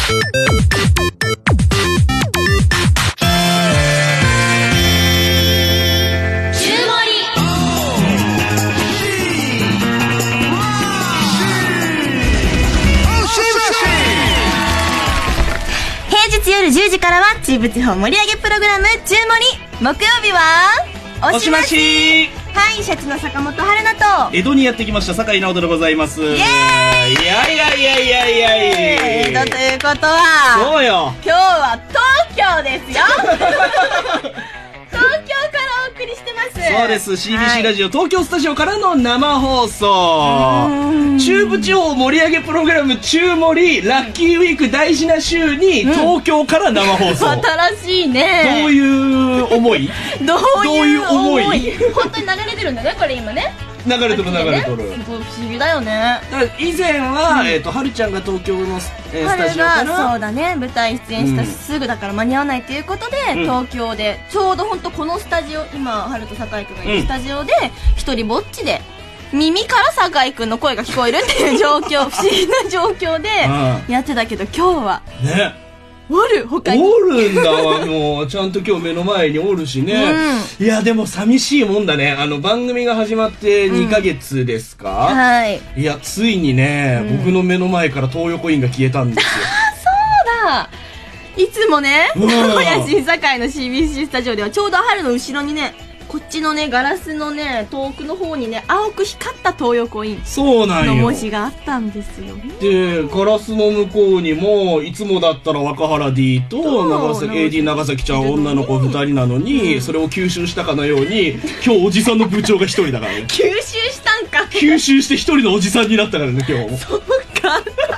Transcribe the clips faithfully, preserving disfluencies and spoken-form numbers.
夜じゅうじからは中部地方盛り上げプログラム中盛り。木曜日はおしまし。 はい、シャチの坂本春菜と江戸にやってきました酒井直人でございます。イエーイ。いやいやいやいやいやいや江戸ということはそうよ、 今日は東京ですよ東京からお送りしてます。 そうです、 シービーシー ラジオ、はい、東京スタジオからの生放送、中部地方盛り上げプログラム中盛りラッキーウィーク大事な週に東京から生放送、うん、 新しいね。 どういう思いどういう思いどういう思い本当に流れてるんだね、これ今ね。 流れとる流れとる、 すごい不思議だよね。 だから以前は、うん、えーとはるちゃんが東京の、えー、スタジオからがそうだね、舞台出演した、うん、すぐだから間に合わないということで、うん、東京でちょうど本当このスタジオ、今はると酒井くんがいるスタジオで一人ぼっちで耳から酒井くんの声が聞こえるっていう状況不思議な状況でやってたけど、今日はねおる、他におるんだわもうちゃんと今日目の前におるしね、うん、いやでも寂しいもんだね。あの番組が始まってにかげつですか、うん、はい。いやついにね、うん、僕の目の前から東横インが消えたんですよ。 そうだ、いつもね名古屋新堺の シービーシー スタジオではちょうど春の後ろにね、こっちのねガラスのね遠くの方にね青く光った東横インの文字があったんですよ。 でガラスの向こうにもいつもだったら若原 D と長崎 エーディー 長崎ちゃん女の子ふたりなのに、うん、それを吸収したかのように今日おじさんの部長がひとりだからね。 吸収したんか。 吸収してひとりのおじさんになったからね今日も。 そうか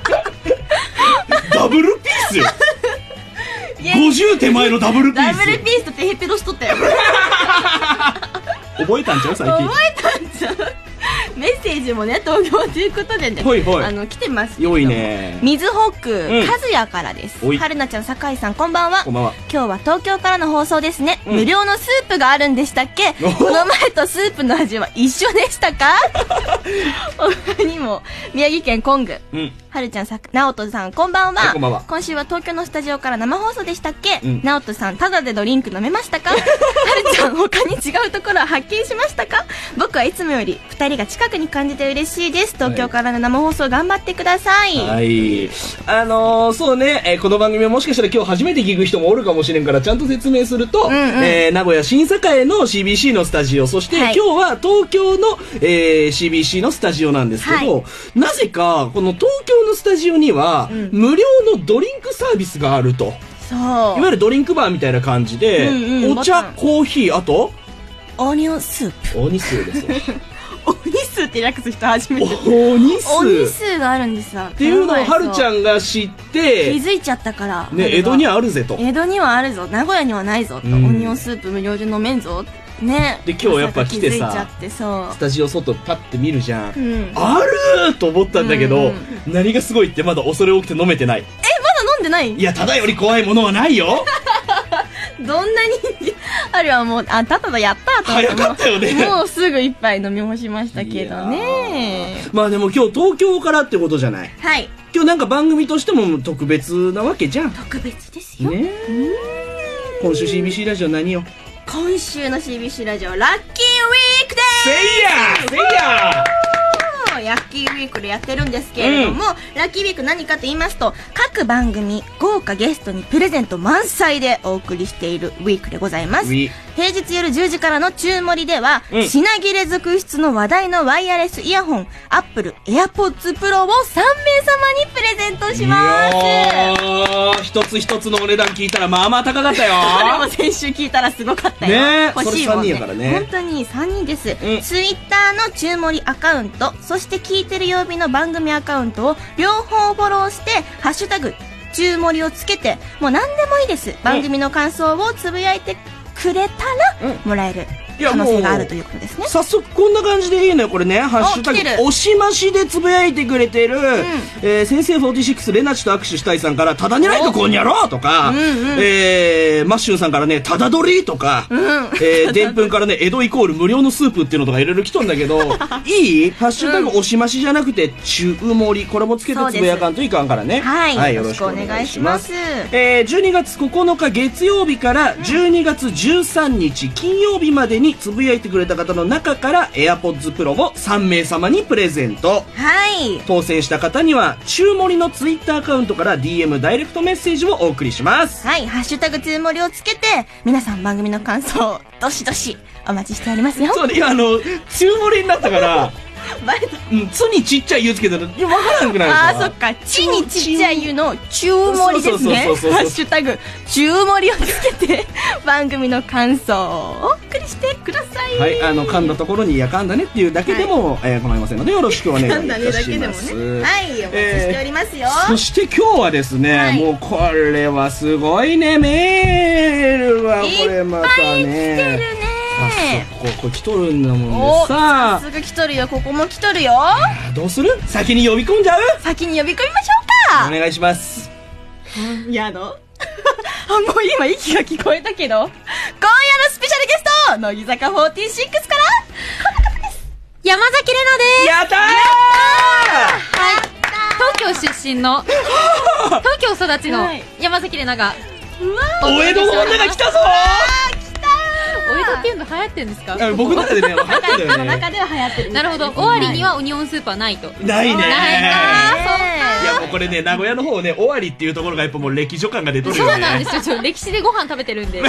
ダブルピースよごじゅう手前のダブルピース。 ダブルピースとテヘペロしとったよ覚えたんちゃう最近。 覚えたんちゃうメッセージもね東京ということでね、 はいはい、 あの来てます。 よいね。 みずほく、うん、かずやからです。はるなちゃん、酒井さん、こんばんは。 こんばんは。 今日は東京からの放送ですね、うん、無料のスープがあるんでしたっけ。 この前とスープの味は一緒でしたか他にも宮城県コング、うん、はるちゃん、さなおとさん、こんばんは。 こんばんは。 今週は東京のスタジオから生放送でしたっけ、うん、なおとさん、ただでドリンク飲めましたかはるちゃん、他に違うところは発見しましたか。僕はいつもよりふたりが近くに感じて嬉しいです。東京からの生放送頑張ってください。 はい。あのー、そうね、えー、この番組はもしかしたら今日初めて聞く人もおるかもしれんからちゃんと説明すると、うんうん、えー、名古屋新栄の シービーシー のスタジオ、そして、はい、今日は東京の、えー、シービーシー のスタジオなんですけど、はい、なぜかこの東京のスタジオには、うん、無料のドリンクサービスがあると。 そう、いわゆるドリンクバーみたいな感じで、うんうん、お茶、コーヒー、あとオニオンスープ。 オニスーですねオニスーって略す人初めて。 オニスー。 オニスーがあるんですよ。 っていうのをはるちゃんが知って気づいちゃったからね、江戸にはあるぜと。 江戸にはあるぞ、名古屋にはないぞと、うん、オニオンスープ無料で飲めんぞね。 で今日やっぱ来てさ、 気づいちゃってそうスタジオ外パッて見るじゃん、 うん、 あるーと思ったんだけど、うんうん、何がすごいってまだ恐れ多くて飲めてない。 え、まだ飲んでない？ いや、ただより怖いものはないよどんなにあれはもう、あ、ただやったと早かったよね。 もうすぐ一杯飲み干しましたけどね。 まあでも今日東京からってことじゃない。 はい。 今日なんか番組としても特別なわけじゃん。 特別ですよ。 ね。今週 シービーシー ラジオ何よ。 今週の シービーシー ラジオラッキーウィークでーす。せいやせいやラッキーウィークでやってるんですけれども、うん、ラッキーウィーク何かと言いますと、各番組豪華ゲストにプレゼント満載でお送りしているウィークでございます。平日夜じゅうじからの中盛りでは、うん、品切れ続出の話題のワイヤレスイヤホンアップルエアポッツプロをさんめいさまにプレゼントします。いやー、一つ一つのお値段聞いたらまあまあ高かったよそれも先週聞いたらすごかったよ、 ね、 欲しいもんね。 それさんにんやからね。 本当にさんにんです、うん、ツイッターの中盛りアカウント、そして聞いてる曜日の番組アカウントを両方フォローしてハッシュタグ中盛りをつけて、もう何でもいいです、番組の感想をつぶやいてくれたら、うん、もらえる可能性があるということですね。 早速こんな感じでいいのよこれね。ハッシュタグおしましでつぶやいてくれてる、うん、えー、先生よんじゅうろくレナチと握手したいさんからただにないとこんにゃろとか、うんうん、えー、マッシュンさんからねただ取りとか、うん、えー、でんぷんからね江戸イコール無料のスープっていうのとかいろいろ来とんだけどいいハッシュタグおしましじゃなくて中盛りこれもつけてつぶやかんといかんからね。 はい、はい、よろしくお願いします。 えー、じゅうにがつここのか月曜日からじゅうにがつじゅうさんにち金曜日までにつぶやいてくれた方の中から AirPods Pro をさんめいさまにプレゼント。 はい、 当選した方には中盛りのツイッターアカウントから ディーエム ダイレクトメッセージをお送りします。 はい、ハッシュタグ中盛りをつけて皆さん番組の感想をどしどしお待ちしておりますよ。 そうね、いやあの中盛りになったからバレた。うん、つにちっちゃい湯つけたらいや分からなくないですか。 あーそっか、ちにちっちゃい湯の中盛りですね。ハッシュタグ中盛りをつけて番組の感想をお送りしてください。 はい、あの噛んだところにいや噛んだねっていうだけでも、はい、えー、構いませんのでよろしくお願いいたします。噛んだねだけでもね。はい、お待ちしておりますよ。えー、 そして今日はですね、はい、もうこれはすごいね、メールはこれまたね。いっぱい来てるね。あ、そここ来とるんだもんね。さあ早速来とるよ。ここも来とるよ。 どうする？先に呼び込んじゃう？ 先に呼び込みましょうか。 お願いします。 やだあ、もう今息が聞こえたけど、今夜のスペシャルゲスト乃木坂フォーティーシックスからこの方です。山崎怜奈です。 やったー。 はい、東京出身の東京育ちの山崎怜奈が、 お江戸の女が来たぞー。 お江戸っていうの流行ってるんですか？ 僕の中でね、流行ってるよね。 中では流行ってる。 なるほど。尾張にはオニオンスープはないと。 ないね。 ないか。そうか。 いやもうこれね、名古屋の方ね、尾張っていうところがやっぱもう歴史感が出とるよね。 そうなんですよ。歴史でご飯食べてるんで。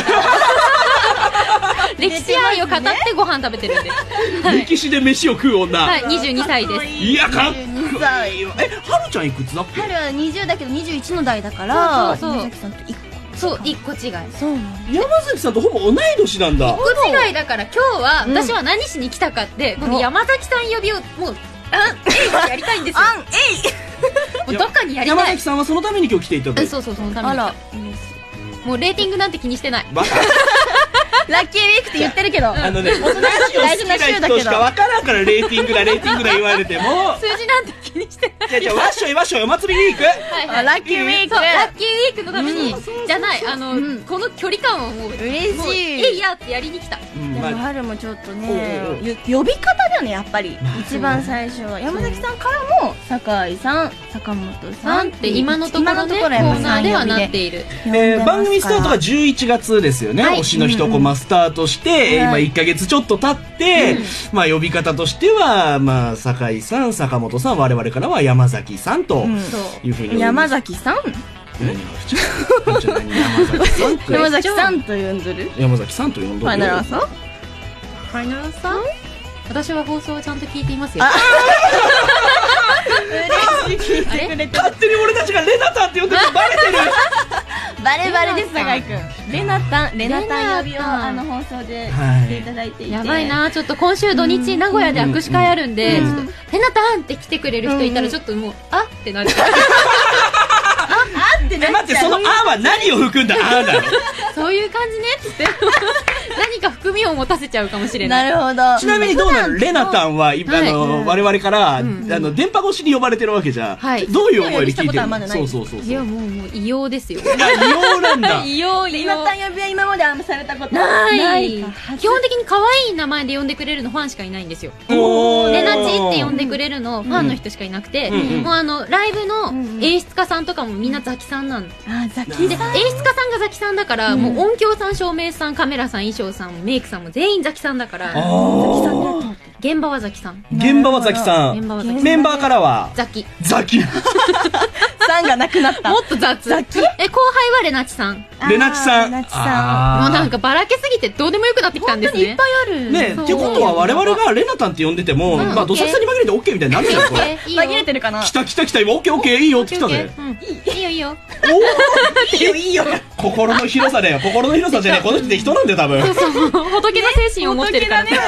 歴史愛を語ってご飯食べてるんで。 歴史で飯を食う女。 はい、にじゅうにさいです。 いやかっこいいよ。え、はるちゃんいくつだっけ？ はるはにじゅうだけどにじゅういちの代だから、 そうそう。 山崎さんといっこ。 そう、いっこ違い。 そうなん。 山崎さんとほぼ同い年なんだ。 いっこ違いだから今日は私は何しに来たかって、この山崎さん呼びをもうあんえいやりたいんですよ。 あんえいもうどっかにやりたい。 山崎さんはそのために今日来ていただいた。 そうそう、そのために。あら、もうレーティングなんて気にしてない。 バカ。 ラッキーウィークって言ってるけど、 あのね、大人の大事な人しか分からんからレーティングだレーティングだ言われても数字なんて気にしてない。 じゃじゃわっしょいわっしょいお祭りウィーク。 はいはい、ラッキーウィーク。 ラッキーウィークのためにじゃない、あのこの距離感をもう嬉しい。 えいやってやりに来た。 でも春もちょっとね、呼び方だよねやっぱり。一番最初は山崎さんからも酒井さん、坂本さんって今のところねコーナーではなっている。 番組スタートがじゅういちがつですよね。推しの一コマスタートして今いっかげつちょっと経って、まあ呼び方としてはまあ酒井さん、坂本さん、我々からは山崎さんというふうに。 山崎さん。山崎さんと呼んでる。 山崎さんと呼んでる。 ファイナルアンサー。 ファイナルアンサー。私は放送をちゃんと聞いていますよ。 嬉しい、聞いてくれて。 勝手に俺たちがレナタンって呼んでるのバレてる。 バレバレです、酒井くん。レナタン、レナタン呼びをあの放送でしていただいていて、 やばいな。ちょっと今週土日名古屋で握手会あるんで、レナタンって来てくれる人いたらちょっともうあってなっちゃう。 あってなっちゃう。 待って、そのあは何を含んだあなの？ そういう感じねっつって何か含みを持たせちゃうかもしれない。 なるほど。 ちなみにどうなの？レナタンはあの我々からあの電波越しに呼ばれてるわけじゃん。どういう思いで聞いてるの？そうそうそう。 いやもうもう異様ですよ。 異様なんだ。 異様異様。レナタン呼びは今まであんまされたことない。基本的に可愛い名前で呼んでくれるのファンしかいないんですよ。レナチって呼んでくれるのファンの人しかいなくて、もうあのライブの演出家さんとかもみんなザキさんなんで。 あ、ザキで、演出家さんがザキさんだから、もう音響さん、照明さん、カメラさん、衣装さん、メイクさんも全員ザキさんだから、ザキさんで現場はザキさん。 現場はザキさん。メンバーからはザキ。 ザキ。 さんがなくなった。 もっと雑。ザキ。え、後輩はレナチさん。 レナチさん。 レナチさん。もうなんかばらけすぎてどうでもよくなってきたんですね。 いっぱいある。 ね、ってことは我々がレナタンって呼んでても、まあどさくさに紛れてオッケーみたいになるじゃん。 紛れてるかな。 来た来た来た、今オッケーオッケーいいよって来たね。 いいよいいよ。 いいよいいよ。心の広さだよ。心の広さじゃねえ、この人って人なんだよ多分。 そうそう。仏の精神を持ってるからね。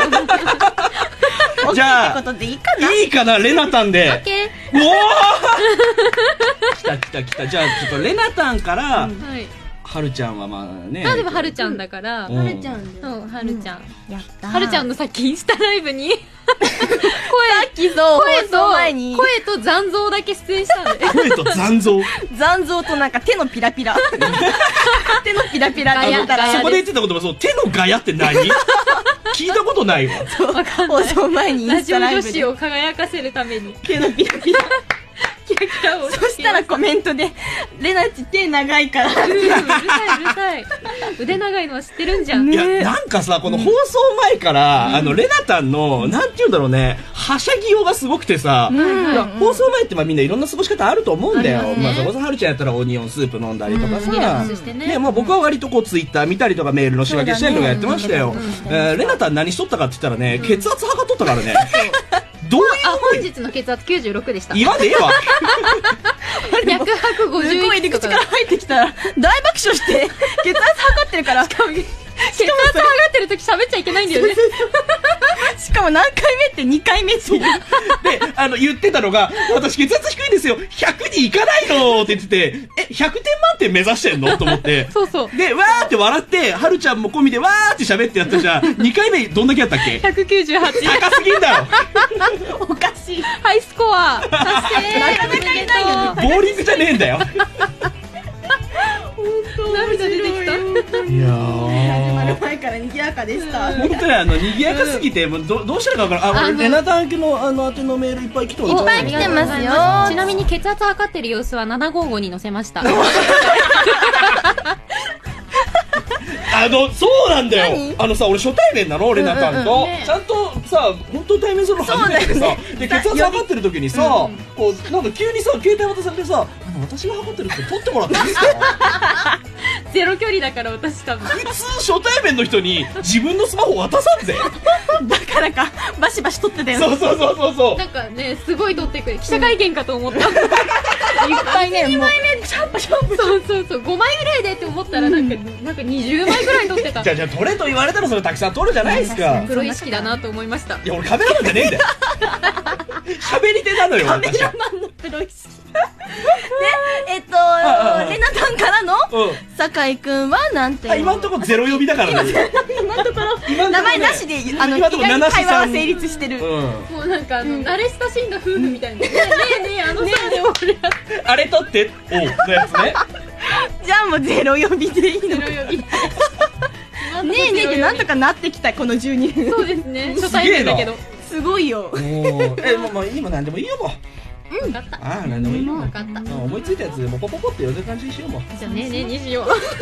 じゃあいいかな。 いいかな、レナタンで。 オッケー。おお。来た来た来た。じゃあちょっとレナタンからはるちゃんはまあね。 まあでもはるちゃんだから。 はるちゃんそう、はるちゃん。 やったはるちゃんのさっきインスタライブに、声、 さっきそう、 声と、 前に声と残像だけ出演したんで。 声と残像。 残像となんか手のピラピラ。手のピラピラって言ったら、 そこで言ってた言葉、そう、手のガヤって何聞いたことないわ。 放送前にインスタライブで。 ラジオ女子を輝かせるために。 手のピラピラ。 キラキラを。 そしたらコメントで、レナチ手長いから。 うるさいうるさい。腕長いのは知ってるんじゃん。 いや、なんかさ、この放送前から、あの、レナタンの、なんて言うんだろうね、はしゃぎようがすごくてさ、放送前ってまあみんないろんな過ごし方あると思うんだよ。まあ、そこそはるちゃんやったらオニオンスープ飲んだりとかさ。ね、まあ僕は割とこうツイッター見たりとかメールの仕分けしたりとかやってましたよ。レナタン何しとったかって言ったらね、血圧測っとったからね。どういうあ、本日の血圧きゅうじゅうろくでした。 言わねえわ。 脈拍ごじゅういち。 すごい入り口から入ってきたら、大爆笑して、血圧測ってるから。 しかも、血圧測ってる時喋っちゃいけないんだよね。 しかも何回目ってにかいめっていう。 で、あの、言ってたのが、私血圧低いんですよ。ひゃくにいかないのって言ってて、え、ひゃくてん満点目指してんのと思って。 そうそう。 で、わーって笑って、はるちゃんも込みでわーって喋ってやったじゃん。にかいめどんだけやったっけ ?ひゃくきゅうじゅうはち。 高すぎんだろ。 おかしい。 ハイスコア。達成。 なかなかいないよね。ボーリングじゃねえんだよ。 涙出てきた。 いやー。 始まる前から賑やかでした。 本当にあの賑やかすぎて、もうどどうしたらいいか分からん。あ、俺レナタン家のあの宛てのメールいっぱい来てる。 いっぱい来てますよ。 ちなみに血圧測ってる様子はななごーごに載せました。 あの、そうなんだよ。あのさ、俺初対面なの、レナタンと。ちゃんとさ、本当に対面するの初めてでさ、で、血圧測ってる時にさ、こう、なんか急にさ、携帯渡されてさ、私が測ってるって取ってもらっていいですか？ ゼロ距離だから私多分。 普通初対面の人に自分のスマホ渡さんぜ。 だからか、バシバシ撮ってたよね。 そうそうそうそうそう。 なんかね、すごい撮ってくれ。記者会見かと思った。いっぱいね、 にまいめ、シャンプシャンプ。そうそうそう、ごまいぐらいでって思ったらなんか、なんかにじゅうまいぐらい撮ってた。 じゃあじゃあ撮れと言われたらそれたくさん撮るじゃないですか。 プロ意識だなと思いました。 いや、俺カメラマンじゃねえんだよ。喋り手なのよ、 カメラマンのプロ意識。で、えっと、レナタンからの、酒井くんはなんて。 今んとこゼロ呼びだからね。 今んところ、名前なしで、あの、意外に会話は成立してる。 もうなんか、慣れ親しんだ夫婦みたいな。ねえねえ、あのさ、 あれ撮っておう、のやつね。 じゃあもうゼロ呼びでいいの。ゼロ呼び。ねえねえってなんとかなってきた、このじゅうにふん。 そうですね、初対面だけど。 すごいよ。 え、もう、もういいもん、なんでもいいよ、もう。 うん、分かった。 ああ、なんでもいいよ。 分かった。 思いついたやつでもポポポって呼んでる感じにしようもん。 じゃあねえねえにしよ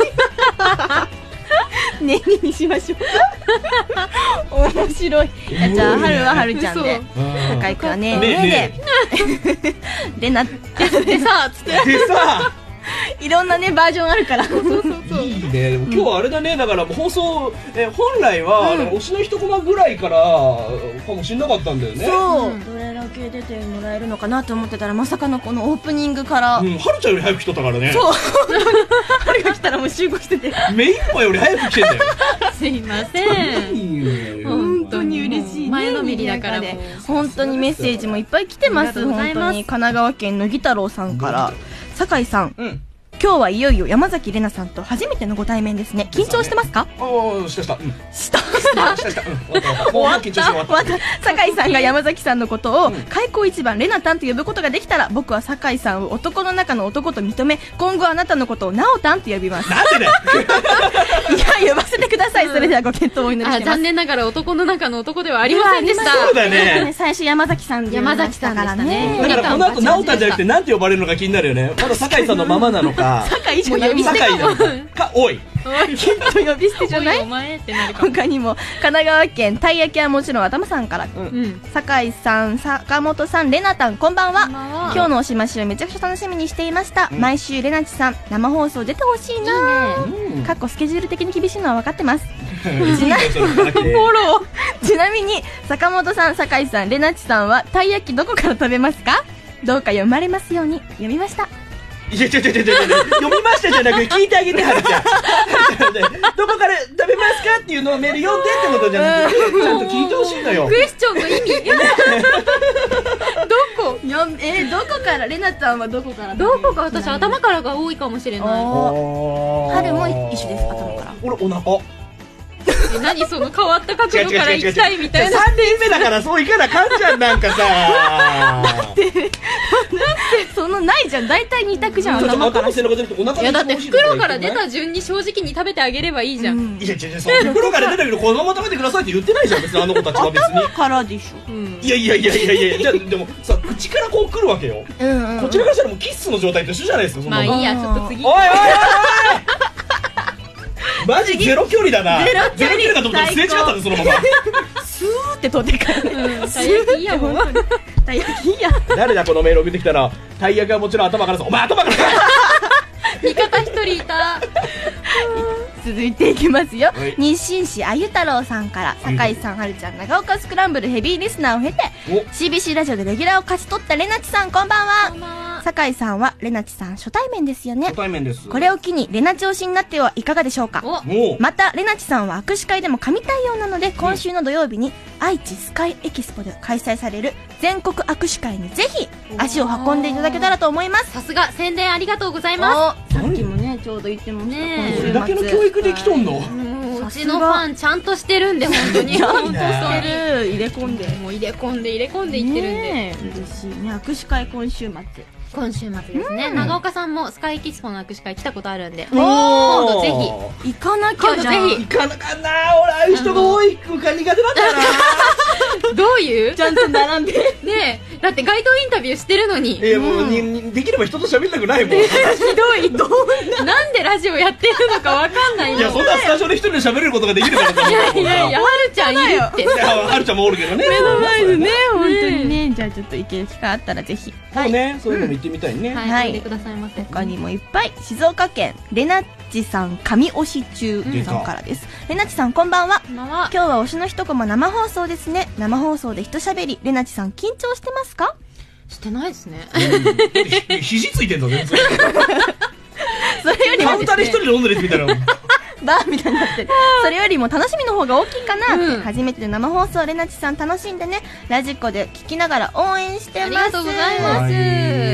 う。ねえねえにしましょう。面白い。じゃあ、春は春ちゃんで。酒井くんはねえねえで。レナ、でさ、つって。 でさ、 いろんなねバージョンあるから。そうそうそう。いいね。今日はあれだね。だから放送え本来は推しの一コマぐらいからかもしれなかったんだよね。 そう。どれだけ出てもらえるのかなと思ってたらまさかのこのオープニングから。 うん。はるちゃんより早く来とったからね。 そう。春が来たらもう集合してて。 目いっぱいより早く来てんだよ。 すいません。 本当に嬉しい。 前のめりだからね。本当にメッセージもいっぱい来てます。本当に神奈川県のぎ太郎さんから。酒井さん、うん、今日はいよいよ山崎怜奈さんと初めてのご対面ですね。緊張してますか？ ああ、したした。 したしたした。終わった。終わった。酒井さんが山崎さんのことを開口一番レナタンと呼ぶことができたら、僕は酒井さんを男の中の男と認め、今後あなたのことをナオタンと呼びます。 なんでだよ。 いや、呼ばせてください。それではご検討をお祈りしてます。 残念ながら男の中の男ではありませんでした。 そうだね。 最初山崎さんで山崎さんからね。 だからこの後ナオタンじゃなくてなんて呼ばれるのか気になるよね。まだ酒井さんのままなのか。 酒井じゃない。 呼び捨てかも。 か、おい。 きっと呼び捨てじゃない？ お前ってなるかも。 他にも神奈川県たい焼きはもちろん頭さんから、うん、酒井さん、坂本さん、レナタンこんばんは。今日のおしましをめちゃくちゃ楽しみにしていました。うん、毎週レナチさん生放送出てほしいな。かっこスケジュール的に厳しいのは分かってます。ちなちなみに坂本さん、酒井さん、レナチさんはたい焼きどこから食べますか？どうか読まれますように。読みました。 いや、ちょちょちょちょ、読みましたじゃなくて聞いてあげて、はるちゃん。どこから食べますかっていうのをメール読んでってことじゃなくて、ちゃんと聞いてほしいのよ。 クエスチョンの意味どこよえー、どこからレナちゃんはどこからどこか私頭からが多いかもしれない。 春も一緒です、頭から。 俺お腹。 え、何その変わった角度から行きたいみたいな。 さんねんめだからそういかなかんじゃん、なんかさ。 だってそのないじゃん、大体二択じゃん。 頭から背中じゃなくてお腹。 いやだって袋から出た順に正直に食べてあげればいいじゃん。 いや違う違う、袋から出たけどこのまま食べてくださいって言ってないじゃん、別にあの子たちは別に。 頭からでしょ。 いやいやいやいやいや、じゃあでもさ、口からこう来るわけよ。こちらからしたらもうキッスの状態と一緒じゃないですか。 まあいいや、ちょっと次。 おいおいおいマジゼロ距離だな。ゼロ距離だと思ったらすれ違ったんで、そのままスーって飛んでからね。 たい焼きいいやもん。 たい焼きいいや。 誰だこのメール送ってきたら。たい焼きはもちろん頭からさ。お前頭からか。 味方一人いた。 続いていきますよ、 はい、 日清市あゆ太郎さんから酒井さん、はるちゃん、長岡スクランブルヘビーリスナーを経て シービーシー ラジオでレギュラーを勝ち取ったれなちさん、こんばんは。 こんばんは。 酒井さんはれなちさん初対面ですよね。 初対面です。 これを機にれなち推しになってはいかがでしょうか。 おまたれなちさんは握手会でも神対応なので、今週の土曜日に愛知スカイエキスポで開催される全国握手会にぜひ足を運んでいただけたらと思います。 さすが宣伝ありがとうございます。さっきもねちょうど言ってましたね。 これだけの教育できとんの。 もううちのファンちゃんとしてるんで、本当に本当してる、入れ込んでもう入れ込んで入れ込んでいってるんで、 嬉しいね。握手会今週末今週末ですね、うん、長岡さんもスカイエキスポの握手会来たことあるんで、 今度ぜひ行かなきゃじゃん。 ぜひ行かなかんな。俺ああいう人が多い空間苦手なんだよな。 どういうちゃんと並んでねえ、だって街頭インタビューしてるのに。 いやもう、うん、できれば人と喋りたくないもん。ひどいどんな。なんでラジオやってるのかわかんないもん。 いや、そんなスタジオで一人で喋れることができるからだ。 いやいやいや、はるちゃんいるって。いや、はるちゃんもおるけどね。 目の前でね、本当にね。じゃあちょっと行ける機会あったらぜひ。 そうね、そういうのも行ってみたいね。 はい、行ってくださいませ。 他にもいっぱい。静岡県レナッチさん神推し中さんからです。レナッチさん、こんばんは。今日は推しの一コマ生放送ですね。生放送で一喋り。レナッチさん緊張してますか？ してないですね。 肘ついてんの全然。 それよりもカウンターで一人で飲んでるみたいな。 バーみたいになってる。それよりも楽しみの方が大きいかなって、うん、初めての生放送レナチさん楽しんでね、ラジコで聞きながら応援してます。 ありがとうございます。はい、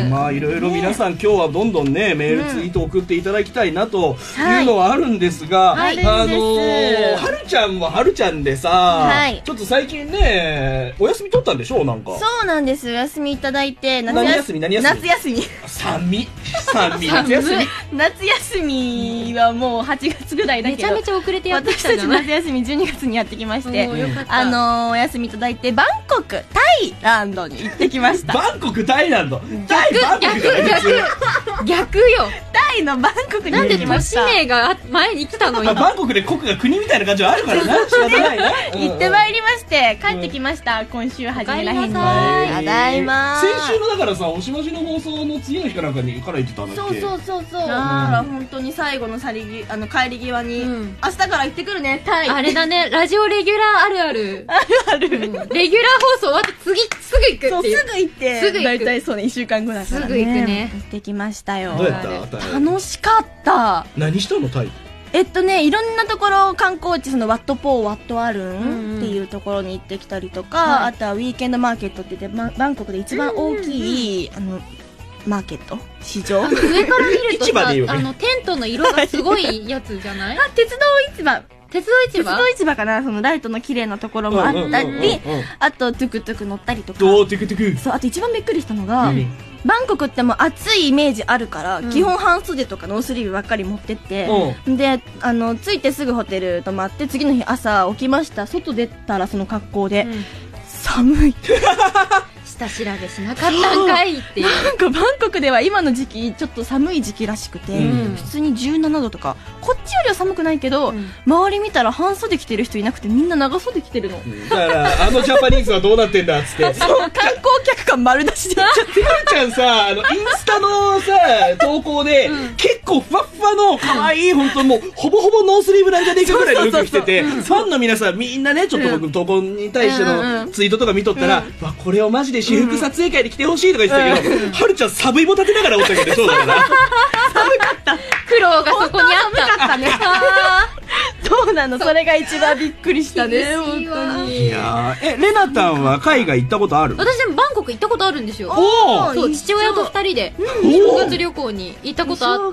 まあいろいろ皆さん、ね、今日はどんどんねメールツイート送っていただきたいなというのはあるんですが、 はい、 あのー、はるちゃんははるちゃんでさ、はい、ちょっと最近ねお休み取ったんでしょう。なんかそうなんです。お休みいただいて、 夏休み何休み夏休み寒い寒い夏休み夏休みはもうはちがつぐらいだけど、 めちゃめちゃ遅れてやってきたじゃない。 私たち夏休みじゅうにがつにやってきまして、あのー、お休みいただいてバンコクタイランドに行ってきました。 バンコクタイランド、タイバンコクじゃない。 逆逆よ。 タイのバンコクに行ってきました。 なんで都市名が前に来たの今。 バンコクで国が国みたいな感じはあるからな。仕方ないな。 行ってまいりまして帰ってきました。今週初めらへんに。ただいま。 先週のだからさ、おしましの放送の次の日かなんかにから行ってたんだっけ。 そうそうそうそう。だから本当に最後の去りぎあの帰り際に明日から行ってくるねタイ。 あれだね、ラジオレギュラーあるある。 あるある。 レギュラー放送終わって次すぐ行くっていう。 すぐ行って。すぐ大体そうねいっしゅうかんぐらいからね。 すぐ行くね。 行ってきましたよ。 どうやった？ 楽しかった。 何したのタイ？ えっとね、いろんなところ観光地、そのワットポーワットアルンっていうところに行ってきたりとか、うん、あとはウィーケンドマーケットって言ってバンコクで一番大きい、あのマーケット市場。 上から見るとさ、 ね、 あのテントの色がすごいやつじゃない？ あ、鉄道市場。 鉄道市場？ 鉄道市場かな。そのライトの綺麗なところもあったり、あとトゥクトゥク乗ったりとか。 おー、トゥクトゥク。 そう、あと一番びっくりしたのが、うん、バンコクってもう暑いイメージあるから、うん、基本半袖とかノースリーブばっかり持ってって、うん、で、あの着いてすぐホテル泊まって次の日朝起きました。外出たらその格好で、うん、寒い。 下調べしなかったんかいっていう。 なんかバンコクでは今の時期ちょっと寒い時期らしくて、うん、普通にじゅうななどとか、こっちよりは寒くないけど、うん、周り見たら半袖着てる人いなくてみんな長袖着てるの、うん、 だからあのジャパニーズはどうなってんだっつってそう観光客感丸出しではるちゃんさ、あのインスタのさ投稿で、うん、結構ふわふわの可愛い、本当もうほぼほぼノースリーブなんじゃねえかぐらいの服着てて、ファンの皆さんみんなね、ちょっと僕投稿に対してのツイートとか見とったら、わこれをマジで私服撮影会で着てほしいとか言ってたけど、はるちゃんサブイボ立てながらおったけどそうだから。寒かった。 苦労がそこにあった。 寒かったね。そうなの、それが一番びっくりしたね、本当に。 いやー、え、レナタンは海外行ったことある？ 私でもバンコク行ったことあるんですよ。 おそう、父親と二人で正月旅行に行ったことあって、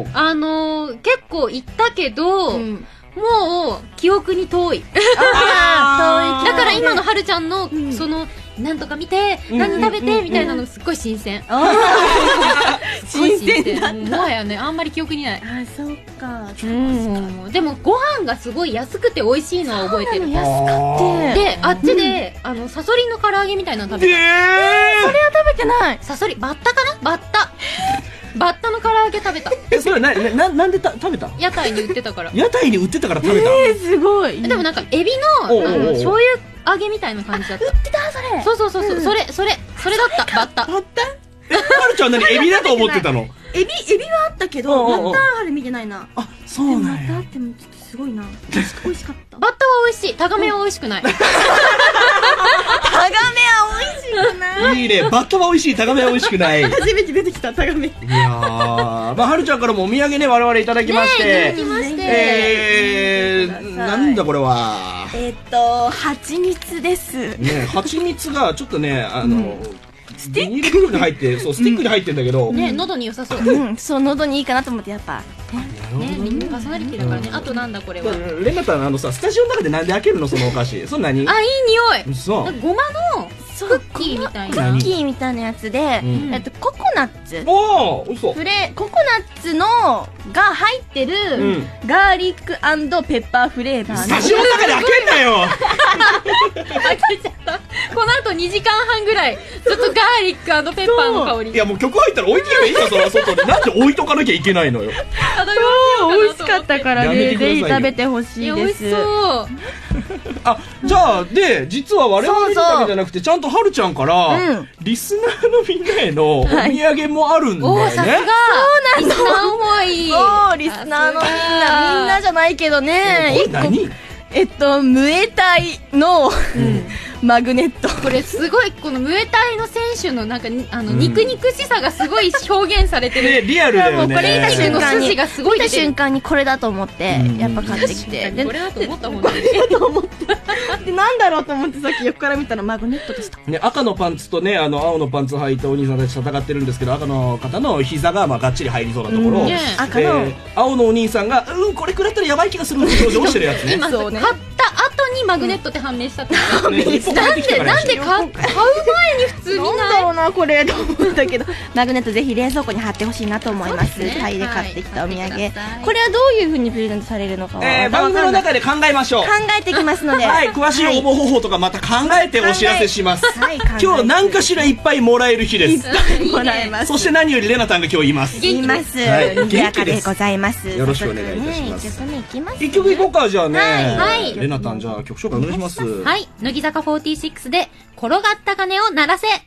あのー、結構行ったけど、うん、もう記憶に遠い。あ遠い。だから今のはるちゃんの、うん、そのなんとか見て、何食べてみたいなのすっごい新鮮。 新鮮だった。 もはやね、あんまり記憶にない。 あ、そうか。 でもご飯がすごい安くて美味しいのは覚えてる。 安くて。 で、あっちであのサソリの唐揚げみたいなの食べた。 それは食べてない。 サソリバッタかな？バッタ。バッタの唐揚げ食べた。 え、それな、な、なんでた食べた？ 屋台に売ってたから。 屋台に売ってたから食べた。 えー、すごい。 でもなんかエビの、あの醤油揚げみたいな感じだった。 売ってたそれ。 そうそうそうそう、それそれそれだった。バッタ。 バッタ？ え、はるちゃん何エビだと思ってたの？ エビエビはあったけど、バッタはあれ見てないな。 あ、そうなんや。 バッタってもちょっとすごいな。美味しかった。 バッタは美味しい。タガメは美味しくない。 タガメは美味しくない。 いいね。バッタは美味しい。タガメは美味しくない。 初めて出てきたタガメ。いやー、まあはるちゃんからもお土産ね我々いただきまして。 ね、いただきまして。 えー、なんだこれは。 えっと蜂蜜です。 ね、蜂蜜がちょっとね、あの。スティック袋に入って、そうスティックに入ってんだけど、 ね、喉に良さそう。 うん、そう喉にいいかなと思ってやっぱね、みんなパーソナリティだからね。あとなんだこれは。 レナタンあのさ、スタジオの中でなんで開けるのそのお菓子？それ何？ あ、いい匂い。 そう。 ごまのクッキーみたいな。 クッキーみたいなやつで、えっとココナッツ。 おお、美味しそう。 フレココナッツのが入ってるガーリック&ペッパーフレーバーの。 スタジオの中で開けんなよ。 開けちゃった。この後にじかんはんぐらいずっとガーリック&ペッパーの香り。 いやもう曲入ったら置いてけばいいか、そら外で。なんで置いとかなきゃいけないのよ。 そう美味しかったからね、ぜひ食べてほしいです。 美味しそう。 あ、じゃあで実は我々だけじゃなくてちゃんとはるちゃんからリスナーのみんなへのお土産もあるんだよね。 お、さすが。そうなの。リスナー思い。 そう、リスナーのみんなみんなじゃないけどね。 これ何？ えっとムエタイのマグネット。 これすごい、このムエタイの選手のなんかあの肉々しさがすごい表現されてる。 リアルだよね。 これ見た瞬間にがすごい見た瞬間にこれだと思ってやっぱ買ってきて、 これだと思ったもんね。 と思ってでなんだろうと思ってさっき横から見たらマグネットでした。 ね、赤のパンツとね、あの青のパンツ履いたお兄さんたち戦ってるんですけど、赤の方の膝がまあがっちり入りそうなところ、 赤の青のお兄さんがうんこれ食らったらやばい気がするって表情をしてるやつね。 今買った後にマグネットって判明したってことね。なんでなんで買う前に普通にない。 なんだろうなこれと思ったけど、マグネットぜひ冷蔵庫に貼ってほしいなと思います。タイで買ってきたお土産。これはどういう風にプレゼントされるのかは番組の中で考えましょう。 考えてきますので、 はい、詳しい応募方法とかまた考えてお知らせします。今日何かしらいっぱいもらえる日です。 もらえます。 そして何よりレナタンが今日います。 います。賑やかでございます。 よろしくお願いいたします。 一曲目いきます。 一曲いこうか。じゃあね。 はい。 レナタンじゃあ曲紹介お願いします。 はい。乃木坂フォーティーシックスで転がった鐘を鳴らせ。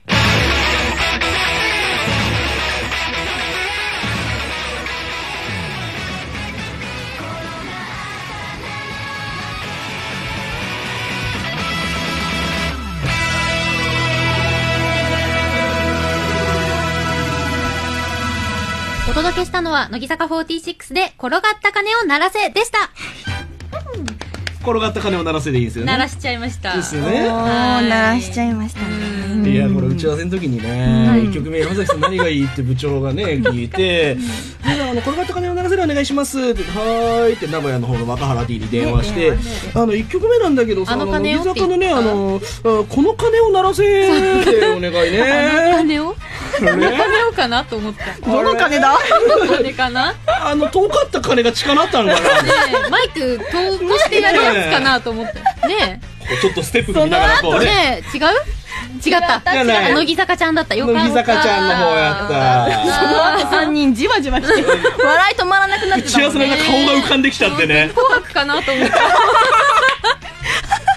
お届けしたのは乃木坂フォーティーシックスで転がった鐘を鳴らせでした。 転がった鐘を鳴らせでいいですよね。 鳴らしちゃいました。 ですよね。 鳴らしちゃいましたね。 いや、これ打ち合わせの時にね、いっきょくめ山崎さん何がいいって部長がね聞いて、あの転がった鐘を鳴らせでお願いしますってはーいって名古屋の方の若原 D に電話して、あのいっきょくめなんだけどさ、乃木坂のねあのこの鐘を鳴らせってお願いね。 あの鐘を？この鐘をかなと思った。 どの鐘だ？ どの鐘かな？ あの遠かった鐘が近なったんかな。 ねマイク遠くしてやるやつかなと思ってね。 ちょっとステップ見ながらこうね。 違う？違った。乃木坂ちゃんだった。よかった。 乃木坂ちゃんの方やった。 その後さんにんじわじわして笑い止まらなくなってた。 打ち合わせの顔が浮かんできちゃってね。 紅白かなと思った。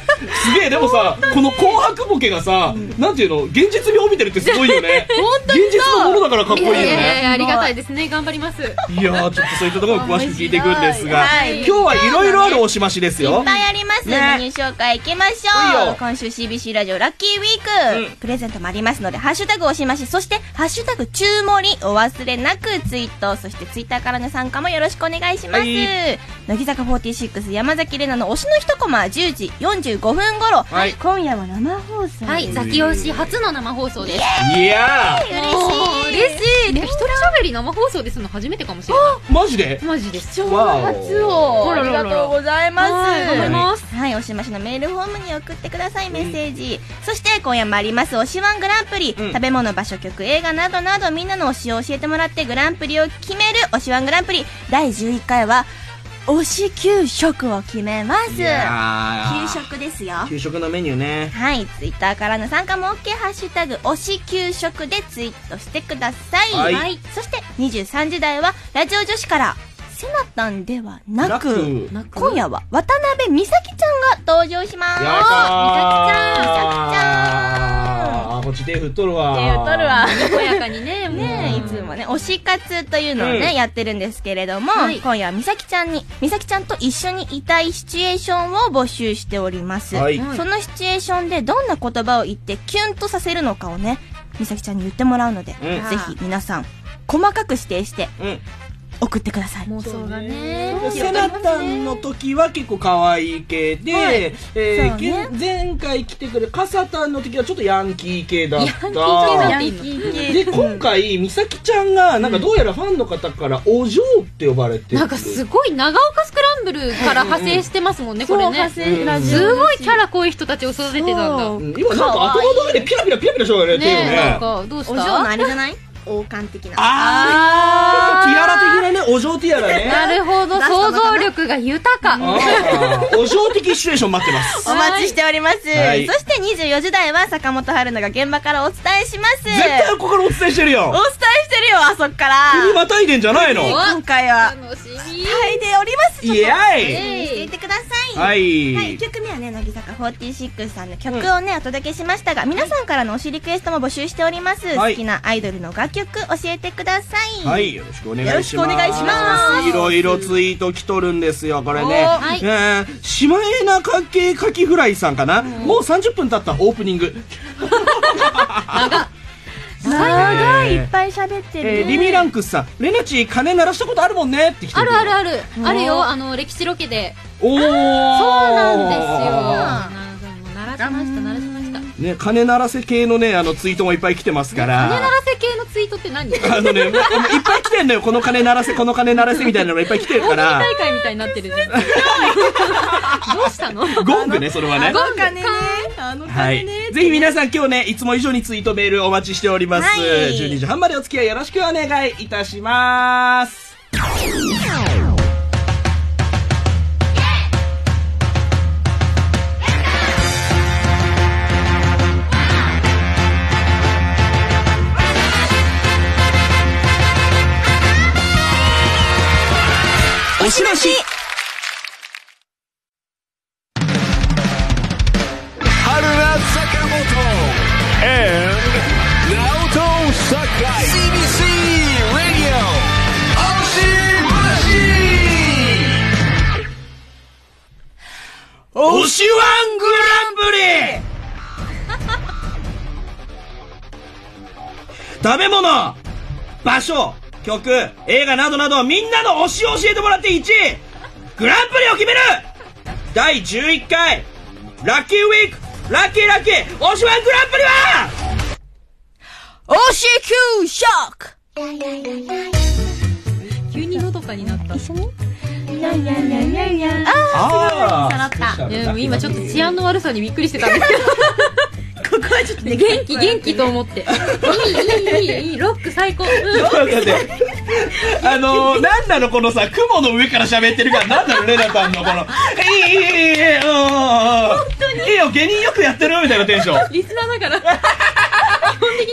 すげえ。でもさ、この紅白ボケがさ、なんていうの、現実味を見てるってすごいよね。現実のものだからかっこいいよね。 ありがたいですね。頑張ります。 いやー、ちょっとそういったところも詳しく聞いていくんですが、今日はいろいろあるおしましですよ。 いっぱいあります。メニュー紹介いきましょう。今週 シービーシー ラジオラッキーウィーク、プレゼントもありますので、ハッシュタグおしまし、そしてハッシュタグ中盛りお忘れなくツイート、そしてツイッターからの参加もよろしくお願いします。乃木坂フォーティーシックス山崎怜奈の推しの一コマじゅうじよんじゅうごふん頃、今夜は生放送。 はい、ザキ推し初の生放送です。 いやー、 嬉しい嬉しい。一人喋り生放送ですの初めてかもしれない。 マジでマジです。 貴重な初をありがとうございます。 頑張ります。 はい、おしましのメールフォームに送ってください、メッセージ。そして今夜もあります推しワングランプリ、食べ物、場所、曲、映画などなどみんなの推しを教えてもらってグランプリを決める推しワングランプリだいじゅういっかいは推し給食を決めます。給食ですよ。 給食のメニューね。 はい、ツイッターからの参加も OK、ハッシュタグ推し給食でツイートしてください。はい、はい、そしてにじゅうさんじ台はラジオ女子からセナタンではなく、今夜は渡辺美咲ちゃんが登場します。 やったー。 美咲ちゃん、美咲ちゃん。 あ、こっち手振っとるわ。 手振っとるわ。 にこやかにね、 ね、いつもね、推し活というのをね、うん、やってるんですけれども、はい、今夜は美咲ちゃんに、美咲ちゃんと一緒にいたいシチュエーションを募集しております。はい、そのシチュエーションでどんな言葉を言ってキュンとさせるのかをね、美咲ちゃんに言ってもらうので、うん、ぜひ皆さん、細かく指定して、うん送ってください。 妄想がね。 セナタンの時は結構可愛い系で、はい、えーね、前回来てくれカサタンの時はちょっとヤンキー系だった。 ヤンキー系で、今回美咲ちゃんがなんかどうやらファンの方からお嬢って呼ばれてる。 なんかすごい長岡スクランブルから派生してますもんね、これね。すごいキャラ濃い人たちを育ててたんだ。 今なんか頭の上でピラピラピラピラしようがね。 ね、なんかどうした？ お嬢のあれじゃない？王冠的な。 あー、ティアラ的なね、お嬢ティアラね。 なるほど、想像力が豊か。 お嬢的シチュエーション待ってます。 お待ちしております。そしてにじゅうよじ台は坂本春奈が現場からお伝えします。 絶対ここからお伝えしてるよ。 お伝えしてるよ、あそっから。 国またいでんじゃないの？ 今回は。楽しみ。はいでおります。 イエーイ。していてください。 はい。 はい、いっきょくめはね、乃木坂フォーティーシックスさんの曲をね、お届けしましたが、皆さんからの推しリクエストも募集しております。好きなアイドルの楽曲教えてください。 はい、よろしくお願いします。よろしくお願いします。 いろいろツイート来とるんですよ、これね。はい、えー、シマエナかけかきフライさんかな。もうさんじゅっぷん経ったオープニング。 長っ。長い、いっぱい喋ってる、ね。 えー、リミランクスさん、レナチ鐘鳴らしたことあるもんねって来てる。 あるあるある、あるよ、あの歴史ロケで。 おお、そうなんですよ。鳴らしました、鳴らしました。 ね、鐘鳴らせ系のね、あのツイートもいっぱい来てますから。 鐘鳴らせ系のツイートって何？ あのね、いっぱい来てんのよ。この鐘鳴らせ、この鐘鳴らせみたいなのがいっぱい来てるから。 大会みたいになってるじゃん。どうしたの？ ゴングね、それはね。 ゴングね。 はい。ぜひ皆さん今日ね、いつも以上にツイートメールお待ちしております。はい、じゅうにじはんまでお付き合いよろしくお願いいたします。おしまし。推しワングランプリ。食べ物、場所、曲、映画などなどみんなの推しを教えてもらっていちいグランプリを決めるだいじゅういっかいラッキーウィークラッキーラッキー推しワングランプリは推し給食。 急にのどかになった。 一緒にやんやんやんやんやん。あー、さらった。 いや、今ちょっと治安の悪さにびっくりしてたんですけどここはちょっとね、元気元気と思っていいいいいいいいロック最高。ちょっと待って、 あのー、なんなのこのさ、雲の上から喋ってるからなんなのレナさんのこのいいいいいいいいいいいいよ芸人よくやってるみたいなテンション。 リスナーだから基本的に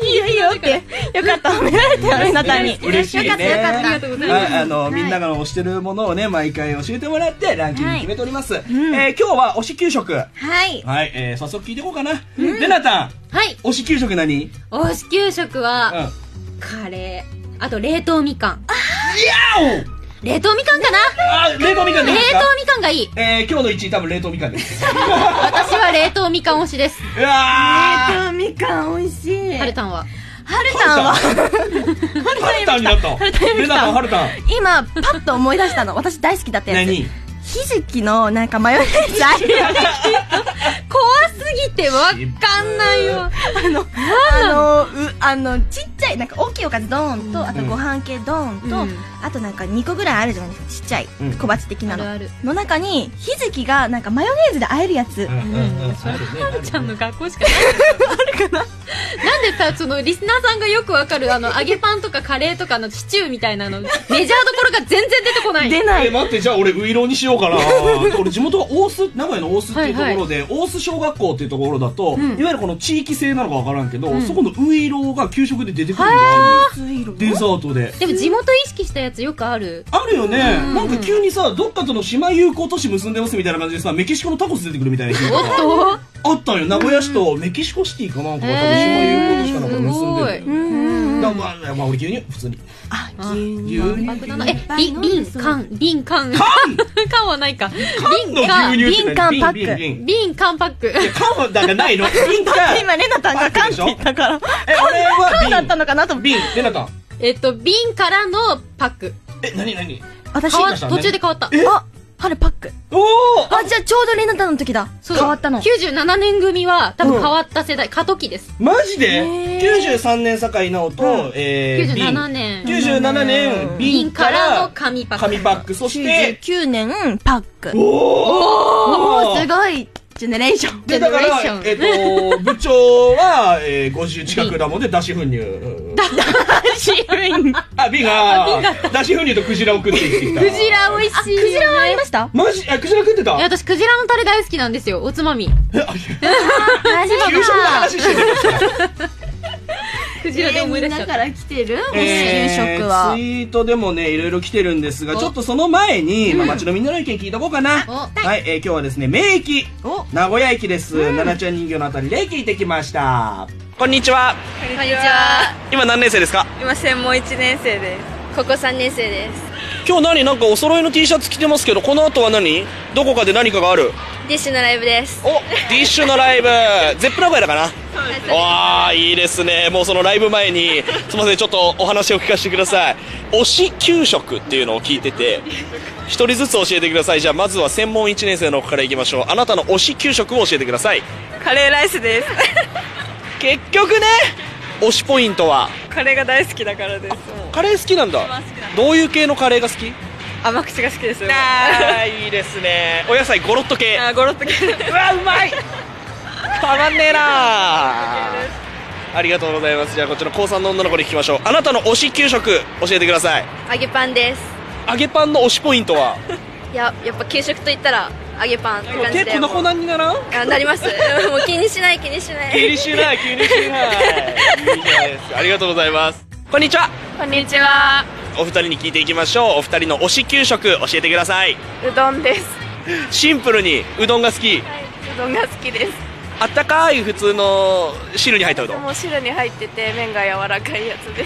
いいよいいよって。よかった、褒められたよ、レナタに。 嬉しいね。 よかったよかった。ありがとうございます。 あの、みんなが推してるものをね、毎回教えてもらって、ランキング決めております。え今日は推し給食。はい。はい、え早速聞いていこうかな。レナタン。はい。推し給食何？ 推し給食は、カレー。あと、冷凍みかん。いやお冷凍みかんかなあ、冷凍みかんでいいですか？ 冷凍みかんがいい。 えー、今日のいちい多分冷凍みかんです。 私は冷凍みかん推しです。 うわー冷凍みかん美味しい。 はるたんははるたんははるたんになった。はるたんになった。はるたん。 今、パッと思い出したの。私大好きだったやつ。 何？ ひじきのなんかマヨネーズあるよね。 怖すぎてわかんないよ。 あの、あの、う、あの、ちっちゃい、なんか大きいおかずドーンと、あとご飯系ドーンと、あとなんかにこぐらいあるじゃないですか、ちっちゃい小鉢的なの。の中に、ひじきがなんかマヨネーズで和えるやつ。 それはるちゃんの学校しかない。あるかな。なんでさ、そのリスナーさんがよくわかる、あの、揚げパンとかカレーとかのシチューみたいなの、メジャーどころが全然出てこない。 出ない。 え、待って、じゃあ俺ウイローにしようかな。俺地元が大須、名古屋の大須っていうところで、大須小学校っていうところだと、いわゆるこの地域性なのかわからんけど、そこのウイローが給食で出てくるのがあるんです。デザートで。 でも地元意識したやつよくある。 あるよね。なんか急にさ、どっかとの姉妹友好都市結んでますみたいな感じでさ、メキシコのタコス出てくるみたいな日があったんよ。名古屋市とメキシコシティかなんかが多分姉妹友好都市かなんか結んでる。だからまあ、まあ俺牛乳普通に。 あ、牛乳。 え、瓶、缶、瓶、缶。 缶缶はないか。 瓶の牛乳って缶パック。 瓶、缶パック。 缶はだからないの。瓶か。 今レナタンが缶って言ったから。 え、俺は缶だったのかなと思って。 瓶、レナタン。 えっと、瓶からのパック。 え、なになに？ 私、 途中で変わった。 あ、春パック。おーあ、じゃあちょうどレナタンの時だ。変わったの。 きゅうじゅうななねん組は多分変わった世代、過渡期です。 マジで ?きゅうじゅうさんねん酒井直と、えー、きゅうじゅうななねん。 きゅうじゅうななねん、瓶からの紙パック。 紙パック。そして、 きゅうじゅうきゅうねん、パック。 おーすごいジェネレーション。 で、だから、えっと、部長は、えー、ごじゅう近くだもんで、脱脂粉乳。 脱脂粉乳。 あ、瓶が、脱脂粉乳とクジラを食って生きてきた。 クジラ美味しい。 クジラはありました？ マジ？あ、クジラ食ってた？ いや、私クジラのタレ大好きなんですよ、おつまみ。 え、あ、給食の話してた。 クジラで思い出しちゃった。 みんなから来てる給食は。 ツイートでもね、いろいろ来てるんですが、ちょっとその前に、まあ、街のみんなの意見聞いとこうかな。はい、えー、今日はですね、名駅、名古屋駅です。奈々ちゃん人形のあたりで聞いてきました。こんにちは。 こんにちは。 今何年生ですか？ 今専門いちねん生です。ここさんねん生です。 今日何なんかお揃いの T シャツ着てますけど、この後は何？どこかで何かがある？ ディッシュのライブです。 お、ディッシュのライブ。ゼップ名古屋だかな？そうです。わあ、いいですね。もうそのライブ前に、すみません、ちょっとお話を聞かせてください。推し給食っていうのを聞いてて、一人ずつ教えてください。じゃあまずは専門いちねん生の子からいきましょう。あなたの推し給食を教えてください。 カレーライスです。 結局ね、推しポイントはカレーが大好きだからです。 カレー好きなんだ。どういう系のカレーが好き？ 甘口が好きです。 ああ、いいですね。お野菜ゴロッと系。 あ、ゴロッと系。 うわ、うまい。たまんねえな。ありがとうございます。じゃあこちら高さんの女の子に聞きましょう。あなたの推し給食教えてください。 揚げパンです。 揚げパンの推しポイントは？ いや、やっぱ給食といったら揚げパンって感じで。 手粉々にならん？ あ、なります。もう気にしない気にしない。 気にしない気にしない。いいじゃないですか。ありがとうございます。こんにちは。 こんにちは。 お二人に聞いていきましょう。お二人の推し給食教えてください。 うどんです。 シンプルにうどんが好き。はい、 うどんが好きです。 あったかい普通の汁に入ったうどん。 もう汁に入ってて麺が柔らかいやつです。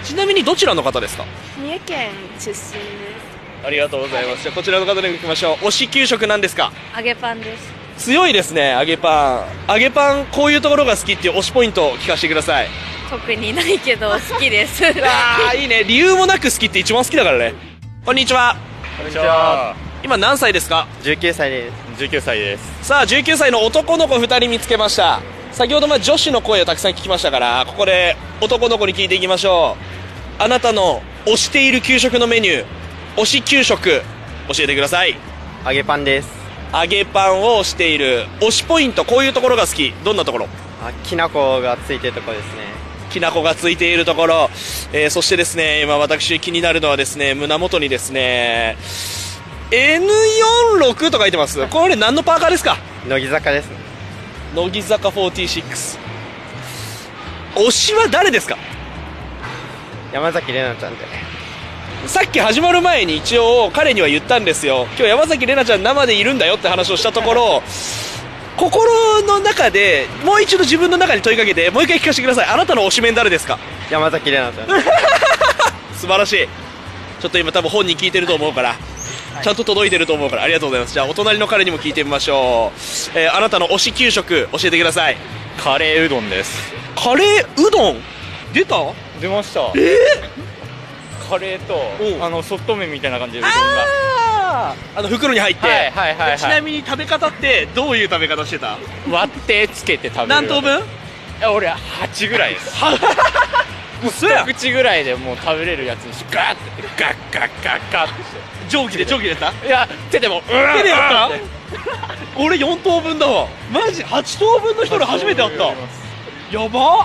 ちなみにどちらの方ですか？ 三重県出身です。 ありがとうございます。じゃあこちらの方に行きましょう。推し給食なんですか？ 揚げパンです。 強いですね、揚げパン。揚げパン、こういうところが好きっていう推しポイントを聞かせてください。 特にないけど好きです。 ああ、いいね。理由もなく好きって一番好きだからね。こんにちは。 こんにちは。 今何歳ですか？ じゅうきゅうさいです。じゅうきゅうさいです。 さあ、じゅうきゅうさいの男の子ふたり見つけました。先ほどまで女子の声をたくさん聞きましたから、ここで男の子に聞いていきましょう。あなたの推している給食のメニュー、推し給食教えてください。 揚げパンです。 揚げパンを推している推しポイント、こういうところが好き。どんなところ？ あ、きな粉がついてるところですね。 きな粉がついているところ、えー、そしてですね、今私気になるのはですね、胸元にですね エヌよんじゅうろく と書いてます。これ何のパーカーですか？ 乃木坂ですね。 乃木坂フォーティーシックス。 推しは誰ですか？ 山崎怜奈ちゃんで。 さっき始まる前に一応彼には言ったんですよ。今日山崎怜奈ちゃん生でいるんだよって話をしたところ、心の中でもう一度自分の中に問いかけて、もう一回聞かせてください。あなたの推しメン誰ですか？ 山崎怜奈ちゃん素晴らしい。ちょっと今多分本人聞いてると思うから、はい、ちゃんと届いてると思うから、ありがとうございます。じゃあお隣の彼にも聞いてみましょう。えー、あなたの推し給食教えてください。 カレーうどんです。 カレーうどん出た？ 出ました。 えー、 カレーとあのソフト麺みたいな感じでうどんがああの袋に入って、 はいはいはいはい、 ちなみに食べ方ってどういう食べ方してた？ 割ってつけて食べる。 何等分？ 俺ははちぐらいですもう一口ぐらいでもう食べれるやつにしガーってガッガッガッガッってして蒸気で蒸気でやった？ いや手でもう手でやった俺よん等分だわ。マジはち等分の人ら初めて会った。やばっ。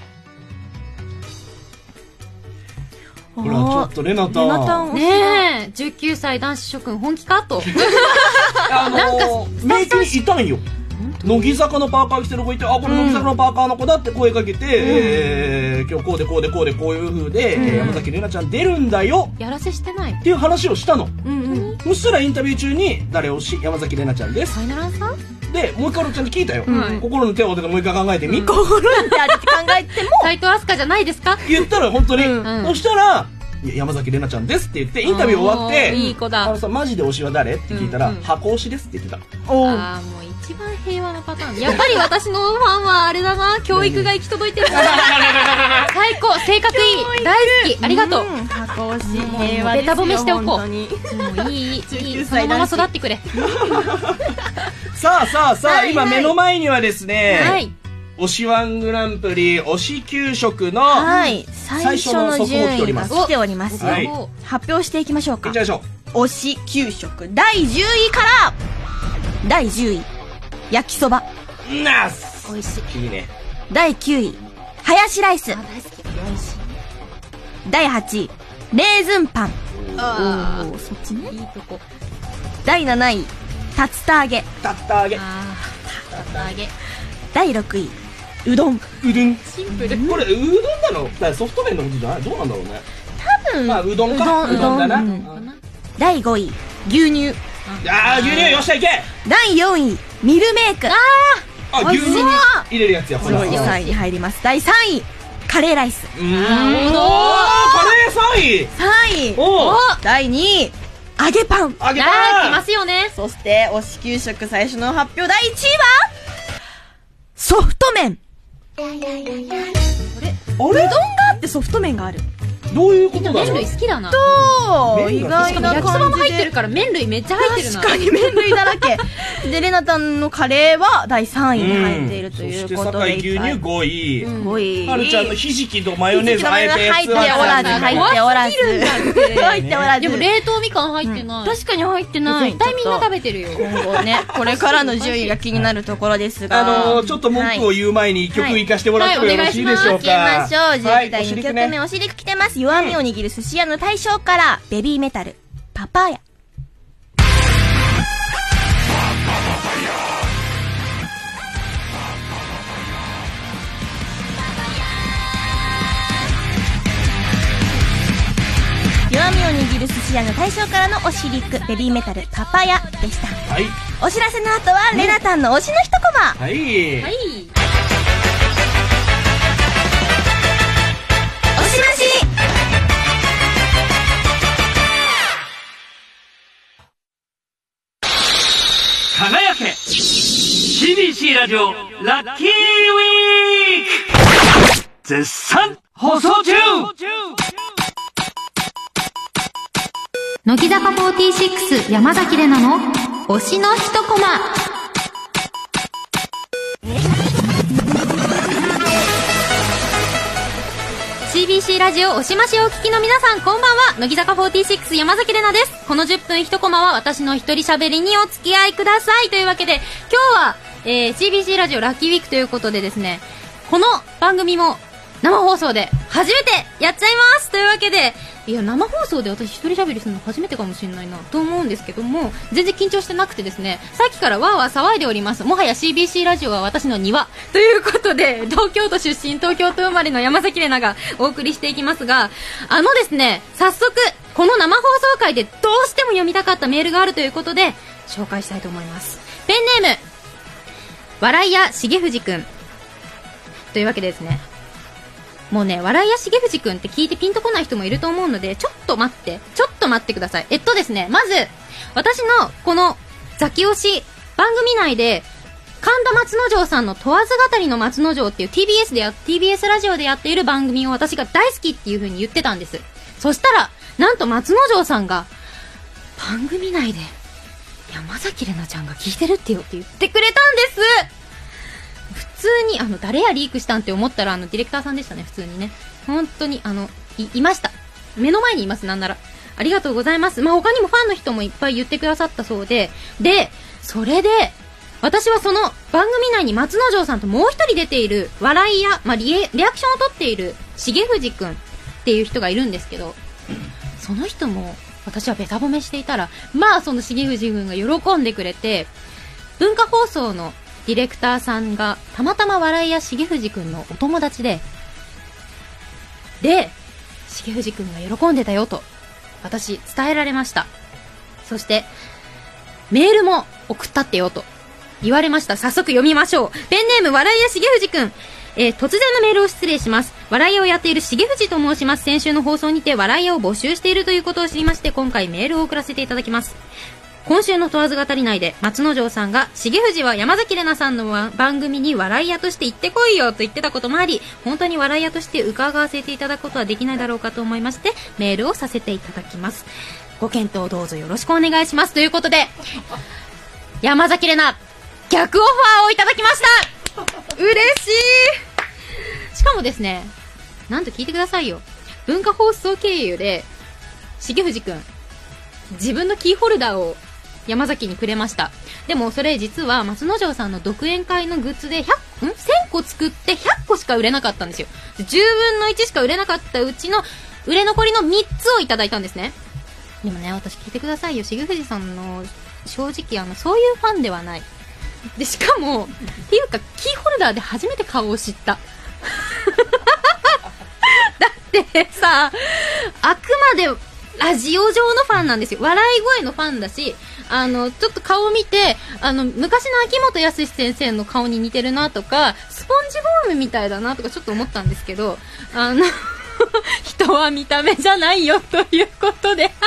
ほらちょっとレナタン、レナタンねえじゅうきゅうさい男子諸君本気かとあのー、なんかメイクにいたんよ。乃木坂のパーカー着てる子いて、あ、これ乃木坂のパーカーの子だって声かけて、うん、えー、今日こうでこうでこうでこういう風で、うん、えー、山崎怜奈ちゃん出るんだよやらせしてないっていう話をしたの、 うんうん、 そしたらインタビュー中に誰推し山崎怜奈ちゃんですファイナルアンサーでもう一回ちゃんと聞いたよ、うん、心の手を当ててもう一回考えてみ、うん、 心の手を当てて考えても斉藤飛鳥じゃないですか言ったら本当に、うん、そしたら山崎怜奈ちゃんですって言ってインタビュー終わっていい子だあのさマジで推しは誰って聞いたら、うんうん、箱推しですって言ってた。 ああもう一番平和なパターン。やっぱり私のファンはあれだな教育が行き届いてる最高性格いい大好きありがとう、うん、 箱推し平和ですよ。 ベタ褒めしておこうもういいいいいいそのまま育ってくれさあさあさあ、はいはい、今目の前にはですね、 はい推しワングランプリ推し給食の最初の速報来ております。 来ております、はい、発表していきましょうか。 いきましょう。推し給食だいじゅういからだいじゅうい焼きそばナス美味しいいいね。 だいきゅういハヤシライス。 あ大好き美味しい。 だいはちいレーズンパン。 あおそっちねいいとこ。 だいなない竜田揚げ。 竜田揚げ。 あ竜田揚げ。 だいろくいうどん。 うどんシンプル。 これうどんなの？だからソフト麺のことじゃない？どうなんだろうね。 多分まあうどんか。 うどんだな。だいごい牛乳。 ああ牛乳よっしゃいけ。 だいよんいミルメイク。ああ牛乳に入れるやつや。 これさんいに入ります。だいさんいカレーライス。 うーんおーカレーさんいさんいおだいにい揚げパン。 揚げパン来ますよね。 そして推し給食最初の発表だいいちいはソフト麺。あれ？うどんがあってソフト麺がある。 どういうことだろう。 麺類好きだな。 と意外な感じで。 焼きそばも入ってるから麺類めっちゃ入ってるな。 確かに麺類だらけ。でレナタンのカレーはだいさんいに入っているということで、 そして酒井牛乳ごい、 うん、ごい。 はるちゃんのひじきとマヨネーズあえたやつ入っておらず入っておらず入っておらず。 でも冷凍みかん入ってない。 うん、確かに入ってない。 絶対みんな食べてるよ。 今後ねこれからの順位が気になるところですが、 あのー、ちょっと文句を言う前に曲行かしてもらってもよろしいでしょうか。 はい、行きましょう。じゅういだいにきょくめおしりく来てます。弱みを握る寿司屋の大将からベビーメタルパパヤ。弱みを握る寿司屋の大将からのおしりくベビーメタルパパヤでした。 はい。 お知らせの後はレナタンの推しの一コマ。 はいはい。 推しまし。 輝け シービーシー ラジオラッキーウィーク絶賛放送中。 乃木坂フォーティーシックス山崎怜奈の推しの一コマ。シービーシー ラジオ推しましをお聞きの皆さんこんばんは。乃木坂フォーティーシックス山崎怜奈です。このじゅっぷん一コマは私の一人喋りにお付き合いください。というわけで今日は、えー、シービーシー ラジオラッキーウィークということでですね、この番組も生放送で初めてやっちゃいます。というわけでいや生放送で私一人喋りするの初めてかもしれないなと思うんですけども、全然緊張してなくてですね、さっきからわーわー騒いでおります。もはや シービーシー ラジオは私の庭ということで、東京都出身東京都生まれの山崎怜奈がお送りしていきますが、あのですね、早速この生放送回でどうしても読みたかったメールがあるということで紹介したいと思います。ペンネーム笑い屋重藤くんというわけでですね、もうね、笑い屋重藤くんって聞いてピンとこない人もいると思うので、ちょっと待ってちょっと待ってください。えっとですね、まず私のこのザキ推し番組内で神田松之丞さんの問わず語りの松之丞っていう ティービーエス でや ティービーエス ラジオでやっている番組を私が大好きっていう風に言ってたんです。そしたらなんと松之丞さんが番組内で山崎怜奈ちゃんが聞いてるってよって言ってくれたんです。普通にあの誰やリークしたんって思ったらあのディレクターさんでしたね。普通にね、本当にあの い, いました目の前にいます。なんならありがとうございます。まあ他にもファンの人もいっぱい言ってくださったそうで、でそれで私はその番組内に松之丞さんともう一人出ている笑いや、まあ、リ, リアクションを取っている重藤くんっていう人がいるんですけど、その人も私はベタ褒めしていたら、まあその重藤くんが喜んでくれて、文化放送のディレクターさんがたまたま笑いや重藤くんのお友達で、で重藤くんが喜んでたよと私伝えられました。そしてメールも送ったってよと言われました。早速読みましょう。ペンネーム笑いや重藤くん、えー、突然のメールを失礼します。笑い屋をやっている重藤と申します。先週の放送にて笑い屋を募集しているということを知りまして、今回メールを送らせていただきます。今週の問わず語り内で松之丞さんが重藤は山崎怜奈さんの番組に笑い屋として行ってこいよと言ってたこともあり、本当に笑い屋として伺わせていただくことはできないだろうかと思いましてメールをさせていただきます。ご検討どうぞよろしくお願いしますということで、山崎怜奈逆オファーをいただきました。嬉しい。しかもですね、なんと聞いてくださいよ、文化放送経由で重藤くん自分のキーホルダーを山崎にくれました。でもそれ実は松之丞さんの独演会のグッズでひゃく、んせんこ作ってひゃっこしか売れなかったんですよ。じゅうぶんのいちしか売れなかったうちの売れ残りのみっつをいただいたんですね。でもね、私聞いてくださいよ、重藤さんの正直あのそういうファンではないで、しかもっていうかキーホルダーで初めて顔を知っただってさ、あくまでラジオ上のファンなんですよ。笑い声のファンだし、あのちょっと顔を見て、あの昔の秋元康先生の顔に似てるなとか、スポンジボームみたいだなとかちょっと思ったんですけど、あの人は見た目じゃないよということで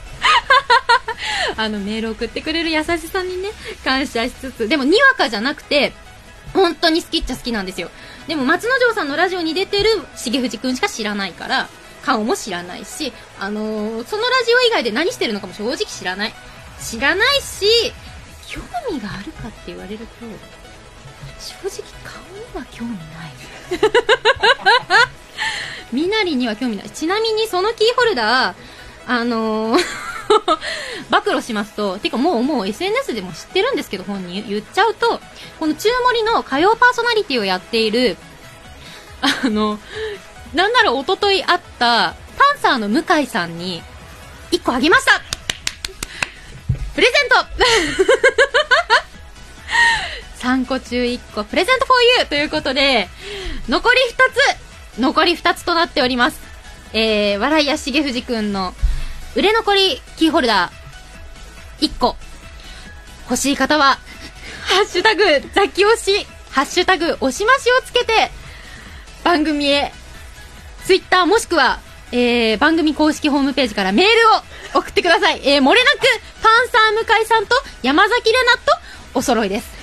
あのメールを送ってくれる優しさにね感謝しつつ、でもにわかじゃなくて本当に好きっちゃ好きなんですよ。でも松之丞さんのラジオに出てる重藤くんしか知らないから、顔も知らないし、あのー、そのラジオ以外で何してるのかも正直知らない知らないし、興味があるかって言われると正直顔には興味ない身なりには興味ない。ちなみにそのキーホルダー、あのー暴露しますと、てかもうもう エスエヌエス でも知ってるんですけど、本人言っちゃうと、この中森の歌謡パーソナリティをやっているあのなんなら一昨日会ったパンサーの向井さんにいっこあげました。プレゼントさんこ中いっこプレゼントフォーユーということで、残りふたつ残りふたつとなっております。えー、笑いや重藤くんの売れ残りキーホルダーいっこ欲しい方はハッシュタグザキ推し、ハッシュタグ推しましをつけて番組へツイッターもしくは、えー、番組公式ホームページからメールを送ってください。えー、漏れなくパンサー向井さんと山崎怜奈とお揃いです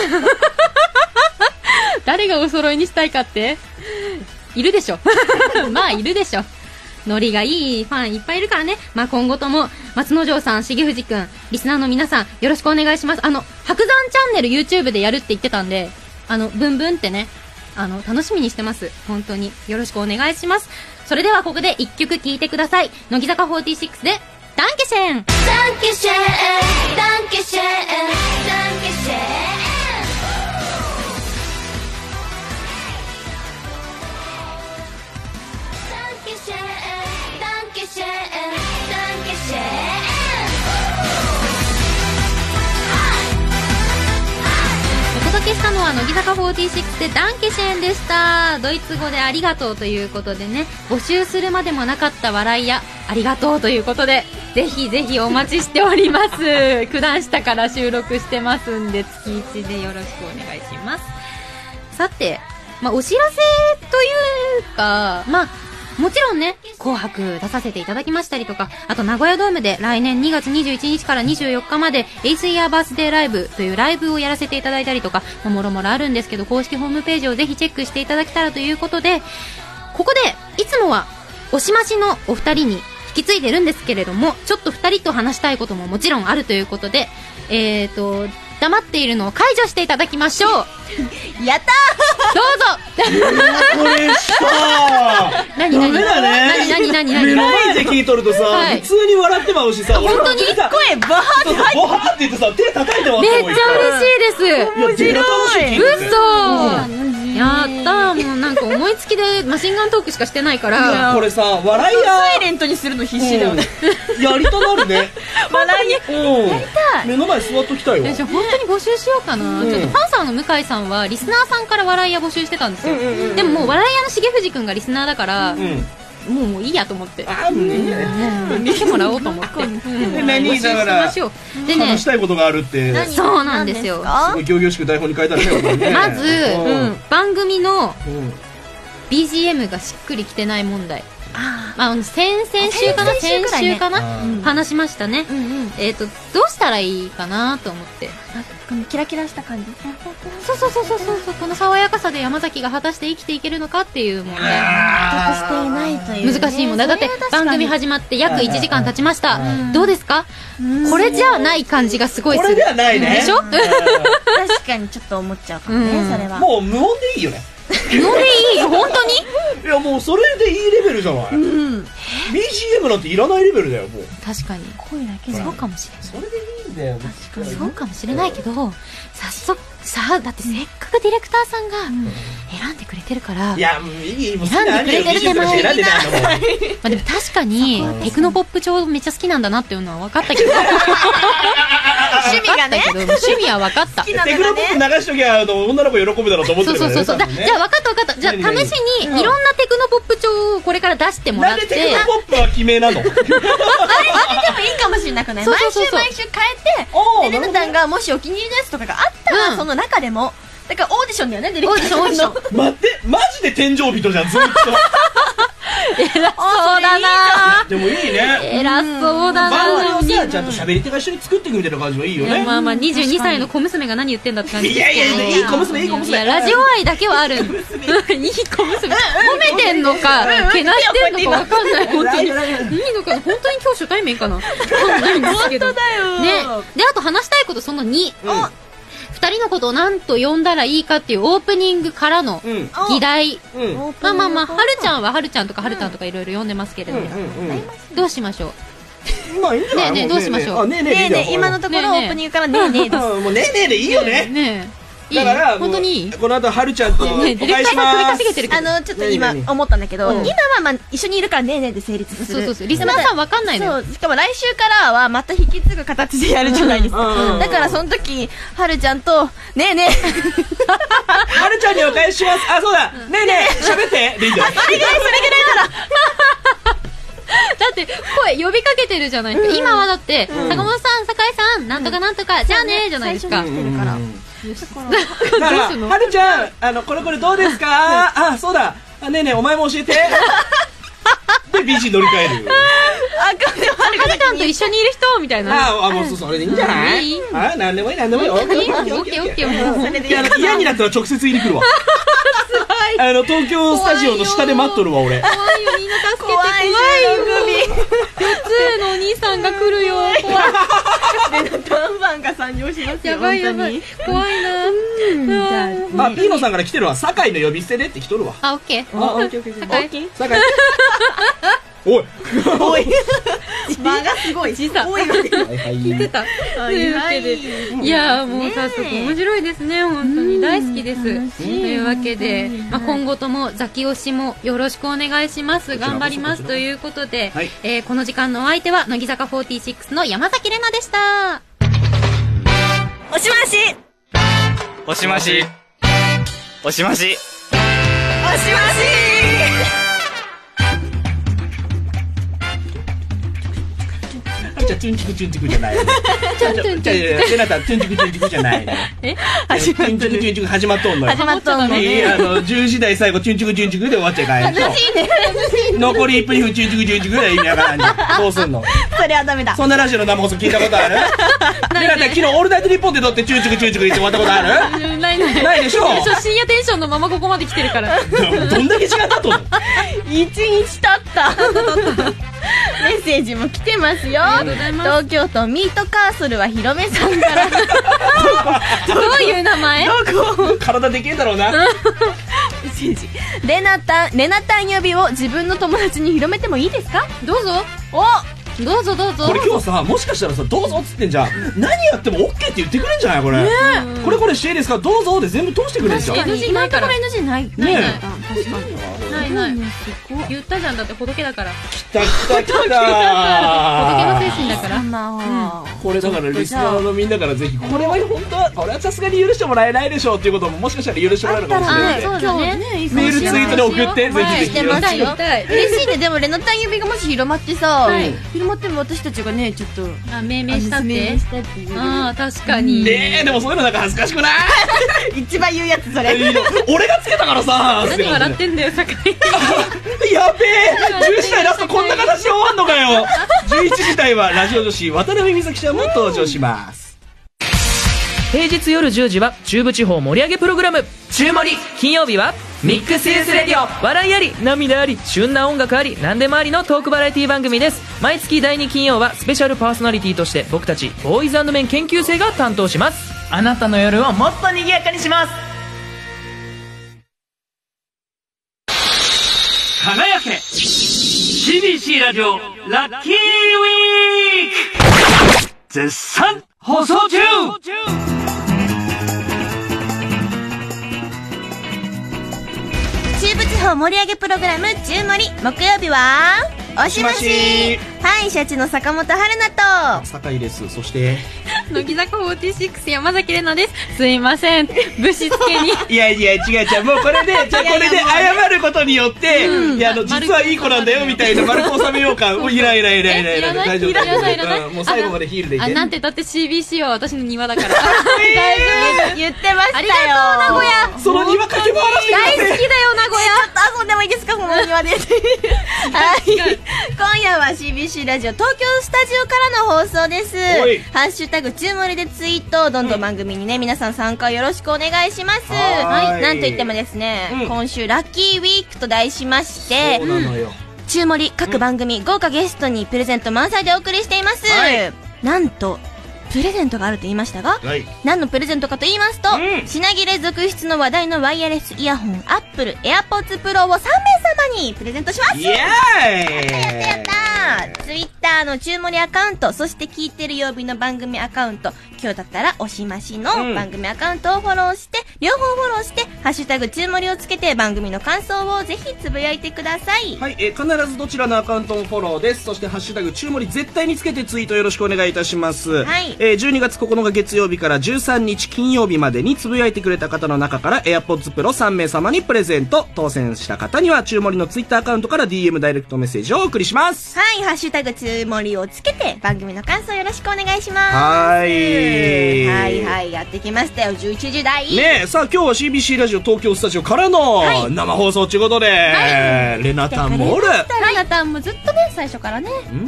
誰がお揃いにしたいかっているでしょまあいるでしょ。ノリがいいファンいっぱいいるからね。まあ今後とも松之丞さん、重藤くん、リスナーの皆さんよろしくお願いします。あの白山チャンネル YouTube でやるって言ってたんで、あのブンブンってね、あの楽しみにしてます。本当によろしくお願いします。それではここでいっきょく聴いてください。乃木坂フォーティーシックスでダンケシェン。ダンケシェンダンケシェンダンケシェンダンケシェンダンケシェンけしたのは乃木坂フォーティーシックスでダンケシェンでした。ドイツ語でありがとうということでね、募集するまでもなかった笑いやありがとうということで、ぜひぜひお待ちしております。九段下から収録してますんで、月いちでよろしくお願いします。さて、まあ、お知らせというか、まあ、もちろんね、紅白出させていただきましたりとか、あと名古屋ドームで来年にがつにじゅういちにちからにじゅうよっかまでエイスイヤーバースデーライブというライブをやらせていただいたりとか、まあ、もろもろあるんですけど、公式ホームページをぜひチェックしていただけたらということで、ここでいつもはおしましのお二人に引き継いでるんですけれども、ちょっと二人と話したいことももちろんあるということで、えーと黙っているのを解除していただきましょう。 やったーどうぞこれさ何何ダメだね。 何何何何目の前で聞いとるとさ、 はい、 普通に笑ってまうしさ、 本当に声バーって入ってボハーって言ってさ、手叩いてます。 めっちゃ嬉しいです。 面白い。 嘘やったー。もうなんか思いつきでマシンガントークしかしてないから。 これさ、笑いやサイレントにするの必死だよね。 やりたなるね。 笑いやりたい。 目の前座っときたいわ。 じゃ本当に募集しようかな。ちょっとパンサーの向井さんはリスナーさんから笑い屋募集してたんですよ。でももう笑い屋の重藤くんがリスナーだから、もうもういいやと思って。 ああ、もういいんじゃない。 見てもらおうと思って。 何だからでね、 話したいことがあるって。 そうなんですよ。 すごい仰々しく台本に書いてあるね。 まず番組の ビージーエム がしっくりきてない問題。ああ、先々週かな先週かな話しましたね。えっとどうしたらいいかなと思って。 このキラキラした感じ。 そうそうそうそうそう、この爽やかさで山崎が果たして生きていけるのかっていう問題。 納得していないという難しい問題だって。番組始まって約いちじかん経ちました。どうですか？これじゃない感じがすごいする。 これじゃないね。 でしょ？ 確かにちょっと思っちゃうかもね、それは。 もう無音でいいよね。 無音でいい？本当に？ いやもうそれでいいレベルじゃない。ビージーエム なんていらないレベルだよもう。 確かに声だけそうかもしれない。 それでいいんだよ。 確かにそうかもしれないけど、早速さあ、だってせっかくディレクターさんが選んでくれてるから、 いやもういい、もう選んでくれてる手前にな。 選んでないのも。 まあでも確かにテクノポップ調めっちゃ好きなんだなっていうのは分かったけど、 趣味がね、 趣味は分かった。 テクノポップ流しときゃあの女の子喜ぶだろうと思ってるからね。 そうそうそうそう。じゃあ分かった分かった。じゃあ試しにいろんなテクノポップ調をこれから出してもらって。 なんでテクノポップは決めなの？あれでもいいかもしれなくない？毎週毎週変えて、でレナタンがもしお気に入りのやつとかがあったらその中でも。だからオーディションだよね、ディレクターさんの。オーディション、オーディション。 待って、マジで天井人じゃん、ずっと。 偉そうだな。 でもいいね。 偉そうだな。 番組をさ、ちゃんと喋り手が一緒に作っていくみたいな感じもいいよね。 まあまあ、にじゅうにさいの小娘が何言ってんだって感じ。 いやいや、いい小娘、いい小娘。 いや、ラジオ愛だけはある。いい小娘。褒めてんのか、けなしてんのかわかんない、本当に。いいのかな、本当に今日初対面かな。わかんないんですけど。 本当だよ。 ね。で、あと話したいことそのに。二人のことを何と呼んだらいいかっていうオープニングからの議題。まあまあまあ、はるちゃんははるちゃんとかはるちゃんとかいろいろ呼んでますけれども、どうしましょう？ まあいいんじゃない？ ねえねえ、どうしましょう？ ねえねえ、今のところオープニングからねえねえです。 もうねえねえでいいよね。 ねえ。 だから本当にいい？ この後はるちゃんとお返します。 あのちょっと今思ったんだけど、今はまあ一緒にいるからねえねえで成立する。 そうそうそう。リスナーさんわかんないのよ。 そう。しかも来週からはまた引き継ぐ形でやるじゃないですか。だからその時はるちゃんとねえねえ。 はるちゃんにお返しします。あ、そうだ。ねえねえ喋ってでいいんだよ。 それぐらいそれぐらいなら。 だって声呼びかけてるじゃないですか。今はだって坂本さん、酒井さん、なんとかなんとかじゃあねじゃないですか。 最初に来てるから。 だからはるちゃん、あのこれこれどうですか？あ、そうだ。ねえねえお前も教えて。で ビージー 乗り換える。 あ、でもはるちゃんと一緒にいる人みたいな。 ああ、もうそうそれでいいんじゃない？あ、なんでもいいなんでもいい。オッケーオッケーオッケーオッケー。嫌になったら直接入り来るわ。あの東京スタジオの下で待っとるわ俺。 怖いよ、みんな助けて。怖いよ。普通のお兄さんが来るよ。怖い。 でタンファンが参上しますよ。 やばいやばい。怖いな。あ、ピーノさんから来てるわ。酒井の呼び捨てでって来とるわ。 あ、オッケー。 あ、オッケーオッケー。酒井。酒井。おいおい間がすごい小さおい聞いてたというわけで、いやもう早速面白いですね。本当に大好きです。というわけで、まあ、今後ともザキ推しもよろしくお願いします。頑張りますということで、はい、えー、この時間のお相手は乃木坂フォーティーシックスの山崎怜奈でした。 おしましおしまし。おしまし。 おしましじゃあ、トゥンチクトゥンチクじゃないの。じゃあ、レナタ、トゥンチクトゥンチクじゃないの。 え始まっとんの。トゥンチクトゥンチク始まっとんのよ。 始まっとんのいい、あの、じゅうじ台最後、トゥンチクトゥンチクで終わっちゃいかんでしょ。 楽しいね。 残りいっぷんにふん、トゥンチクトゥンチクで意味わからんじゃん。どうすんの？ それはダメだ。 そんなラジオの生放送聞いたことある？レナタ、昨日、オールナイトニッポンで撮って、トゥンチクトゥンチク言って終わったことある？ ないないないでしょ？ 深夜テンションのままここまで来てるから。 どんだけ時間経っとんの？ 一日経ったメッセージも来てますよ。東京都ミートカーソルはひろめさんからどういう名前？ 体でけえんだろうな。 メッセージ。レナタンレナタン呼びを自分の友達に広めてもいいですか？ どうぞ。 おどうぞどうぞ。 これ今日さ、もしかしたらさ、どうぞっつってんじゃん。何やっても OK って言ってくれんじゃないこれ。これこれしていいですか、どうぞで全部通してくれんじゃん。 エヌジー ないから。 エヌジー ない。 ないない。 確かに。 ないない。言ったじゃん、だって仏だから。 来た来た来た仏の精神だから。 まあ、 これだからリスナーのみんなからぜひ、これは本当は、これはさすがに許してもらえないでしょうっていうことももしかしたら許してもらえるかもしれない。 そうだね。 メールツイートで送って、ぜひぜひ。 してますよ。嬉しいね。でもレナタン呼びがもし広まってさ、広まっても私たちがね、ちょっとあ、命名したって。ああ、確かに。 えー、でもそういうのなんか恥ずかしくない？ 一番言うやつそれ。 俺がつけたからさ。 何笑ってんだよ、酒井。 やべえ、じゅうじ台ラストこんな形で終わんのかよ。じゅういちじ台はラジオ女子渡辺美咲ちゃんも登場します。 平日夜じゅうじは中部地方盛り上げプログラム中盛り。金曜日はミックスユースレディオ。笑いあり涙あり旬な音楽あり何でもありのトークバラエティ番組です。毎月だいに金曜はスペシャルパーソナリティとして僕たちボーイズ&メン研究生が担当します。 あなたの夜をもっと賑やかにします。 輝け シービーシー ラジオラッキーウィーク絶賛放送中。 中部地方盛り上げプログラム中盛り。木曜日はおしまし。はい、シャチの坂本春菜と酒井です。そして乃木坂フォーティーシックス山崎怜奈です。すいません、ぶしつけに。 いやいや違う違う、もうこれでじゃあこれで謝ることによって、いやあの実はいい子なんだよみたいな丸く収めようか。もういらいらいらいらいら大丈夫。 いらないいらない。 もう最後までヒールでいて。 あ、なんてだって シービーシー は私の庭だから。 大丈夫言ってましたよ。 ありがとう名古屋。 その庭駆け回らせてください。 大好きだよ名古屋。 ちょっと遊んでもいいですかこの庭で。はい。今夜は シービーシー ラジオ東京スタジオからの放送です。ハッシュタグ中盛りでツイート、どんどん番組にね、皆さん参加よろしくお願いします。はい。なんといってもですね、うん、今週ラッキーウィークと題しまして、 そうなのよ。 中盛り各番組、うん、豪華ゲストにプレゼント満載でお送りしています。はい、なんとプレゼントがあると言いましたが、はい、何のプレゼントかと言いますと、うん、品切れ続出の話題のワイヤレスイヤホンアップルエアポッツプロをさんめいさまにプレゼントします。イエーイ。やったやった。ツイッターの中盛りアカウント、そして聞いてる曜日の番組アカウント、今日だったらおしましの番組アカウントをフォローして、うん、両方フォローしてハッシュタグ中盛りをつけて番組の感想をぜひつぶやいてください。 はい、えー、必ずどちらのアカウントもフォローです。そしてハッシュタグ中盛り絶対につけてツイートよろしくお願いいたします。はい、えー、じゅうにがつここのか月曜日からじゅうさんにち金曜日までにつぶやいてくれた方の中から AirPods Pro さんめいさまにプレゼント。当選した方には中盛りのツイッターアカウントから ディーエム ダイレクトメッセージをお送りします。 はい、ハッシュタグ中盛りをつけて番組の感想よろしくお願いします。 はいはいはいやってきましたよじゅういちじ台ねえ。さあ今日は シービーシー ラジオ東京スタジオからの生放送ということで、はい、レナタンもおる。レナタンもずっとね最初からね。 うん。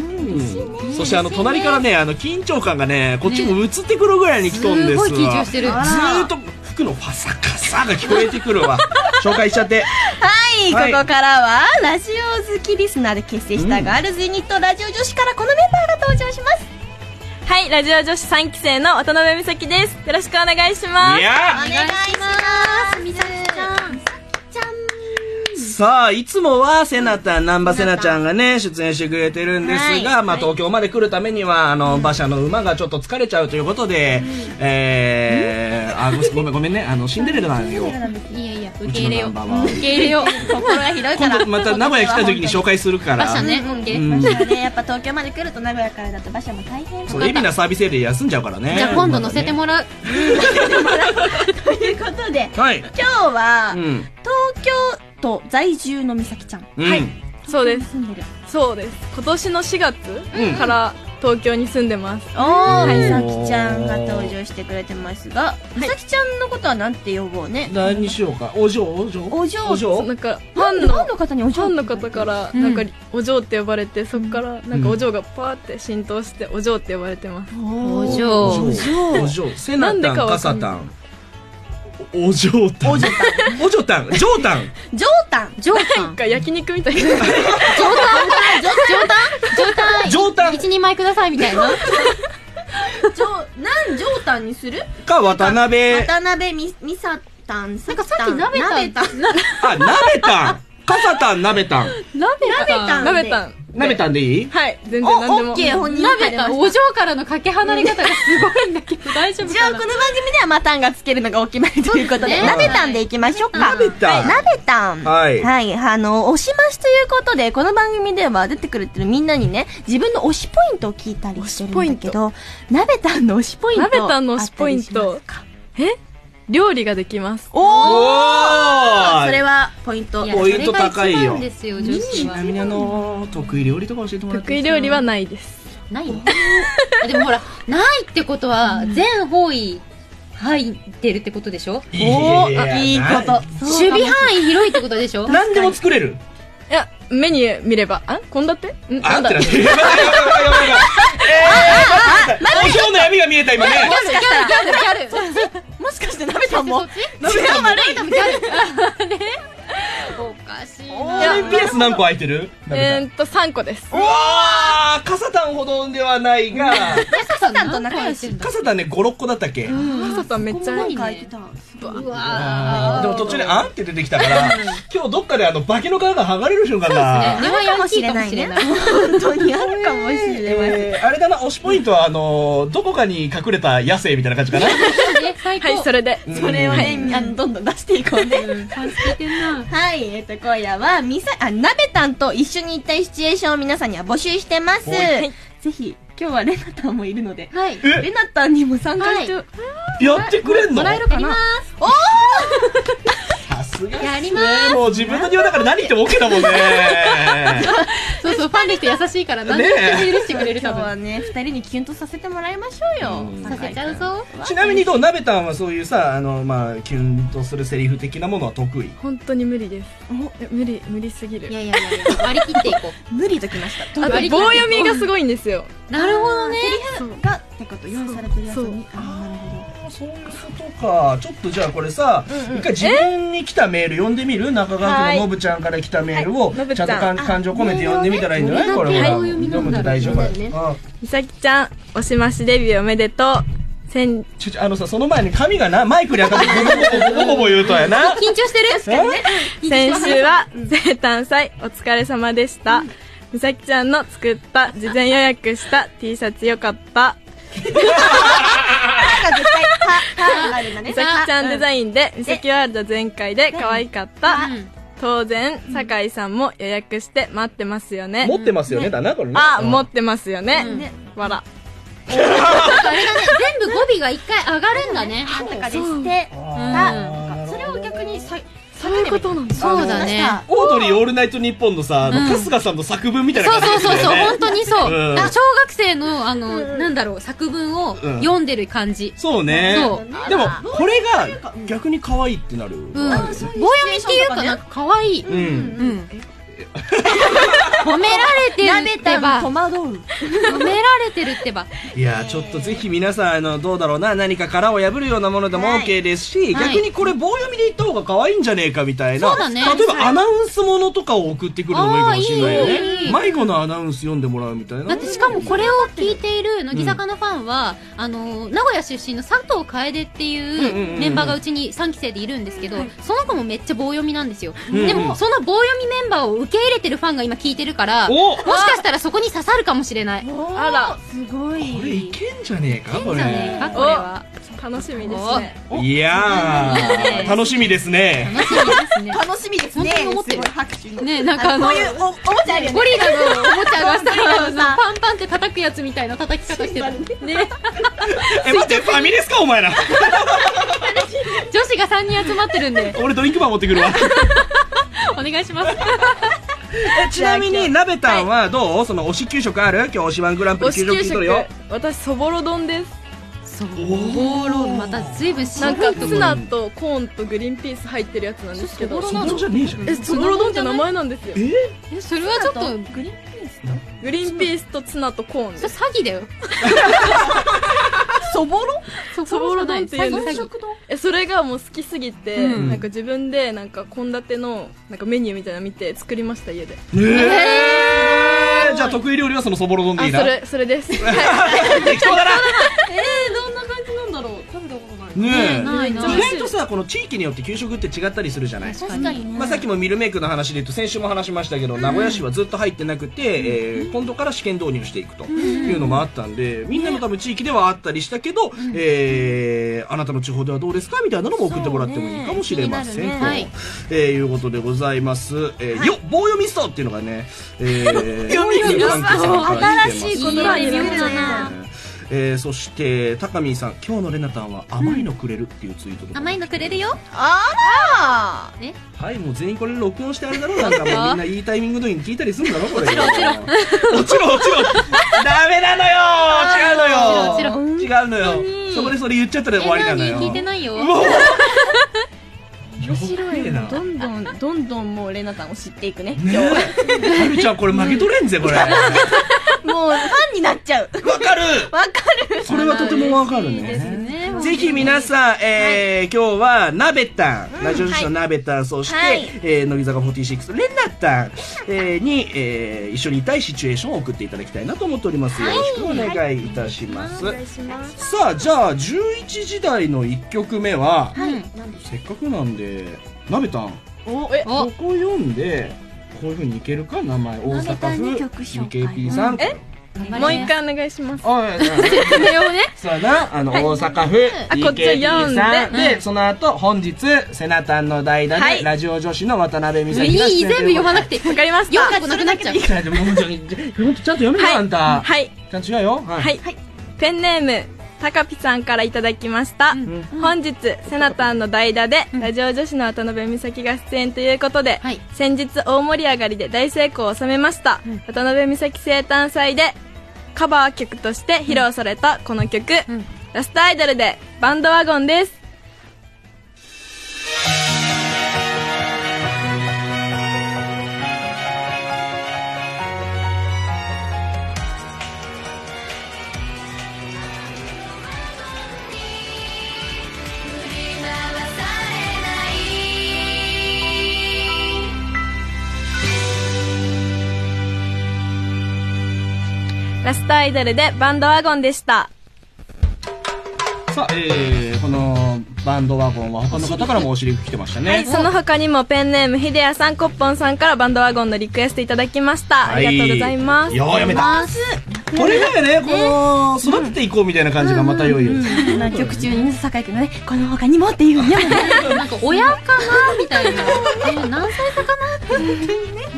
そしてあの隣からねあの緊張感がねこっちも映ってくるぐらいに来とんですわ。 すごい緊張してる。ずーっと服のファサカサが聞こえてくるわ。紹介しちゃって。 はい、はい、ここからはラジオ好きリスナーで結成したガールズユニット、うん、ラジオ女子からこのメンバーが登場します。 はい、ラジオ女子さんき生の渡辺美咲です。よろしくお願いします。 いやお願いします。 美咲ちゃん。 さあ、いつもはセナタン、南波セナちゃんがね、出演してくれてるんですが、まあ東京まで来るためには、あの、馬車の馬がちょっと疲れちゃうということで、えー、あ、ごめんごめんね、あの、シンデレラなんよ。 いやいや、受け入れよう。受け入れよう。 心が広いから。 今度また名古屋来た時に紹介するから。 馬車ね、オッケー。 馬車ね、やっぱ東京まで来ると名古屋からだと馬車も大変。 そう、海老名サービスエリア休んじゃうからね。 じゃあ今度乗せてもらう。 ということで、 はい、 今日は、うん、東京都在住の美咲ちゃん、 うん、はい、そうです。そうです。今年のしがつから東京に住んでます。 おー、美咲ちゃんが登場してくれてますが、美咲ちゃんのことはなんて呼ぼうね。 何にしようか。お嬢、お嬢、 お嬢、 お嬢。 なんかファンの方にお嬢、ファンの方からなんかお嬢って呼ばれて、そこからなんかお嬢がパーって浸透してお嬢って呼ばれてます。 お嬢、 お嬢、お嬢、セナタン、カサタン。お嬢タン。お嬢タン。お嬢タン。ジョータン。 ジョータン。 ジョータン。 なんか焼肉みたいな。 ジョータン。ジョータン。 ジョータン。 一人前くださいみたいな。 ジョなんジョータンにする？ か渡辺。 渡辺みみさたん。 なんかさっき鍋たん。 あ、鍋たん。カサタン、鍋たん。 鍋たん。鍋たん。 鍋たんでいい？ はい、全然何でも。 オッケー、本人鍋たん。お嬢からのかけ離れ方がすごいんだけど、大丈夫かな？ じゃあ、この番組ではマタンがつけるのがお決まりということで、鍋たんでいきましょうか。 鍋たん。 鍋たん。はい。はい。あの、推し増しということで、この番組では出てくれてるみんなにね、自分の推しポイントを聞いたりしてるんだけど、鍋たんの推しポイント。 鍋たんの推しポイント。え？料理ができます。 おー、それはポイント。 ポイント高いよ。 ちなみにあの得意料理とか教えてもらっていいですか？得意料理はないです。 ない？でもほら、ないってことは全方位入ってるってことでしょ？ おー、いいこと。 守備範囲広いってことでしょ？ 何でも作れる。 いや、メニュー見れば、あ、献立？ん、 あんたら。えー、お嬢の闇が見えた今ね。 ギャル、ギャル、ギャル、ギャル。 もしかして鍋たんも鍋たん悪い。ギャル。おかしいな。 ピアス何個開いてる？ えーっとさんこです。 うわー、カサタンほどではないが、 カサタンと仲良し。 カサタンねごろっこだったっけ？ カサタンめっちゃいいね。 うわー、でも途中であんって出てきたから今日どっかであの化けの皮が剥がれる瞬間があるかもしれないね。 本当にあるかもしれない。 あれだな、推しポイントはあのどこかに隠れた野生みたいな感じかな。 はい、それでそれをね、あのどんどん出していこうね。はい、えっと今夜はみさあ鍋たんと一緒に行ったシチュエーションを皆さんには募集してます。ぜひ今日はレナタンもいるので、レナタンにも参加してやってくれんの？ もらえるかな？ おー、 さすがやります。 もう自分の庭だから何言っても OK だもんね。 そうそう、ファンの人優しいから何でも許してくれる。多今日分はねふたりにキュンとさせてもらいましょうよ。 させちゃうぞ。 ちなみにどう、鍋たんはそういうさ、あのまあキュンとするセリフ的なものは得意？ 本当に無理です。無理無理すぎる。 いやいやいや、割り切っていこう。 無理ときました。 あと棒読みがすごいんですよ。 なるほどね。 セリフがってこと用意されてるやつに。 そういうことか。ちょっとじゃあこれさ、一回自分に来たメール読んでみる？中川区ののぶちゃんから来たメールをちゃんと感情込めて読んでみたらいいんじゃない？これは読むと大丈夫だよ。 みさきちゃん、推し増しデビューおめでとう。先ちょあのさ、その前に髪がな、マイクに当たってボボボボボボ言うとやな。 緊張してる？確かにね。 先週は生誕祭お疲れ様でした。みさきちゃんの作った事前予約した T シャツよかった。みさきちゃんデザインでみさきワールド全開で可愛かった。当然酒井さんも予約して待ってますよね。 持ってますよねだなこれね。 あ、持ってますよね。わら。 あれだね、全部語尾が一回上がるんだね。 なんとかでしてた。それを逆にさそういうことなんだ。 そうだね。 オードリーオールナイトニッポンのさ、春日さんの作文みたいな感じですよね。 そうそうそう、本当にそう。小学生のあのなんだろう、作文を読んでる感じ。 そうね。でもこれが逆に可愛いってなる。 棒読みっていうかなんか可愛い。うんうん。 褒められてるってば。 戸惑う。 褒められてるってば。 いやちょっとぜひ皆さんあのどうだろうな、何か殻を破るようなものでも OK ですし、 はい、 逆にこれ棒読みで言った方が可愛いんじゃねえかみたいな、 そうだね、 例えばアナウンスものとかを送ってくるのもいいかもしれないよね。 いい迷子のアナウンス読んでもらうみたいな。 だってしかもこれを聞いている乃木坂のファンは、うん、あの名古屋出身の佐藤楓っていうメンバーがうちにさんき生でいるんですけど、うんうんうん、その子もめっちゃ棒読みなんですよ、うんうん、でもその棒読みメンバーを受け入れてるファンが今聞いてるから、もしかしたらそこに刺さるかもしれない。 あらすごい。 これいけんじゃねえかこれ。 いけんじゃねえかこれは。 楽しみですね。 いやー楽しみですね。 楽しみですね。 楽しみですね。 本当に思ってる。 拍手のね、なんかあのこういうおおもちゃあるよね。 ゴリラのおもちゃがさ、パンパンって叩くやつみたいな叩き方してたね。 え待って、ファミレスかお前ら。 女子がさんにん集まってるんで。 俺ドリンクバー持ってくるわ。 お願いします。 ちなみになべたんはどう、はい、その推し給食ある？今日推しワングランプリ給食聞いとるよ。 私そぼろ丼です。 そぼろ、また随分なんかツナとコーンとグリーンピース入ってるやつなんですけど、 そぼろじゃねえじゃん。 え、そぼろ丼って名前なんですよ。 ええ、それはちょっとグリーンピースグリーンピースとツナとコーン。 それ詐欺だよ。 そぼろそぼろ丼って言うんですよ。え、それがもう好きすぎて、うん、なんか自分でなんか献立のなんかメニューみたいなの見て作りました家で。 えー、じゃあ得意料理はそのそぼろ丼でいいな。 あ、それそれです。適当だな。 えー、どんな感じなんだろう。食べたことない。 ねえ、 ないな。 意外とさ、この地域によって給食って違ったりするじゃない。 確かに。 まあさっきもミルメイクの話で言うと先週も話しましたけど、名古屋市はずっと入ってなくて、えー、今度から試験導入していくというのもあったんで、みんなの多分地域ではあったりしたけど、えー、あなたの地方ではどうですかみたいなのも送ってもらってもいいかもしれませんと、えー、いうことでございます。えー、よ棒読みストっていうのがね、えー、 読みスト新しいことがいるな。 えー、そして高見さん、今日のレナタンは甘いのくれるっていうツイートとか、 甘いのくれるよ。 あらー。え、 はい、もう全員これ録音してあれだろう。なんかもうみんないいタイミングの時に聞いたりするんだろこれ。 落ちろ落ちろ落ちろ落ちろ。ダメなのよ。違うのよ。違うのよ。そこでそれ言っちゃったら終わりなのよ。 聞いてないよ。 面白いな。どんどんどんどんもうレナタンを知っていくね。 ねえ。はるちゃんこれ負け取れんぜこれ。 もうファンになっちゃう。 わかる。 わかる。 それはとてもわかるね。ぜひ皆さん、えー、今日はなべたん、ラジオ女子のなべたん、そして、はい、えー、乃木坂フォーティーシックスレナタン、えー、に、えー、一緒にいたいシチュエーションを送っていただきたいなと思っております。よろしくお願いいたします。はい、さあ、じゃあじゅういちじ台のいっきょくめは、はい、せっかくなんでなべたん、ここ読んでこういう風にいけるか、名前大阪府 ユーケーピー さん。 えもう一回お願いします。 あ、いやいやそうな、あの、大阪府 ユーケーピー さんで、その後本日セナタンの代打でラジオ女子の渡辺美咲がいい、全部読まなくてわかりました。 読んだことなくなっちゃう。 ちゃんと読めよあんた。 はい、 ちゃんと違うよ。 はい、ペンネームたかぴさんからいただきました。本日セナタンの代打でラジオ女子の渡辺美咲が出演ということで、先日大盛り上がりで大成功を収めました渡辺美咲生誕祭でカバー曲として披露されたこの曲、ラストアイドルでバンドワゴンです。ラストアイドルでバンドワゴンでした。 さあ、えー、このバンドワゴンは他の方からもお尻来てましたね。 はい、その他にもペンネームひでやさん、コッポンさんからバンドワゴンのリクエストいただきました。はい、ありがとうございます。 よー、やめた。これだよね、この育てていこうみたいな感じがまた良いよ。 曲中に酒井君がね、この他にもっていうね。 なんか親かなみたいな。何歳差かなって本当にね。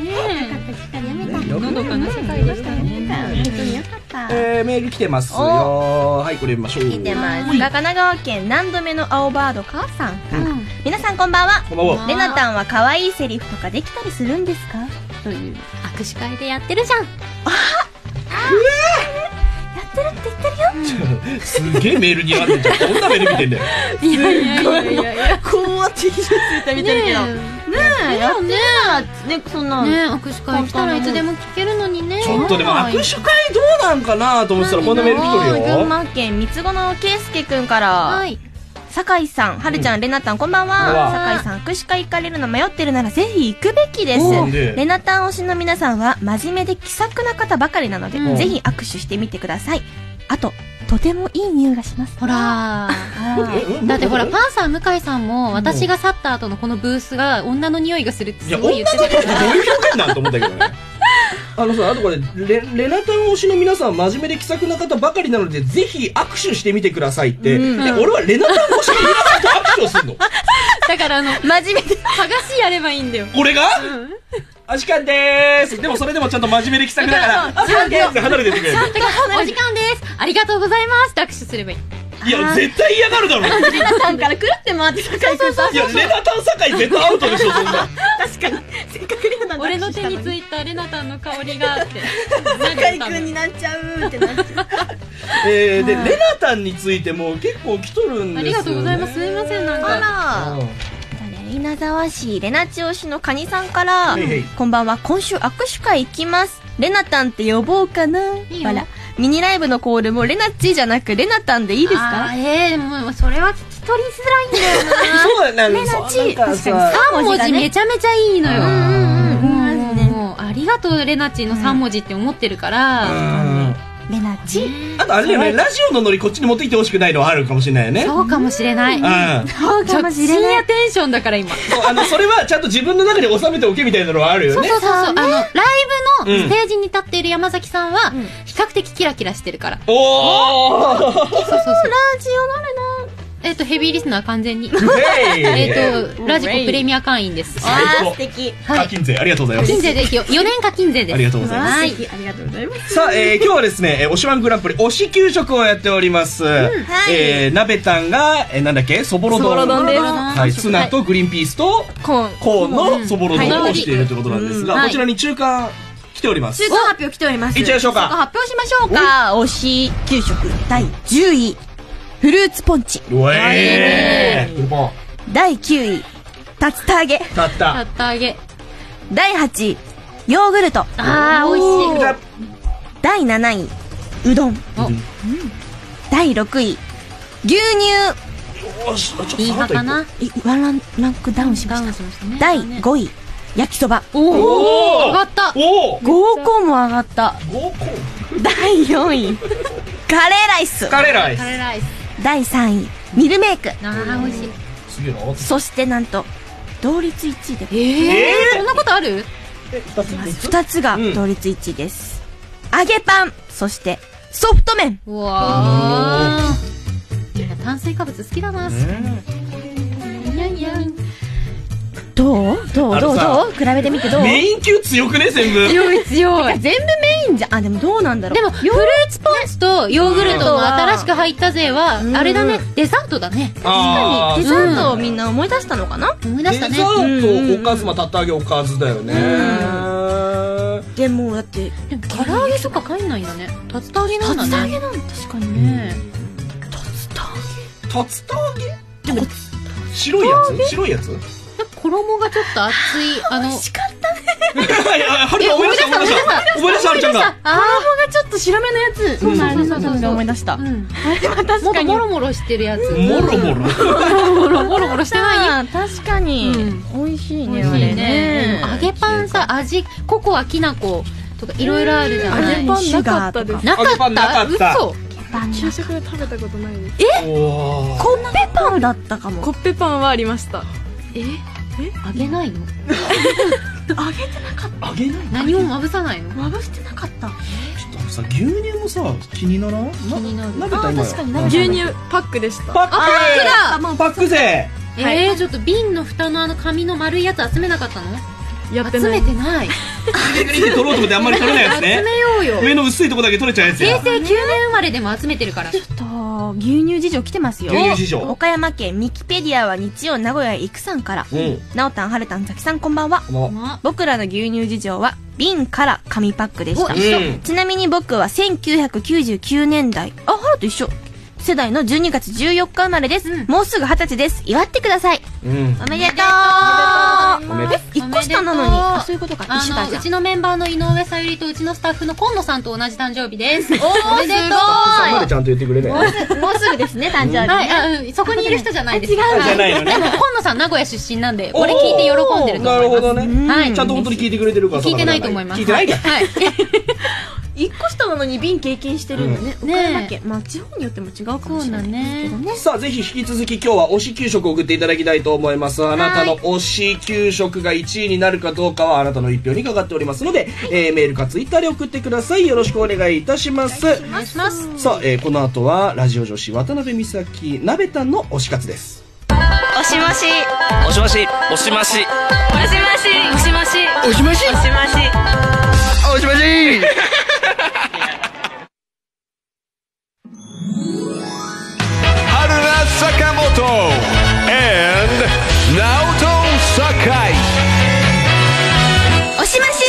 のどかな世界でしたね。 本当によかった。 えー、メール来てますよ。はい、これ読みましょう。 来てます。神奈川県何度目の青バード母さんから、皆さんこんばんは。 こんばんは。 レナタンは可愛いセリフとかできたりするんですかという握手会でやってるじゃん。あやってるって言ってるよ。 すげえメールにあってんじゃん。どんなメール見てんだよ。 いやいやいやいやいや、 こうやってひじついて見てるけどねえ、やってねね、そんなね、握手会来たらいつでも聞けるのにね。 ちょっとでも握手会どうなんかなと思ってたらこんなメール来とるよ。 群馬県三つ子の圭介くんから、はい、酒井さん、はるちゃん、れなたんこんばんは。酒井さん、握手会行かれるの迷ってるならぜひ行くべきです。れなたん推しの皆さんは真面目で気さくな方ばかりなので、ぜひ握手してみてください。あととてもいい匂いがします。 ほらだってほら、パンサー向井さんも私が去った後のこのブースが女の匂いがするってすごい言ってたから。 どういう表現なんと思ったけどね。あのさ、あとこれレレナタン推しの皆さん真面目で気さくな方ばかりなのでぜひ握手してみてくださいって、うん、え俺はレナタン推しの皆さんと握手をするの？ だからあの真面目で剥がしやればいいんだよ。 俺が？うんお時間でーす。でもそれでもちゃんと真面目で気さくだからお時間でーすって離れてってくれる。 お時間ですありがとうございますって握手すればいい。 いや絶対嫌がるだろ。 レナタンからくるって回って酒井くんさ。 いやレナタン酒井絶対アウトでしょそんな。 確かにせっかくレナタン俺の手についたレナタンの香りがって酒井くんになっちゃうってなっちゃう。 えーでレナタンについても結構来とるんですよね。 ありがとうございます。すいませんなんか。 あら。稲沢市レナチ推しのカニさんから、へいへいこんばんは、今週握手会行きます。レナタンって呼ぼうかな。いいあら、ミニライブのコールもレナッチじゃなくレナタンでいいですか？ あえー、でもそれは聞き取りづらいんだよな。 そうなんレナチ確かにさん文字めちゃめちゃいいのよ。もうありがとうレナチのさん文字って思ってるから。 レナチあとあれだよね、ラジオのノリこっちに持ってきてほしくないのはあるかもしれないよね。 そうかもしれない。 うん、 そうかもしれない。深夜テンションだから今。 そうあのそれはちゃんと自分の中で収めておけみたいなのはあるよね。 そうそうそうそう。あのライブのステージに立っている山崎さんは比較的キラキラしてるから。 おお。 そうそうそう。ラジオなるな。 えっとヘビーリスナー完全に。えっとラジコプレミア会員です。 あー素敵。 課金税ありがとうございます。 課金税でよねん課金税です。 ありがとうございます。 はいありがとうございます。 さあ、えー、今日はですね推しワングランプリ推し給食をやっております。えなべたんがえなんだっけそぼろ丼。そぼろ丼です。はいツナとグリーンピースとコーンコーンのそぼろ丼をしているということなんですが、こちらに中間来ております。 中間発表来ております。 いっちゃいましょうか。 発表しましょうか。推し給食だいじゅういフルーツポンチ。 うわえー、フルポン。 だいきゅうい竜田揚げ。 竜田。 竜田揚げ。 だいはちいヨーグルト。 あー美味しい。 だいなない、うどん。だいろくい牛乳。 よし、 いい派かな。 ワンランランクダウンしました。だいごい焼きそば。 おお上がった。 おお合コンも上がった。 合コン。だいよんいカレーライス。 カレーライス。 カレーライス。 だいさんいミルメイク。 あー美味しい。 すげえな。 そしてなんと同率いちいで。 ええそんなことある？ ふたつが同率いちいです。揚げパン、そしてソフト麺。 うわーみんな炭水化物好きだな。 どうどうどうどう比べてみてどう？ メイン級強くね全部。 強い強い。 全部メインじゃん。あでもどうなんだろう。 でもフルーツポンチとヨーグルトの新しく入った勢はあれだね、デザートだね。 確かにデザートをみんな思い出したのかな。 思い出したね。 デザートおかずまた竜田揚げおかずだよね。 でもだって唐揚げとか買えないんだね。竜田揚げなんだね。 竜田揚げなんだ確かにね。竜田揚げ竜田揚げでも白いやつ白いやつ衣がちょっと厚いあの。 美味しかったね。 いやはるちゃん思い出した思い出した思い出したはるちゃんが。 衣がちょっと白めのやつ。 そうそうそうそう思い出した。あれは確かに。 もっとモロモロしてるやつ。 モロモロ。 モロモロモロしてないよ。 確かに美味しいねあれね。 揚げパンさ味ココアきな粉とかいろいろあるじゃん。 揚げパンなかったです。 なかった嘘。 給食で食べたことないです。 えコッペパンだったかも。 コッペパンはありました。 ええ揚げないの？ 揚げてなかった。 揚げない？ 何もまぶさないの？ まぶしてなかった。 ちょっとさ牛乳もさ気にならん？気になる。 なべた今。 確かに牛乳パックでした。 パックだ。パック勢。 えーちょっと瓶の蓋のあの紙の丸いやつ集めなかったの？ やってない。 集めてない。 グリグリって取ろうと思ってあんまり取れないやつね。 集めようよ。 上の薄いとこだけ取れちゃうやつや。 平成きゅうねん生まれでも集めてるから。 ちょっと牛乳事情来てますよ。 牛乳事情。 岡山県ミキペディアは日曜名古屋へ行くさんから。なおたんはるたんざきさんこんばんは。僕らの牛乳事情は瓶から紙パックでした。ちなみに僕はせんきゅうひゃくきゅうじゅうきゅうねんだい。あはると一緒。 世代のじゅうにがつじゅうよっか生まれです。もうすぐはたちです。祝ってください。 うん。 おめでとう。 おめでとう。 え、いっこ下なのに。あ、そういうことか。 あの、うちのメンバーの井上さゆりとうちのスタッフの今野さんと同じ誕生日です。おー、 めでとう。 そこまでちゃんと言ってくれね。 もうすぐですね、誕生日。 はい、そこにいる人じゃないです。 違う。 じゃないのね。 でも今野さん名古屋出身なんで、これ聞いて喜んでると思います。 なるほどね。 はい。 ちゃんと本当に聞いてくれてるから。 聞いてないと思います。 聞いてないか。 はい。 一個下なのに瓶経験してるんだね。岡山県。まあ地方によっても違うかもしれないですけどね。 さあぜひ引き続き今日は推し給食を送っていただきたいと思います。あなたの推し給食がいちいになるかどうかはあなたの一票にかかっておりますので、えー、メールかツイッターで送ってください。よろしくお願いいたします。 お願いします。 さあ、えー、この後はラジオ女子渡辺美咲なべたんの推し活です。 推しましおしましおしまし推しまし推しましおしまし推しましおしまし春名坂本 and ナオト坂井推しまし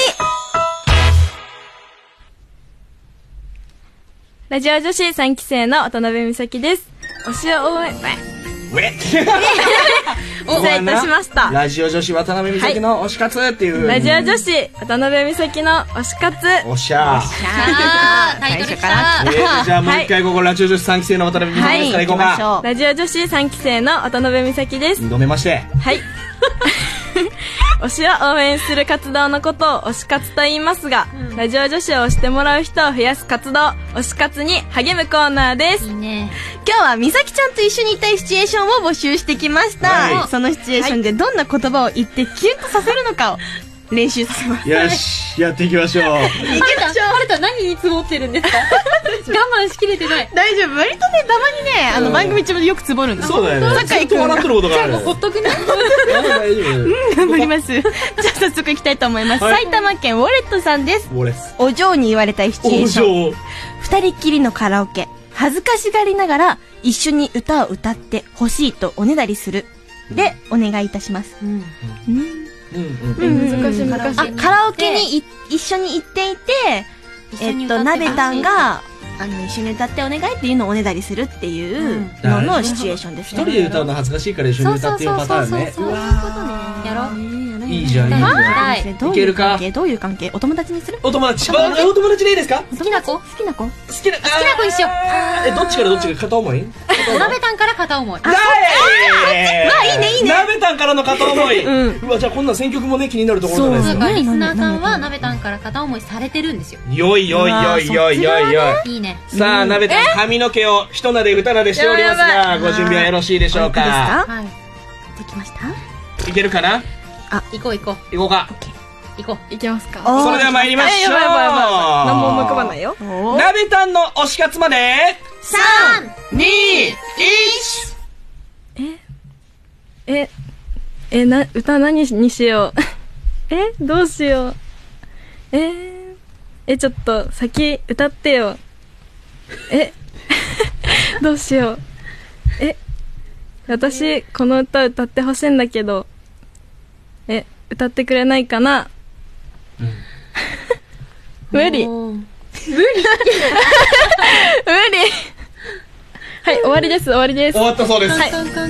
ラジオ女子さんき生の渡辺美咲です。推しを応援ウェ失礼いたしました。 ラジオ女子渡辺美咲の推し活っていう、 ラジオ女子渡辺美咲の推し活。 おっしゃー。 タイトルから。 えー、じゃあもう一回ここラジオ女子さんき生の渡辺美咲ですからいこうか。 ラジオ女子さんき生の渡辺美咲です。 にどめまして。 はい。推しを応援する活動のことを推し活と言いますが、うん、ラジオ女子を推してもらう人を増やす活動、推し活に励むコーナーです。 いいね。 今日は美咲ちゃんと一緒にいたいシチュエーションを募集してきました、はい、そのシチュエーションでどんな言葉を言ってキュンとさせるのかを練習させます。 よし、やっていきましょう。 行きましょう。はるた何につぼってるんですか？我慢しきれてない。 大丈夫。割とね、たまにね、あの番組中でよくつぼるんです。 そうだよね。 ずっと笑ってることがある。 じゃあもうほっとくね。 大丈夫。うん、頑張ります。じゃあ早速いきたいと思います。埼玉県ウォレットさんです。 ウォレス。 お嬢に言われたいシチュエーション。 お嬢。 二人っきりのカラオケ。恥ずかしがりながら一緒に歌を歌ってほしいとおねだりする。で、お願いいたします。うん。うん難しい難しい。 あ、カラオケに一緒に行っていて、えっと、なべたんが、あの、一緒に歌ってお願いっていうのをおねだりするっていうののシチュエーションですね。 一人で歌うの恥ずかしいから一緒に歌っていうパターンね。 そういうことね。やろう。 いいじゃん、いいじゃん。いけるか？ どういう関係？お友達にする？ お友達。お友達でいいですか？ 好きな子？ 好きな子？ 好きな、 好きな子にしよう。 え、どっちからどっちが片思い？ なべたんから片思い。 まあいいねいいね。なべたんからの片思い。うわ、じゃあこんな選曲もね気になるところじゃないですか。 リスナーさんはなべたんから片思いされてるんですよ。 よいよいよいよいよいよい。 いいね。 さあ、なべたん髪の毛を一なで二なでしておりますが、ご準備はよろしいでしょうか？ はい。できました？ いけるかな？ あ、行こう行こう。 行こうか。 行こう。 行きますか。 それでは参りましょう。 やばいやばいやばい。何も思い浮かばないよ。 なべたんの推し活までさん、に、いち。 えええな歌何にしよう。えどうしよう。えー、えちょっと先歌ってよ。えどうしよう。え私この歌歌ってほしいんだけど、え歌ってくれないかな。うん、無理無理無理はい、終わりです、終わりです。 終わったそうです。 はい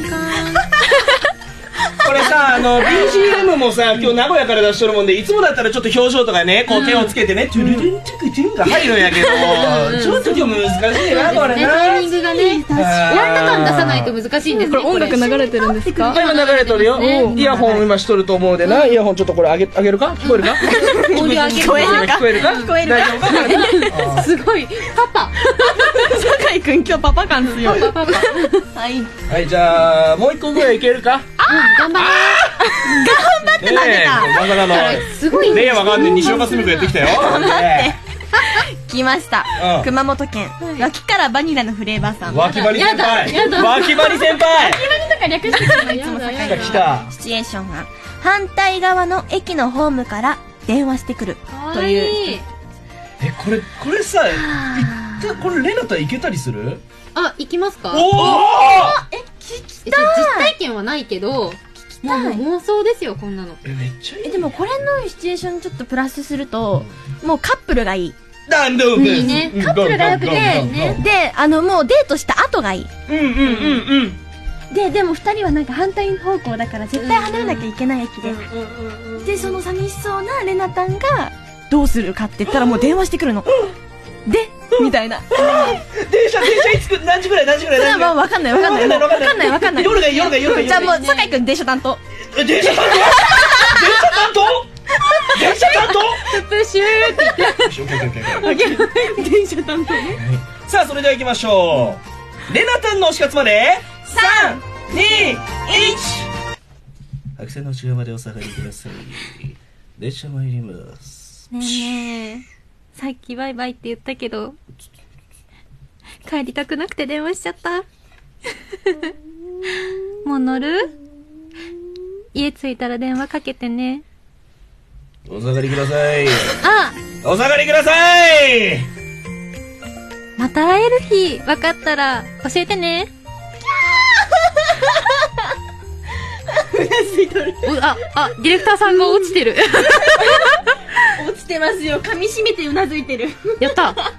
これさ、あの ビージーエム もさ、今日名古屋から出しとるもんで、いつもだったらちょっと表情とかね、こう手をつけてね、トゥルルンチュクチュンが入るんやけど、ちょっと今日難しいな、これな。 タイミングがね、なんだかん出さないと難しいんですね。 これ音楽流れてるんですか？ 今流れとるよ。イヤホン今しとると思うでな。イヤホンちょっとこれあげ、あげるか？聞こえるか？ 音量上げるか？ 聞こえるか？ 聞こえるか？すごい。パパ。 酒井くん今日パパ感強い。パパパ。はい。 はい、じゃあ、もう一個ぐらいいけるか？ 頑張れ。 頑張ってなべた。 まさかのすごい令和元年西岡澄子やってきたよ。 来ました。熊本県脇からバニラのフレーバーさん。 脇バリ先輩。脇バリ先輩。脇バリとか略してくるのいつも酒井の。 来た。 シチュエーションは反対側の駅のホームから電話してくるという。 え、これこれさ、これレナタいけたりする？ あ、行きますか？ おお。 え、聞きたい。 実体験はないけど。もう妄想ですよ、こんなの。 え、めっちゃいい。 え、でもこれのシチュエーションちょっとプラスすると、もうカップルがいい。 ダンドンいいね。カップルがよくて、ね。 で、あの、もうデートした後がいい。 うんうんうんうん。 で、でも二人はなんか反対方向だから絶対離れなきゃいけない駅で。で、その寂しそうなレナタンが、どうするかって言ったらもう電話してくるの。で、みたいな。 電車、電車いつ来る何時ぐらい何時ぐらいそれはもうわかんないわかんない。わかんないわかんない。 夜がいい夜がいい夜がいい。 じゃあもう、酒井くん電車担当。 電車担当電車担当電車担当プッシューって言って。 電車担当ね。 さあ、それでは行きましょう。レナタンの推し活まで、さん、に、いち。白線の内側までお下がりください。列車参ります。 ねえねえ、さっきバイバイって言ったけど、帰りたくなくて電話しちゃった。もう乗る？家着いたら電話かけてね。 お下がりください。 あ、 お下がりください。 また会える日分かったら教えてね。あ、あ、ディレクターさんが落ちてる。 落ちてますよ。噛み締めてうなずいてる。 やった。 かわ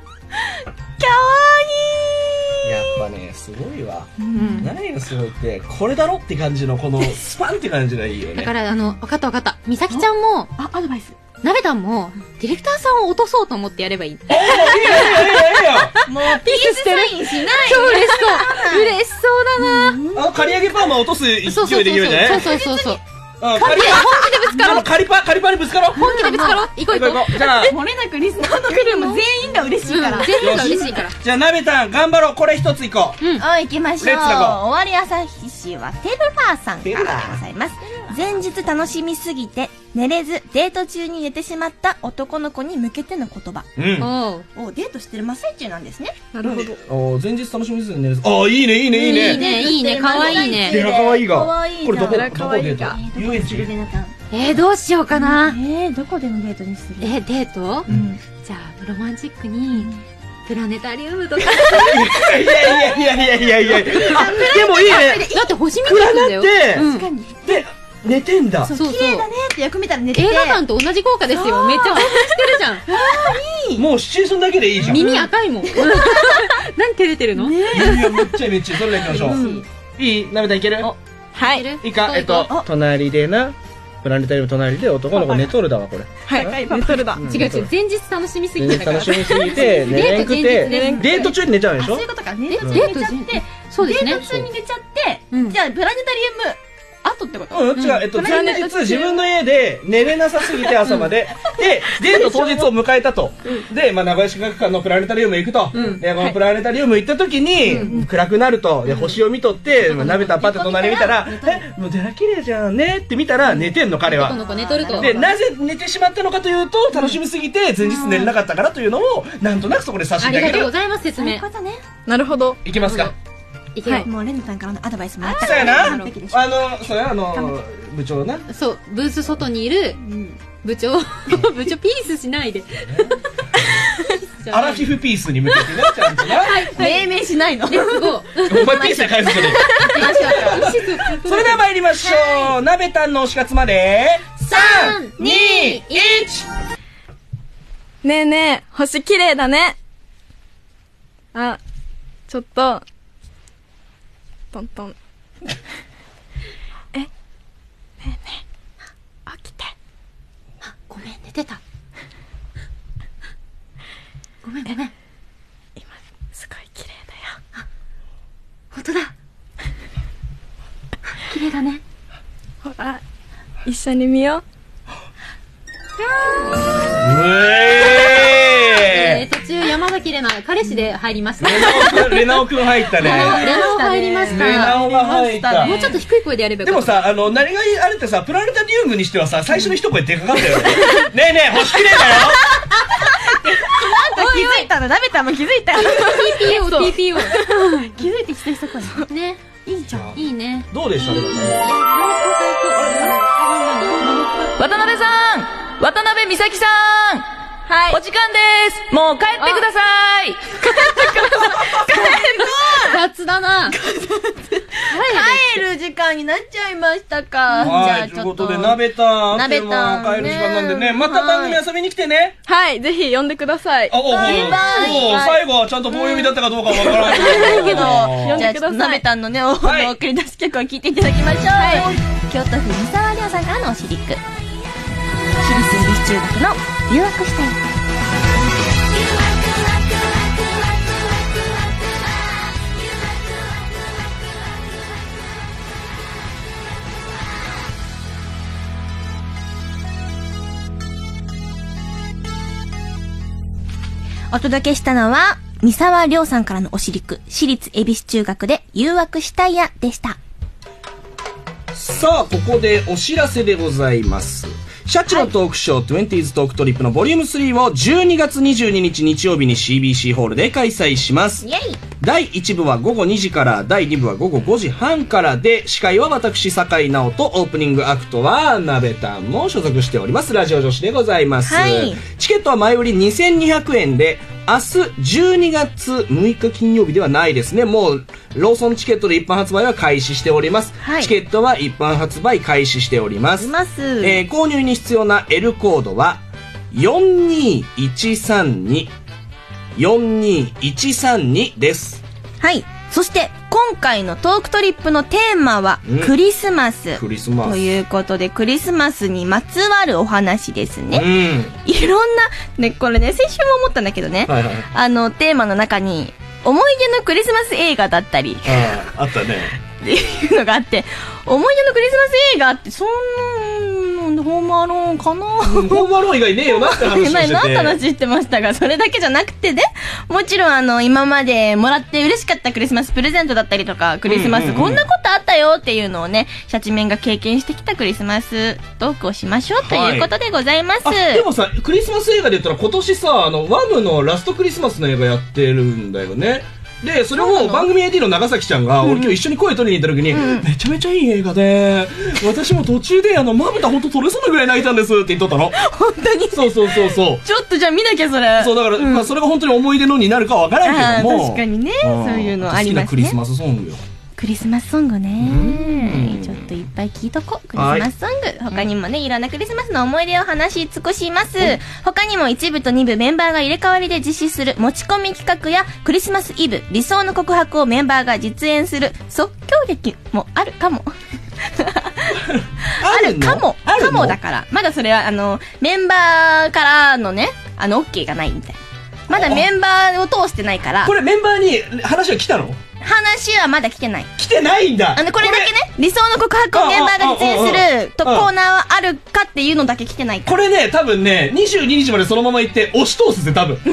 いい。 やっぱね、すごいわ。うん、何がすごいって、これだろって感じのこのスパンって感じがいいよね。 だからあの、分かった分かった。美咲ちゃんも、 あ、アドバイス。 なべたんも、ディレクターさんを落とそうと思ってやればいい。 おー、いいよいいよいいよいいよ。 もうピースしてる。サインしない。 超嬉しそう。嬉しそうだな。 あの、刈り上げパーマ落とす勢いできるじゃない？ そうそうそうそう。 本気でぶつかろう。 カリパ、カリパにぶつかろう。 本気でぶつかろう。行こう行こう。 じゃあ、 漏れなくリスナーのクルーも全員が嬉しいから。 全員が嬉しいから。 じゃあ、なべたん、頑張ろう。これ一ついこう。 うん。行きましょう。 レッツラゴー。 終わり朝日市はテルラーさんからでございます。前日楽しみすぎて、寝れず、デート中に寝てしまった男の子に向けての言葉。 うん。 おデートしてる真っ最中なんですね。 なるほど。 お前日楽しみすぎて寝れず。あ、いいね、いいね、いいね。 いいね、いいね、かわいいね。 デラかわいいが。 かわいい。 これどこ、どこデート？ 遊園地？ えー、どうしようかな。 えー、どこでのデートにする？ え、デート？うん。じゃあ、ロマンチックに、プラネタリウムとか。いやいやいやいやいやいやいや。あ、でもいいね。 だって星見てるんだよ。 確かに。で、寝てんだ。 そうそう。綺麗だねってよく見たら寝てて。 映画館と同じ効果ですよ。めっちゃ反応してるじゃん。あー、いい。もうシチュエーションだけでいいじゃん。 耳赤いもん。何照れてるの？ いやいや、めっちゃめっちゃ。それでいきましょう。いい？なべたんいける？ はい。 いいか、えっと、隣でな、プラネタリウム隣で男の子寝とるだわ、これ。 はい、寝とるだ。 違う違う、前日楽しみすぎてだから。 楽しみすぎて、寝れんくて、デート中に寝ちゃうでしょ？ そういうことか、デート中に寝ちゃって、 そうですね。 デート中に寝ちゃって、じゃあ、プラネタリウム、後ってこと？ うん、違う。えっと、前日自分の家で寝れなさすぎて朝まで。で、デート当日を迎えたと。で、まあ、名古屋市学館のプラネタリウム行くと。で、このプラネタリウム行った時に、暗くなると。で、星を見とって、なべたパッて隣見たら、え、もうデラ綺麗じゃんねって見たら寝てんの、彼は。で、なぜ寝てしまったのかというと、楽しみすぎて前日寝れなかったからというのを、なんとなくそこで差し上げる。 ありがとうございます、説明。 なるほど。 いきますか。 はい、もうレンタさんからのアドバイスもらったそうやな。あの、そうや、あの、部長な。 そう、ブース外にいる部長、部長ピースしないで。 アラフィフピースに向けてね、ちゃんとな。 命名しないの。 レッツゴー。お前ピースで返すそれ。それでは参りましょう。なべたんの推し活まで、さん、に、いち。 ねえねえ、星綺麗だね。あ、ちょっと、トントン。え、ねえねえ、起きて。 あ、ごめん、寝てた。ごめんごめん。 今、すごい綺麗だよ。 あ、ほんとだ。綺麗だね。 ほら、一緒に見よう。 うえー、途中山崎怜奈彼氏で入りました。 レナオくん入ったね。 レナオ入りました。 レナオが入った。 もうちょっと低い声でやればよかった。 でもさ、あの何があれってさ、プラネタリウムにしてはさ、最初の一声でかかったよね。ねえねえ、星綺麗だよ。 気づいたの、なべたも気づいたよ。 ピーピーオー、ピーピーオー。 気づいて一人そこに。ね。いいじゃん。 いいね。 どうでしたね。 渡辺さん、渡辺美咲さん。はい。お時間です。もう帰ってください。帰ってください。 雑だな。 帰る時間になっちゃいまましたか。 はい、 じゃあということで、鍋たん。 鍋たん。 帰る時間なんでね。また番組遊びに来てね。 はい、ぜひ呼んでください。 あ、お、お、最後はちゃんと棒読みだったかどうかわからないけど、じゃあ、鍋たんのね、お送り出す曲を聴いていただきましょう。京都府三沢亮さんからのおしりく。私立恵比寿中学の誘惑したい。お届けしたのは、三沢亮さんからのおしりく、私立恵比寿中学で誘惑したいやでした。 さあ、ここでお知らせでございます。シャチのトークショー、はい、にじゅうトークトリップのボリュームスリーをじゅうにがつにじゅうににち日曜日に シービーシー ホールで開催します。イェイ。だいいちぶはごごにじから、だいにぶはごごごじはんからで、司会は私、酒井直人、オープニングアクトは、なべたんも所属しております、ラジオ女子でございます。はい、チケットは前売りにせんにひゃくえんで、明日じゅうにがつむいか金曜日ではないですね。もう、ローソンチケットで一般発売は開始しております。はい、チケットは一般発売開始しております。ます。えー、購入に必要な L コードは、よんにいちさんに、よんにいちさんにです。はい。そして、今回のトークトリップのテーマは、クリスマス。クリスマス。ということで、クリスマスにまつわるお話ですね。うん。いろんな、ね、これね、先週も思ったんだけどね。はいはい。あの、テーマの中に、思い出のクリスマス映画だったり。 ああ、あったね。 っていうのがあって、思い出のクリスマス映画って、そんな、ホームアローンかな、 ホームアローン以外ねえよなって話をしてて。 何の話してましたが、それだけじゃなくてね、もちろんあの、今までもらって嬉しかったクリスマスプレゼントだったりとか、クリスマスこんなことあったよっていうのをね、シャチメンが経験してきたクリスマストークをしましょうということでございます。 はい、でもさ、クリスマス映画で言ったら今年さ、あの、ワムのラストクリスマスの映画やってるんだよね。で、それを番組 エーディー の長崎ちゃんが、俺今日一緒に声取りに行った時に、うん、めちゃめちゃいい映画で、私も途中であの、まぶたほんと取れそうなぐらい泣いたんですって言っとったの。 本当にそうそうそうそう。 ちょっとじゃあ見なきゃそれ。 そう、だから、うん、まあそれが本当に思い出のになるかわからんけども。 確かにね、そういうのありますね。好きなクリスマスソングよ。 クリスマスソングね、ちょっといっぱい聞いとこう。クリスマスソング、他にもね、いろんなクリスマスの思い出を話し尽くします。他にもいちぶとにぶメンバーが入れ替わりで実施する持ち込み企画や、クリスマスイブ理想の告白をメンバーが実演する即興劇もあるかも。あるかも。かもだから。まだそれはあのメンバーからのね、あの OK がないみたいな。まだメンバーを通してないから。 これメンバーに話は来たの？ 話はまだ来てない。 来てないんだ。 あの、これだけね、理想の告白をメンバーが実演するとコーナーはあるかっていうのだけ来てないから。 これね、多分ね、にじゅうににちまでそのまま行って押し通すぜ、多分。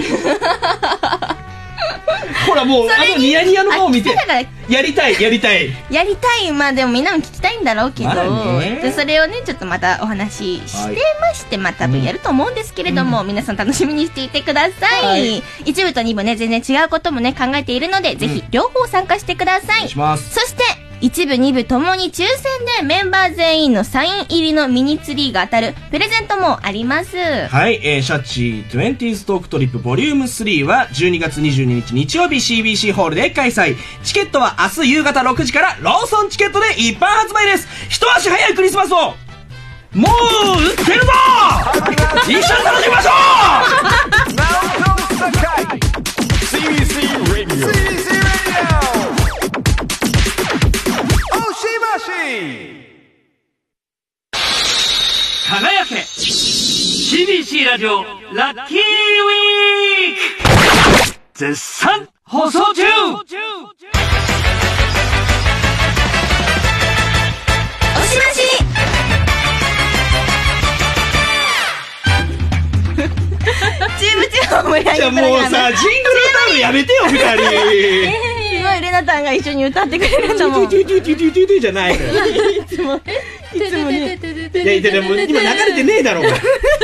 ほらもう、あのニヤニヤの顔を見て、やりたい、やりたい。 やりたい、まあでもみんなも聞きたいんだろうけど、でそれをね、ちょっとまたお話ししてまして、また多分やると思うんですけれども、うん、皆さん楽しみにしていてください。はい、いちぶとにぶね、全然違うこともね、考えているので、うん、ぜひ両方参加してください。お願いします。そして、いちぶにぶともに抽選でメンバー全員のサイン入りのミニツリーが当たるプレゼントもあります。 はい、えー、シャチにじゅうトークトリップボリュームスリーはじゅうにがつにじゅうににち日曜日 シービーシー ホールで開催。チケットは明日夕方ろくじからローソンチケットで一般発売です。一足早いクリスマスをもう売ってるぞ一緒に楽しみましょうシービーシー ラジオ輝け シービーシー ラジオラッキーウィーク絶賛放送中。おしましチームチーム盛り上げたら。 じゃあもうさ、ジングル歌うのやめてよ、二人。 すごいレナタンが一緒に歌ってくれるんだもん。 トゥトゥトゥトゥトゥトゥじゃないから。 いつもいつもね。 いやいやでも今流れてねえだろお前。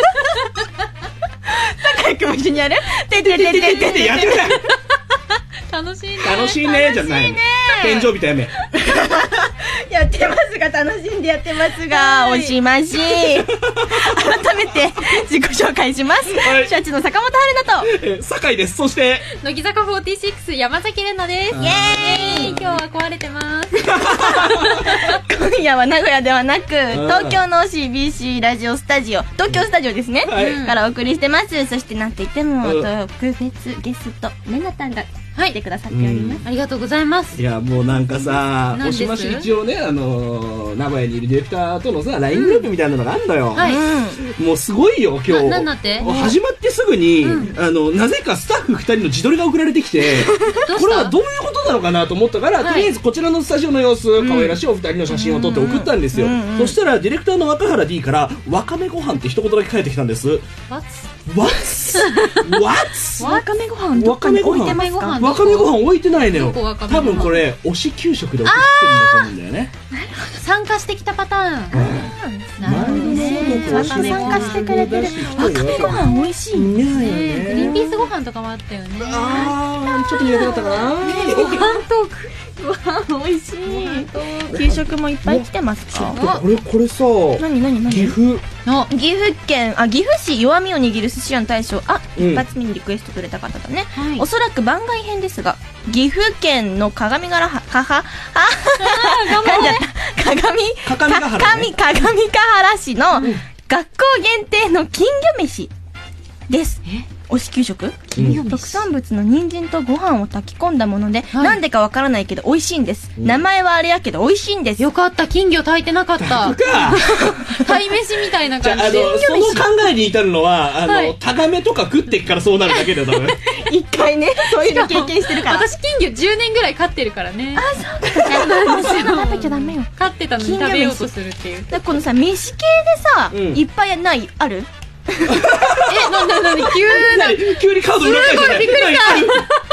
高井くんも一緒にやる？ ててててててやってくれ。 楽しいね。 楽しいねじゃない。 天井人やめ。 やってますが、楽しんでやってますが、おしまし。改めて自己紹介します。 はい、 シャチの坂本春菜と、 酒井です。そして乃木坂フォーティーシックス山崎怜奈です。イエーイ。今日は壊れてます。 今夜は名古屋ではなく東京の シービーシー ラジオスタジオ、東京スタジオですね、はい、からお送りしてます。そしてなんといっても特別ゲストレナタンが来てくださっております、 うん、ありがとうございます。 いやもうなんかさ、おしまし一応ね、あのー、名古屋にいるディレクターとのさ ライン グループみたいなのがあるのよ、うん、はい、もうすごいよ今日。 な、なんだって？ 始まってすぐに、うん、あのなぜかスタッフふたりの自撮りが送られてきてこれはどういうことなのかなと思ったから、はい、とりあえずこちらのスタジオの様子、うん、可愛らしいお二人の写真を撮って送ったんですよ、うんうんうん、そしたらディレクターの若原 D からわかめご飯って一言だけ返ってきたんです。 What? What? わかめご飯どっかに置いてますか？ わかめご飯置いてないのよ。多分これ推し給食で送ってるんだと思うんだよね。 なるほど、参加してきたパターン、うん、 なるほどね。また参加してくれてる。わかめご飯美味しいね。 グリーンピースご飯とかもあったよね。 あーちょっと苦手だったかな。 ご飯トークわー美味しい。給食もいっぱい来てますか？ これこれさ、 何何何？ 岐阜岐阜県、あ、岐阜市弱みを握る寿司屋の大将、あ、うん、一発目にリクエストくれた方だね、はい、おそらく番外編ですが、岐阜県の鏡ヶ原、かは、あ、噛んじゃった、鏡、 鏡ヶ原、ね、 鏡ヶ原市の学校限定の金魚飯です。え？推し給食、うん、特産物の人参とご飯を炊き込んだもので、はい、なんでかわからないけど美味しいんです、うん、名前はあれやけど美味しいんです。 よかった、金魚炊いてなかった。鯛飯みたいな感じで。 その考えに至るのはあの、はい、タガメとか食ってっからそうなるだけだよ多分。 一回ね、そういうの経験してるから。 私金魚じゅうねんぐらい飼ってるからね。 あ、そうか。食べちゃダメよ。 飼ってたのに食べようとするっていう。 だこのさ、飯系でさ、うん、いっぱいないある？ え、なになになに急な急にカード裏返してない。 すごいびっくりした。何？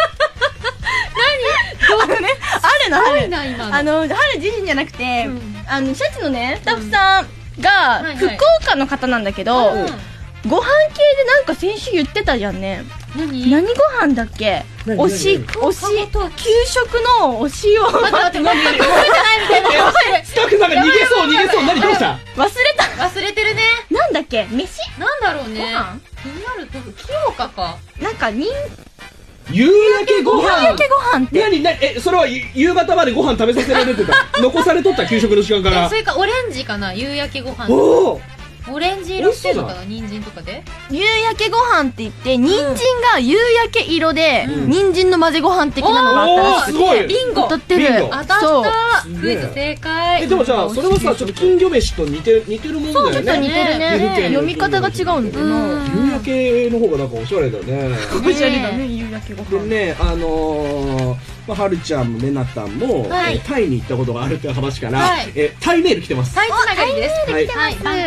あのね、あるの、 春な今あの春自身じゃなくて、うん、あのシャチのねスタッフさんが、うん、福岡の方なんだけど、はいはい、ご飯系でなんか先週言ってたじゃんね。 何？ 何ご飯だっけ？推し、推し、給食の推しを。 待って待って待って、覚えてないみたいな。 スタッフさんが逃げそう逃げそう。何どうした？ 忘れた。 忘れてるね。 なんだっけ？飯？ なんだろうね。ご飯？気になると清香か。 なんかに。 夕焼けご飯。 夕焼けご飯って。 何何えそれは夕方までご飯食べさせられてた。残されとった給食の時間から。 それかオレンジかな、夕焼けご飯。 おお。 オレンジ色してるのかな、人参とかで。 夕焼けご飯って言って人参が夕焼け色で、うん、人参の混ぜご飯的なのがあったらしくて、 ビンゴ当たってる。 当たった。クイズ正解。 えでもじゃあそれはさ、ちょっと金魚飯と似て似てるもんだよね。 そう、ちょっと似てるね。読み方が違うんだよな。 夕焼けの方がなんかおしゃれだね。 おしゃれだね、夕焼けご飯。 でね、あのまあ、はるちゃんもレナタンも、はい、えー、タイに行ったことがあるって話から、はい、えー、タイメール来てます。 タイつながりです。 タイメール来てます。はい、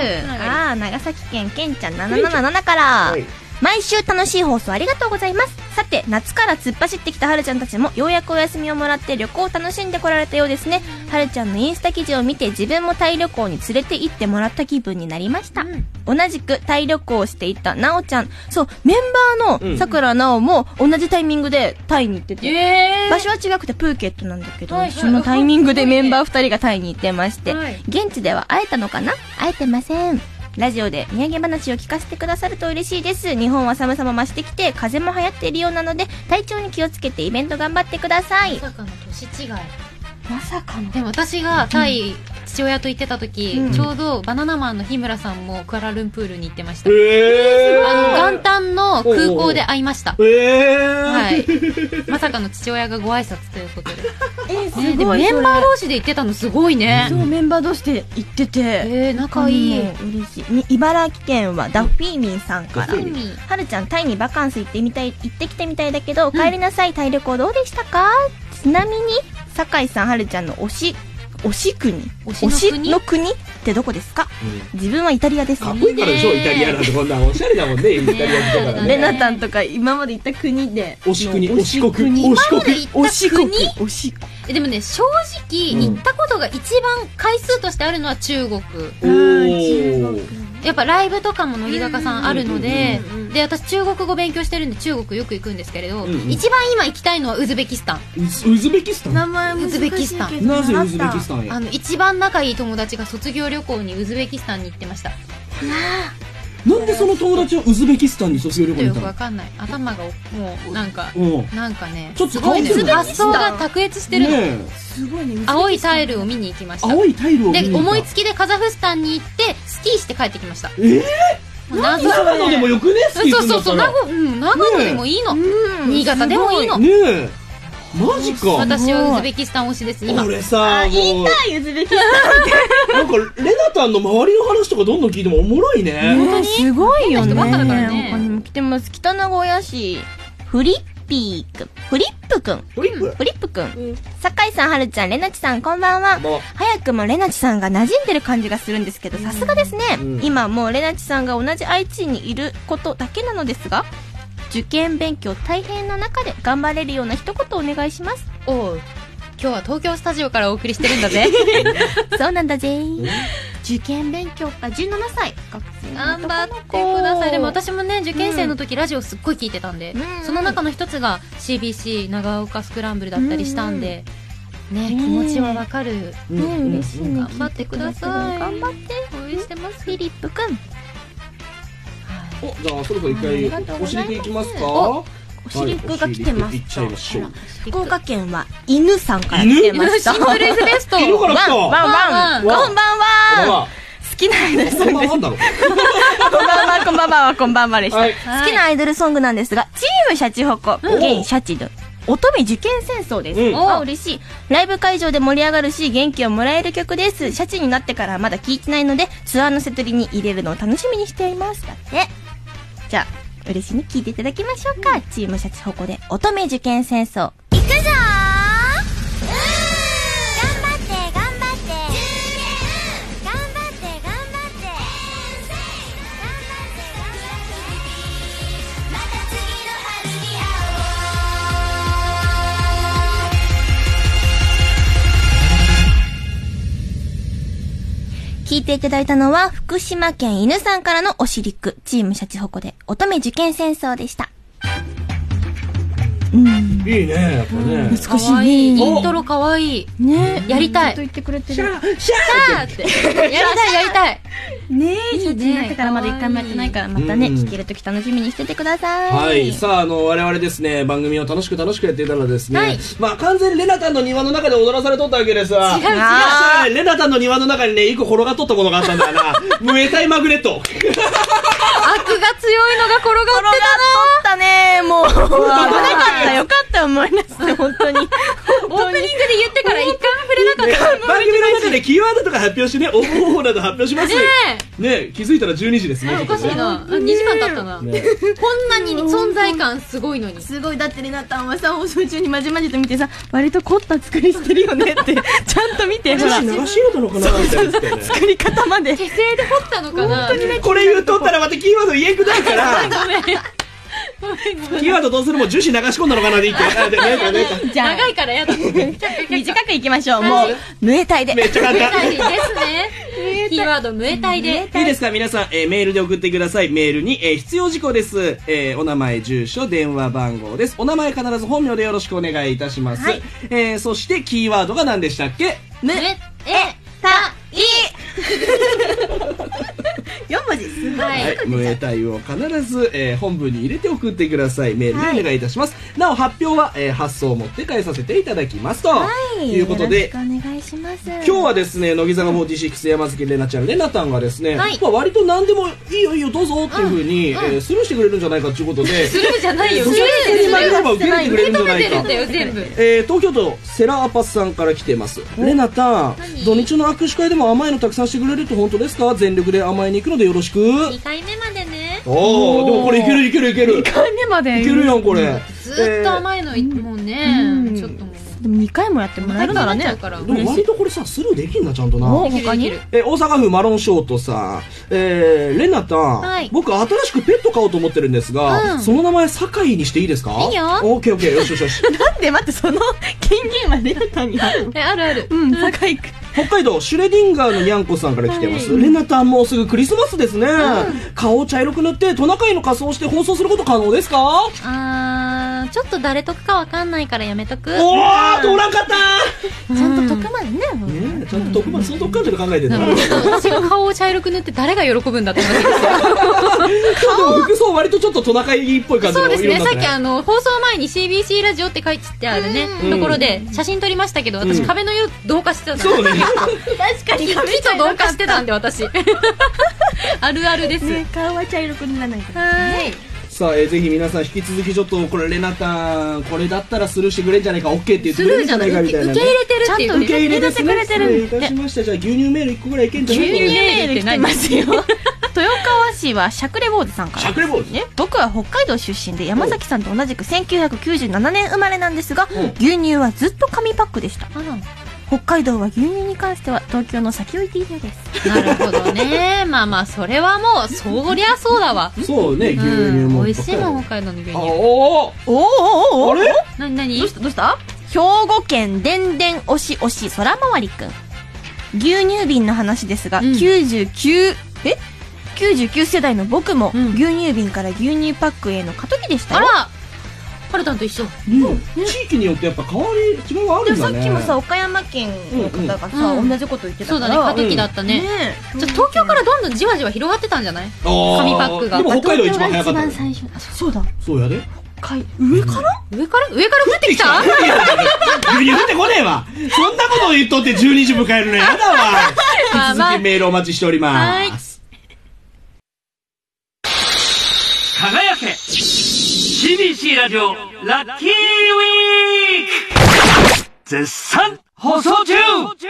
ああ、長崎県けんちゃんななななななから、はい、毎週楽しい放送ありがとうございます。さて、夏から突っ走ってきたはるちゃんたちもようやくお休みをもらって旅行を楽しんでこられたようですね。はるちゃんのインスタ記事を見て自分もタイ旅行に連れて行ってもらった気分になりました、うん、同じくタイ旅行をしていたなおちゃん、そう、メンバーのさくらなおも同じタイミングでタイに行ってて、えー、場所は違くてプーケットなんだけど、はい、そのタイミングでメンバーふたりがタイに行ってまして、はい、現地では会えたのかな？会えてません。ラジオで土産話を聞かせてくださると嬉しいです。日本は寒さも増してきて風邪も流行っているようなので体調に気をつけてイベント頑張ってください。 まさかの年違い。 まさかの。 でも私がタイ、うん、父親と行ってた時、うん、ちょうどバナナマンの日村さんもクアラルンプールに行ってました。えー、 あの元旦の空港で会いました。 えー、 はい。まさかの父親がご挨拶ということで。えー、すごい、ね。でもメンバー同士で行ってたのすごいね。 そう、メンバー同士で行ってて、 えー、仲いい。 嬉しい。茨城県はダッフィーミンさんから、はるちゃんタイにバカンス行ってみたい、行ってきてみたいだけど、うん、帰りなさい、タイ旅行どうでしたか？ちなみに酒井さん、はるちゃんの推し推し国、推しの国ってどこですか？うん、自分はイタリアです。 かっこいいからでしょ、イタリアなんて。こんなおしゃれだもんね、イタリアってからね。 レナタンとか今まで行った国で推し国、推し国、 推し国、推し国、 推し国。 えでもね、正直、うん、行ったことが一番回数としてあるのは中国。 あー、中国。 やっぱライブとかも乃木坂さんあるので、で私中国語勉強してるんで中国よく行くんですけれど、うんうん、一番今行きたいのはウズベキスタン。 ウズベキスタン、 名前ウズベキスタン。 なぜウズベキスタンへ？ あの一番仲いい友達が卒業旅行にウズベキスタンに行ってました。 なんでその友達はウズベキスタンに卒業旅行に行ったの？ よくわかんない。頭がもうなんかなんかね、 ちょっと変わってる。 発想が卓越してるの。 ね、すごいね。 青いタイルを見に行きました。 青いタイルを見に行った。 で思いつきでカザフスタンに行ってスキーして帰ってきました。 えー長野でもよくね、スキー行くんだったら。 そうそうそう、長野でもいいの、新潟でもいいの。 ねえ、マジか。 私はウズベキスタン推しです今。 俺さ、もう言いたいウズベキスタンなんかレナタンの周りの話とかどんどん聞いてもおもろいね。 本当にすごいよね。 他にも来てます。北名古屋市フリッピーくん、フリップくん、 フリップ、 フリップくん、酒井さん、はるちゃん、れなちさん、こんばんは。早くもれなちさんが馴染んでる感じがするんですけど、さすがですね。今もうれなちさんが同じ愛知にいることだけなのですが、受験勉強大変な中で頑張れるような一言お願いします。 おう、今日は東京スタジオからお送りしてるんだぜ。 そうなんだぜ。受験勉強か、じゅうななさい学生頑張ってください。でも私もね受験生の時、うん、ラジオすっごい聞いてたんで、うん、その中の一つが シービーシー 長岡スクランブルだったりしたんで、うん、ね、気持ちはわかる。ね、嬉しいね。頑張ってください。 頑張って応援してます。 フィリップくん。 お、じゃあそろそろ一回お尻くいきますか。 お尻くが来てます。いっちゃいましょう。福岡県は犬さんから来てました。 シンプルイズベスト。 犬から来た。 ワンワンワン。こんばんは。好きなアイドルソングです。こんばんは、こんばんは、こんばんはでした。好きなアイドルソングなんですが、チームシャチホコ、現シャチド。乙女受験戦争です。あ、嬉しい。ライブ会場で盛り上がるし、元気をもらえる曲です。シャチになってからまだ聴いてないので、ツアーのセトリに入れるのを楽しみにしています。だって。じゃあ、嬉しいに聴いていただきましょうか。チームシャチホコで乙女受験戦争。いくぞー。聞いていただいたのは福島県犬さんからのおしりくチームシャチホコで乙女受験戦争でした。 うん、いいね、やっぱね。 美しいね。イントロかわいい。ね、やりたい。 と言ってくれてる。 シャーシャーって。やりたいやりたい。 ねえ、シャチになってからまだ一回もやってないからまたね、聞けるとき楽しみにしててください。 はい。さあ、あの、我々ですね、番組を楽しく楽しくやっていたらですね、まあ完全にレナタンの庭の中で踊らされとったわけですわ。 違う違う。レナタンの庭の中にね、一個転がっとったものがあったんだよな。ムエタイマグネット。 悪が強いのが転がってたな。 転がっとったね、もう。危なかった、よかった、思い出して、本当に。 オープニングで言ってから一回も触れなかった。 番組の中でキーワードとか発表してね、おーなど発表します。ね、気づいたらじゅうにじですね。 おかしいな。にじかん経ったな。こんなに存在感すごいのに。 すごい。だってレナタンはさ、放送中にまじまじと見てさ、割と凝った作りしてるよねって、ちゃんと見て、ほら。 流し入れたのかなみたいな。 作り方まで。 手製で彫ったのかな。 これ言うとったらまたキーワード言えんくなるから。 ごめん。 キーワードどうするも樹脂流し込んだのかなでいいって。 じゃあ長いからやだ。 短くいきましょう。もうムエタイで。 めっちゃ簡単ですね。キーワードムエタイで。 いいですか皆さん、えー、メールで送ってください。メールに、えー、必要事項です。えー、お名前、住所、電話番号です。お名前必ず本名でよろしくお願いいたします。はい、えー、そしてキーワードが何でしたっけ？ ムエタイ。 よんもじすごい。 はい、ムエタイを必ず、えー、本文に入れて送ってください。メールでお願いいたします。はい、なお発表は、えー、発送を持って返させていただきますと、はい、いうことで、 よろしくお願いします。 今日はですね、乃木坂フォーティーシックス山崎怜奈ちゃん、レナタンがですね、はい、まあ割と何でもいいよいいよどうぞっていう風に、うんうん、えー、スルーしてくれるんじゃないかということで、 スルーじゃないよ。 スルーしてくれれば受け入れてくれるんじゃないか。 全部。 えー、東京都セラアパスさんから来てます。レナタン、土日の握手会でも甘いのたくさんしてくれるって本当ですか？全力で甘えに行くのでよろしく。 にかいめまでね。 おー、でもこれいけるいけるいける。 にかいめまでいけるやんこれ。 ずーっと甘いのもんね。ちょっともう。 でもにかいもやってもらえるならね。 でも割とこれさスルーできんなちゃんとな。 他にえ大阪府マロンショートさん、えー、レナタン、はい、僕新しくペット飼おうと思ってるんですが、うん、その名前酒井にしていいですか？ いいよ。 オッケーオッケー、よしよしよし。 なんで待って、その権限はレナタンにあるの？ え、あるある。 うん、酒井くん。 北海道シュレディンガーのにゃんこさんから来てます。レナタンもうすぐクリスマスですね。顔を茶色く塗ってトナカイの仮装して放送すること可能ですか？ あー、ちょっと誰得かわかんないからやめとく。 おー、通らんかったちゃんと得までね。 ね、ちゃんと得までその得感じで考えてるんだな。 私が顔を茶色く塗って誰が喜ぶんだって話ですよ。 今日でも服装割とちょっとトナカイっぽい感じのそうですね。 色になってね。 さっきあの放送前に シービーシー ラジオって書いてあるねところで写真撮りましたけど、私壁の色同化してたんだ。 そうね。 確かに木と同化してたんで私。あるあるです。 顔は茶色く塗らないから。 はい。 さあ、えー、ぜひ皆さん引き続きちょっとこれレナタンこれだったらスルーしてくれんじゃないか OK って言ってくれるんじゃないかみたいな、ね、 受け入れてるっていう、 受け入れですね。 くれてる。 失礼いたしました。じゃあ牛乳メールいっこぐらいいけんじゃない？ 牛乳メールって何ますよ。 豊川市はしゃくれ坊主さんから。 しゃくれ坊主ね。僕は北海道出身で山崎さんと同じくせんきゅうひゃくきゅうじゅうななねん生まれなんですが、牛乳はずっと紙パックでした。北海道は牛乳に関しては東京の先を行っているようです。 なるほどね。まあまあそれはもうそりゃそうだわ。 そうね、牛乳も、 うん、美味しいもん北海道の牛乳。 おーおーおーおーあれ？ なになに？ どうしたどうした？兵庫県でんでんおしおし空回りくん。牛乳瓶の話ですが、うん、きゅうじゅうきゅうえきゅうじゅうきゅう世代の僕も、うん、牛乳瓶から牛乳パックへの過渡期でしたよ。 あら、はるたんと一緒。 うん、地域によってやっぱ変わり違いはあるんだね。 でさっきもさ岡山県の方がさ、うんうん、同じこと言ってたから。 そうだね、過渡期だったね。うん、じゃ東京からどんどんじわじわ広がってたんじゃない？紙パックが。 でも北海道一番早かった。 一番最初。あ、そうだ。 そうやで。 上から、 うん、上から上から降ってきた？ 牛乳降ってこねえわ。そんなことを言っとってじゅうにじ迎えるのやだわ。引き続きメールお待ちしております。 輝け シービーシー ラジオラッキーウィーク絶賛放送中。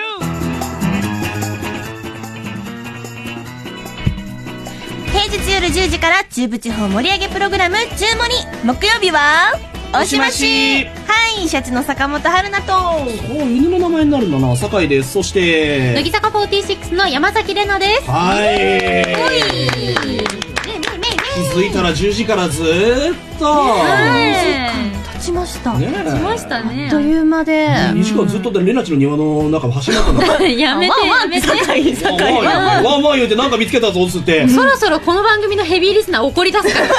平日夜じゅうじから中部地方盛り上げプログラム中盛り。木曜日はおしまし。はい、シャチの坂本春奈と、 お犬の名前になるんだな。酒井です。そして乃木坂フォーティーシックスの山崎怜奈です。 はい。 おい気づいたらじゅうじからずーっと経ちました。 経ちましたね。 あっという間でにじかんずっとレナチの庭の中を走り回ったんだ。 やめてやめて。 酒井酒井ワンワン言うてなんか見つけたぞつって。 そろそろこの番組のヘビーリスナー怒り出すから。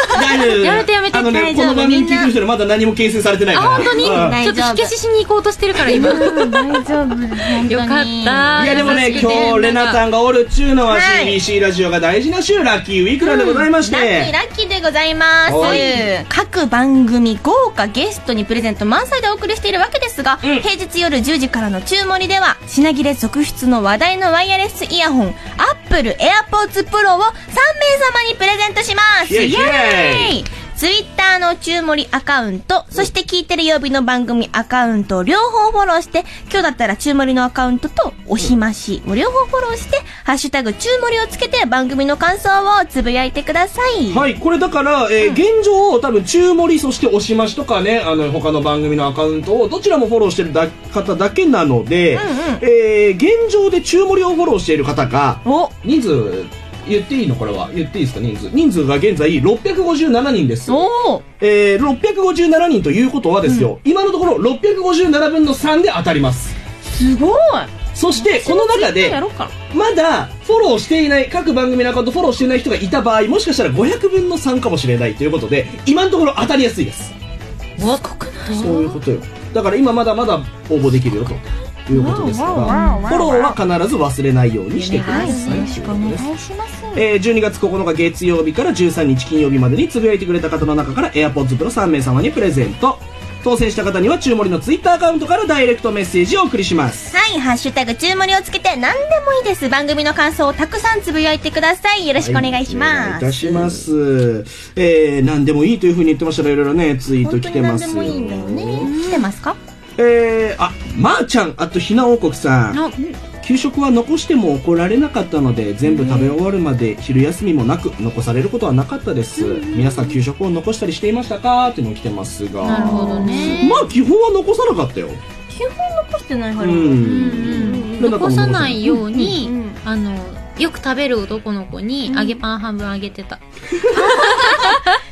やめてやめて。 あのね、この番組聞いてる人でまだ何も形成されてないから。 あ、本当に？ちょっと火消ししに行こうとしてるから今。 大丈夫。 よかった。 いやでもね、今日レナタンがおるっちゅうのは シービーシー ラジオが大事な週、ラッキーウィークなんでございまして。 ラッキーラッキーでございます。各番組豪華ゲストにプレゼント満載でお送りしているわけですが、うん、平日夜じゅうじからの中盛りでは品切れ続出の話題のワイヤレスイヤホンアップルエアポーツプロをさんめい様にプレゼントします。イエーイイエーイ。ツイッターの中盛りアカウント、そして聞いてる曜日の番組アカウントを両方フォローして、今日だったら中盛りのアカウントとおしましも両方フォローして、ハッシュタグ中盛りをつけて番組の感想をつぶやいてください。 はい、これだから、えーうん、現状多分中盛りそしておしましとかね、あの他の番組のアカウントをどちらもフォローしてるだ方だけなので、うんうん、えー、現状で中盛りをフォローしている方が人数言っていいの？これは言っていいですか？人数人数が現在ろっぴゃくごじゅうななにんです。 お、 えー、ろっぴゃくごじゅうななにんということはですよ、うん、今のところろっぴゃくごじゅうななぶんのさんで当たります。 すごい。 そしてこの中でまだフォローしていない各番組のアカウントフォローしていない人がいた場合、もしかしたらごひゃくぶんのさんかもしれないということで、今のところ当たりやすいです。 若くない？ そういうことよ。だから今まだまだ応募できるよということですから、フォローは必ず忘れないようにしてください。 よろしくお願いします。 えー、じゅうにがつここのか月曜日からじゅうさんにち金曜日までにつぶやいてくれた方の中から AirPods Pro さんめい様にプレゼント。当選した方には中盛りのツイッターアカウントからダイレクトメッセージをお送りします。 はい、ハッシュタグ中盛りをつけて何でもいいです。番組の感想をたくさんつぶやいてください。よろしくお願いします。はい、お願いいたします。えー、何でもいいというふうに言ってましたらいろいろねツイート来てますよ。 本当に何でもいいんだよね。来てますか？ えー、あ、まー、あ、ちゃん、あとひな王国さん、給食は残しても怒られなかったので全部食べ終わるまで昼休みもなく残されることはなかったです。皆さん給食を残したりしていましたかっていうのが来てますが、 なるほどね。 まあ基本は残さなかったよ。 基本残してないはず、 うんうん、残さないように、うんうん、あのよく食べる男の子に揚げパン半分あげてた、うん、 そう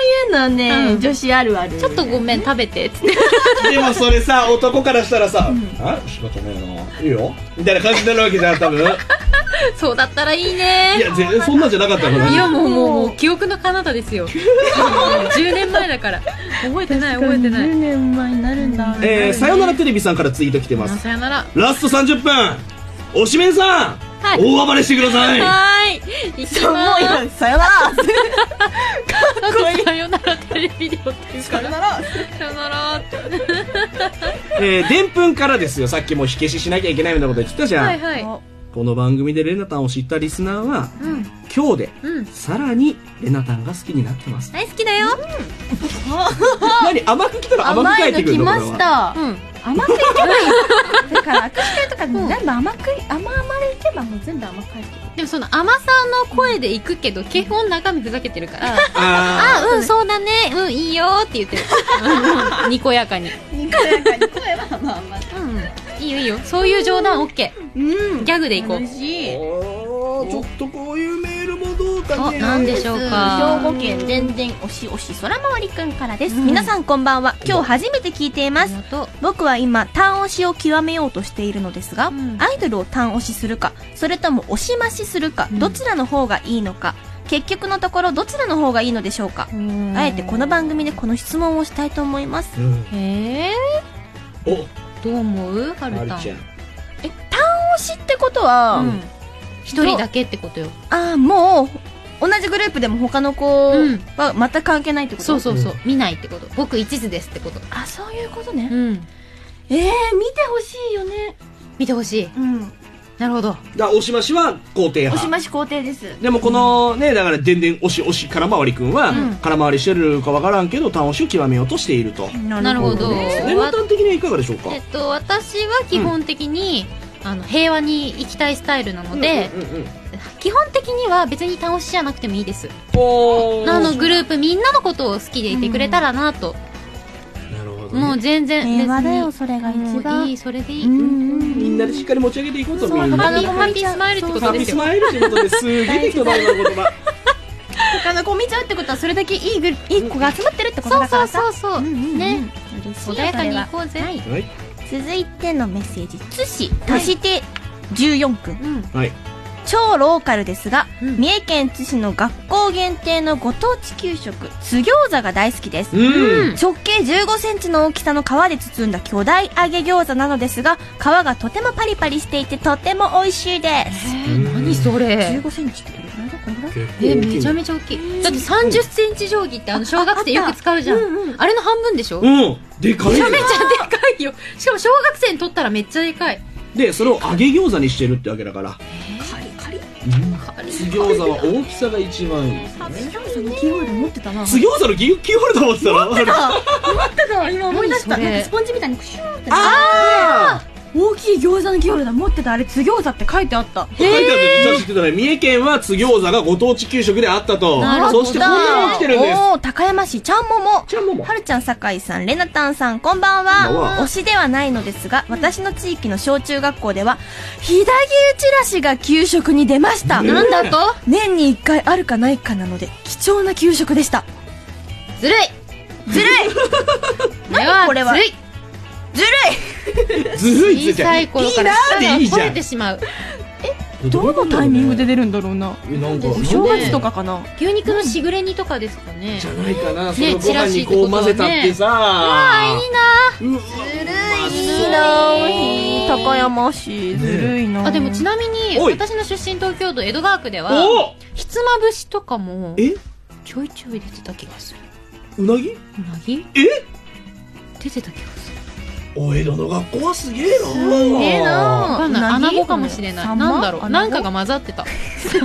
いうのはね、女子あるある。 ちょっとごめん食べてっつってでもそれさ、男からしたらさ、あ、仕方ねえな、いいよみたいな感じになるわけじゃん、多分。 そうだったらいいね。 いや、全然そんなんじゃなかったから。 いや、もうもうもう記憶の彼方ですよ。じゅうねんまえだから覚えてない覚えてない。 じゅうねんまえになるんだ。 えー、さよならテレビさんからツイート来てます。 さよなら。 ラストさんじゅっぷん、おしめんさん、 はい、 大暴れしてください。 はい、いきまーす。さよなら。かっこいい。さよならテレビデオって言うから。さよなら。さよならって。 えー、でんぷんからですよ。さっきも火消ししなきゃいけないみたいなこと言ってたじゃん。 はいはい。 この番組でレナタンを知ったリスナーは、うん、今日で、うん、さらにレナタンが好きになってます。 大好きだよ。 何、甘く来たら甘く帰ってくるの？ 甘いの来ました。うん、甘くいけばいい。だから握手とか全部甘く甘々でいけばもう全部甘く帰ってくる。 でもその甘さの声でいくけど、基本中身ふざけてるから、ああ、うん、そうだね、うん、いいよって言ってる。にこやかに。 にこやかに声はまあまあ。 うん、いいよいいよ、そういう冗談オッケー。うん、ギャグでいこう。 嬉しい。 ちょっとこういうメールもどうかね。 なんでしょうか。 兵庫県でんでんおしおし空回りくんからです。皆さんこんばんは。今日初めて聞いています。僕は今単押しを極めようとしているのですが、アイドルを単押しするか、それとも押し増しするか、どちらの方がいいのか、結局のところどちらの方がいいのでしょうか。あえてこの番組でこの質問をしたいと思います。 へえ。 お、 どう思う、はるたん。 え、単押しってことは、 一人だけってことよ。 ああ、もう同じグループでも他の子は全く関係ないってこと？ そうそうそう、見ないってこと。僕一途ですってこと。 あ、そういうことね。 うん。 えー、見てほしいよね。 見てほしい。うん。なるほど。 だ、押し増しは肯定派。 押し増し肯定です。 でもこのね、だからでんでん押し押し空回りくんは、空回りしてるかわからんけど単押しを極めようとしていると。 なるほど。 レナタン的にはいかがでしょうか。 えっと私は基本的に、あの平和に生きたいスタイルなので、基本的には別に単押しじゃなくてもいいです。あのグループみんなのことを好きでいてくれたらなと。 なるほど。 もう全然平和だよ、それが一番いい。それでいい。 みんなでしっかり持ち上げていこうと。みんなでハッピースマイルってことですよ。 ハッピースマイルってことです。げえ適当な言葉。 他の子見ちゃうってことはそれだけいいグルいい子が集まってるってことだからさ。 そうそうそうね。穏やかに行こうぜ。 続いてのメッセージ、津市足してじゅうよんくん、 はい、 超ローカルですが、うん、三重県津市の学校限定のご当地給食津餃子が大好きです、うん、直径じゅうごセンチの大きさの皮で包んだ巨大揚げ餃子なのですが、皮がとてもパリパリしていてとても美味しいです。 何それ。 じゅうごセンチってどれくらいだこれぐらい。 え、めちゃめちゃ大きい。だってさんじゅっセンチ定規ってあの小学生よく使うじゃん。うんうん、あれの半分でしょ。 うん、でかい。 めちゃめちゃでかいよ。しかも小学生にとったらめっちゃでかい。 でそれを揚げ餃子にしてるってわけだから、カリカリ。津餃子は大きさが一番いいですね。 津餃子のキーホルダー持ってたな。 津餃子のキーホルダー持ってたの。持ってた。 持ってた。今思い出した。なんかスポンジみたいにクシューって。 ああ。 大きい餃子のキーホルダー持ってた。あれ津餃子って書いてあった。 書いてあった。じゃあ知ってたね。三重県は津餃子がご当地給食であったと。そしてこんなのが来てるんです。 おー、高山市ちゃんもも。 ちゃんもも。 はるちゃん、酒井さん、れなたんさん、こんばんは。推しではないのですが、私の地域の小中学校では飛騨牛チラシが給食に出ました。 なんだと。 年にいっかいあるかないかなので貴重な給食でした。 ずるいずるい何これは。ずるいずるいずるい小さい頃から舌が取れてしまう。 え、どのタイミングで出るんだろうな。 なんかお正月とかかな。 牛肉のしぐれ煮とかですかね。 じゃないかな。それご飯にこう混ぜたってさ。 ああ、いいな。 ずるいな。高山市ずるいな。 あ、でもちなみに私の出身東京都江戸川区ではひつまぶしとかもちょいちょい出てた気がする。 うなぎ？うなぎ？ え？ 出てた気がする。 お江戸の学校はすげえな。 すげえな。アナゴかもしれない。なんだろう。なんかが混ざってた。あ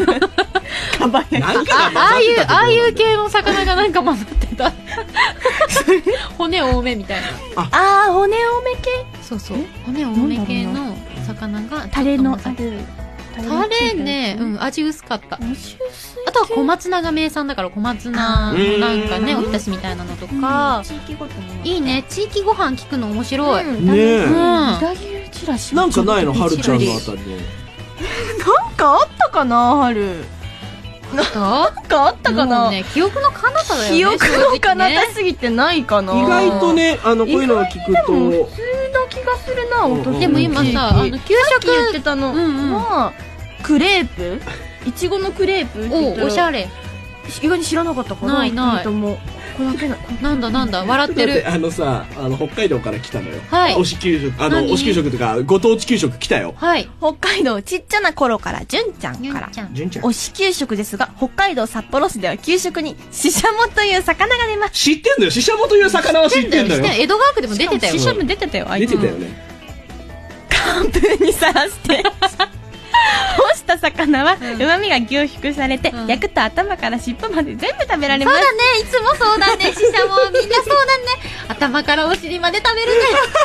あいうああいう系の魚がなんか混ざってた。骨多めみたいな。 ああ、骨多め系。 そうそう。骨多め系の魚がタレのある。 タレね、うん、味薄かった。あとは小松菜が名産だから小松菜のなんかね、おひたしみたいなのとか。いいね、地域ご飯聞くの面白い。 ねえ。 飛騨牛チラシ。 なんかないの、はるちゃんのあたりで。 なんかあったかな、はる。 なんかあったかな、 ね、記憶の彼方だよね。 記憶の彼方すぎてないかな。 意外とね、あのこういうのを聞くと普通な気がするな。 でも今さ、あの給食言ってたのはクレープ、いちごのクレープ。 おおしゃれ。 意外に知らなかったかな。 ないない。 ともこれだけな。 なんだなんだ笑ってる。 あのさ、あの北海道から来たのよ。 はい。 推し給食、あの推し給食とかご当地給食来たよ。 はい。 北海道ちっちゃな頃からじゅんちゃんから推し給食ですが、北海道札幌市では給食にシシャモという魚が出ます。 知ってんだよ。シシャモという魚は知ってんだよ。 江戸川区でも出てたよ。 シシャモ出てたよ。 出てたよね。 寒風にさらして干した魚は旨味が凝縮されて、うん、焼くと頭から尻尾まで全部食べられます。 そうだね、いつもそうだね。シシャモみんなそうだね。頭からお尻まで食べるね。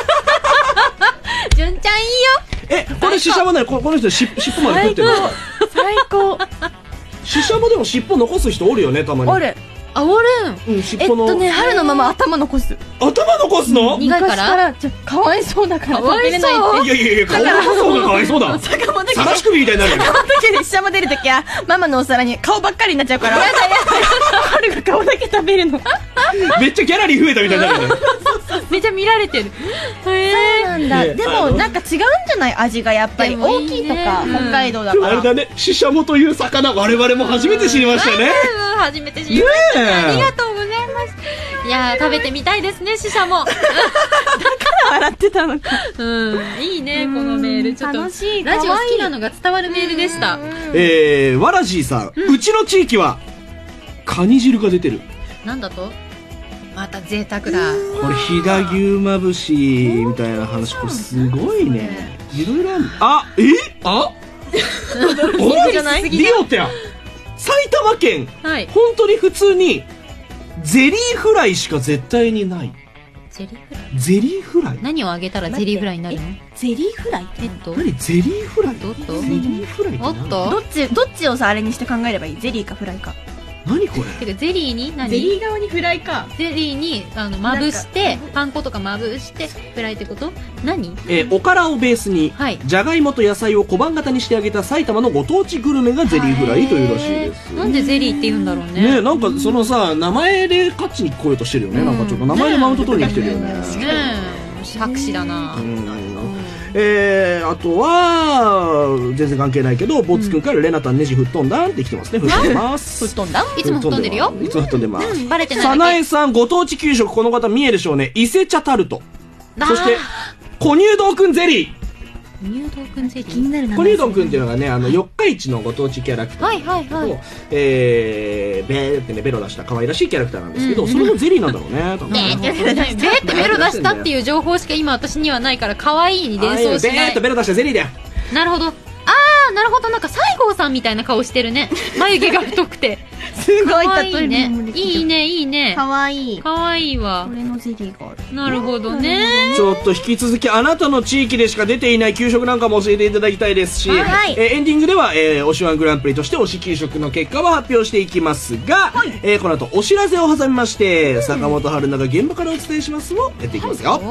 純ちゃんいいよ。 え、これシシャモね、この人尻尾まで食ってる。 最高。 シシャモでも尻尾残す人おるよね、たまに。 おる。 あ、おるん。 うん、尻尾の。 えっとね、春のまま頭残す。 頭残すの？ 苦いから。 昔からちょかわいそうだから食べれないって。 いやいやいや、かわいそうだかわいそうだ。 坂本家。 さらし首みたいになるよ。 坂本家でシシャモ出るときはママのお皿に顔ばっかりになっちゃうから。やだやだ。春が顔だけ食べるの。 めっちゃギャラリー増えたみたいになるよね。 めっちゃ見られてる。 へえ。そうなんだ。でもなんか違うんじゃない？味がやっぱり大きいとか北海道だから。 あれだね、シシャモという魚我々も初めて知りましたね。 初めて知りましたね。ありがとうございます。いや食べてみたいですね、シシャモ。だから笑ってたのか。 うん、いいねこのメール。ちょっと楽しい。 ラジオ好きなのが伝わるメールでした。 えー、わらじーさん、うちの地域はカニ汁が出てる。 なんだと？また贅沢だ。 これ飛騨牛まぶしみたいな話、これすごいね。いろいろある。あ、えあおじゃない？ リオってや埼玉県、 はい、 本当に普通にゼリーフライしか絶対にない。 ゼリーフライ？ ゼリーフライ？ 何をあげたらゼリーフライになるの？ ゼリーフライ？ えっと何ゼリーフライ？ どっと？ ゼリーフライっておっと？ どっちどっちをさあれにして考えればいい？ゼリーかフライか。 何これ？ てかゼリーに何？ ゼリー側にフライか。 ゼリーにあのまぶしてパン粉とかまぶしてフライってこと？何？ えー、おからをベースに、 はい、 じゃがいもと野菜を小判型にしてあげた埼玉のご当地グルメがゼリーフライというらしいです。 なんでゼリーって言うんだろうね。 ね、なんかそのさ名前で勝ちに来ようとしてるよね。なんかちょっと名前でマウント取りに来てるよね。 ねえ、白紙だな。 えー、あとは全然関係ないけどボッツくんからレナタンネジ吹っ飛んだんって来てますね。吹っ飛んでます吹っ飛んだいつも吹っ飛んでるよ。 いつも吹っ飛んでます。 うん、バレてないだけ。 さなえさんご当地給食、この方三重でしょうね。伊勢茶タルト、そして小乳道くんゼリー。 入道くんゼリー気になるな。 小乳道くんっていうのがね、あの四日市のご当地キャラクターはいはいはい、 えー、ベーってねベロ出した可愛らしいキャラクターなんですけど、うんうん、それもゼリーなんだろうね。 ベーってベロ出したベーってベロ出したっていう情報しか今私にはないから可愛いに連想しない。 ベーってベロ出したゼリーだよ。 なるほど。あー、なるほど。なんか西郷さんみたいな顔してるね。眉毛が太くてすごい例えね。いいねいいね。 かわいい。 かわいいわ。 これのゼリーがある。 なるほどね。 ちょっと引き続きあなたの地域でしか出ていない給食なんかも教えていただきたいですし、 はい、 えー、エンディングでは、えー、推しワングランプリとして推し給食の結果は発表していきますが、はい、えー、この後お知らせを挟みまして、うん、坂本春菜が現場からお伝えしますをやっていきますよ。はい、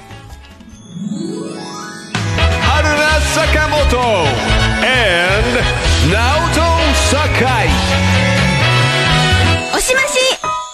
春菜坂本 and ナオト酒井おしまし。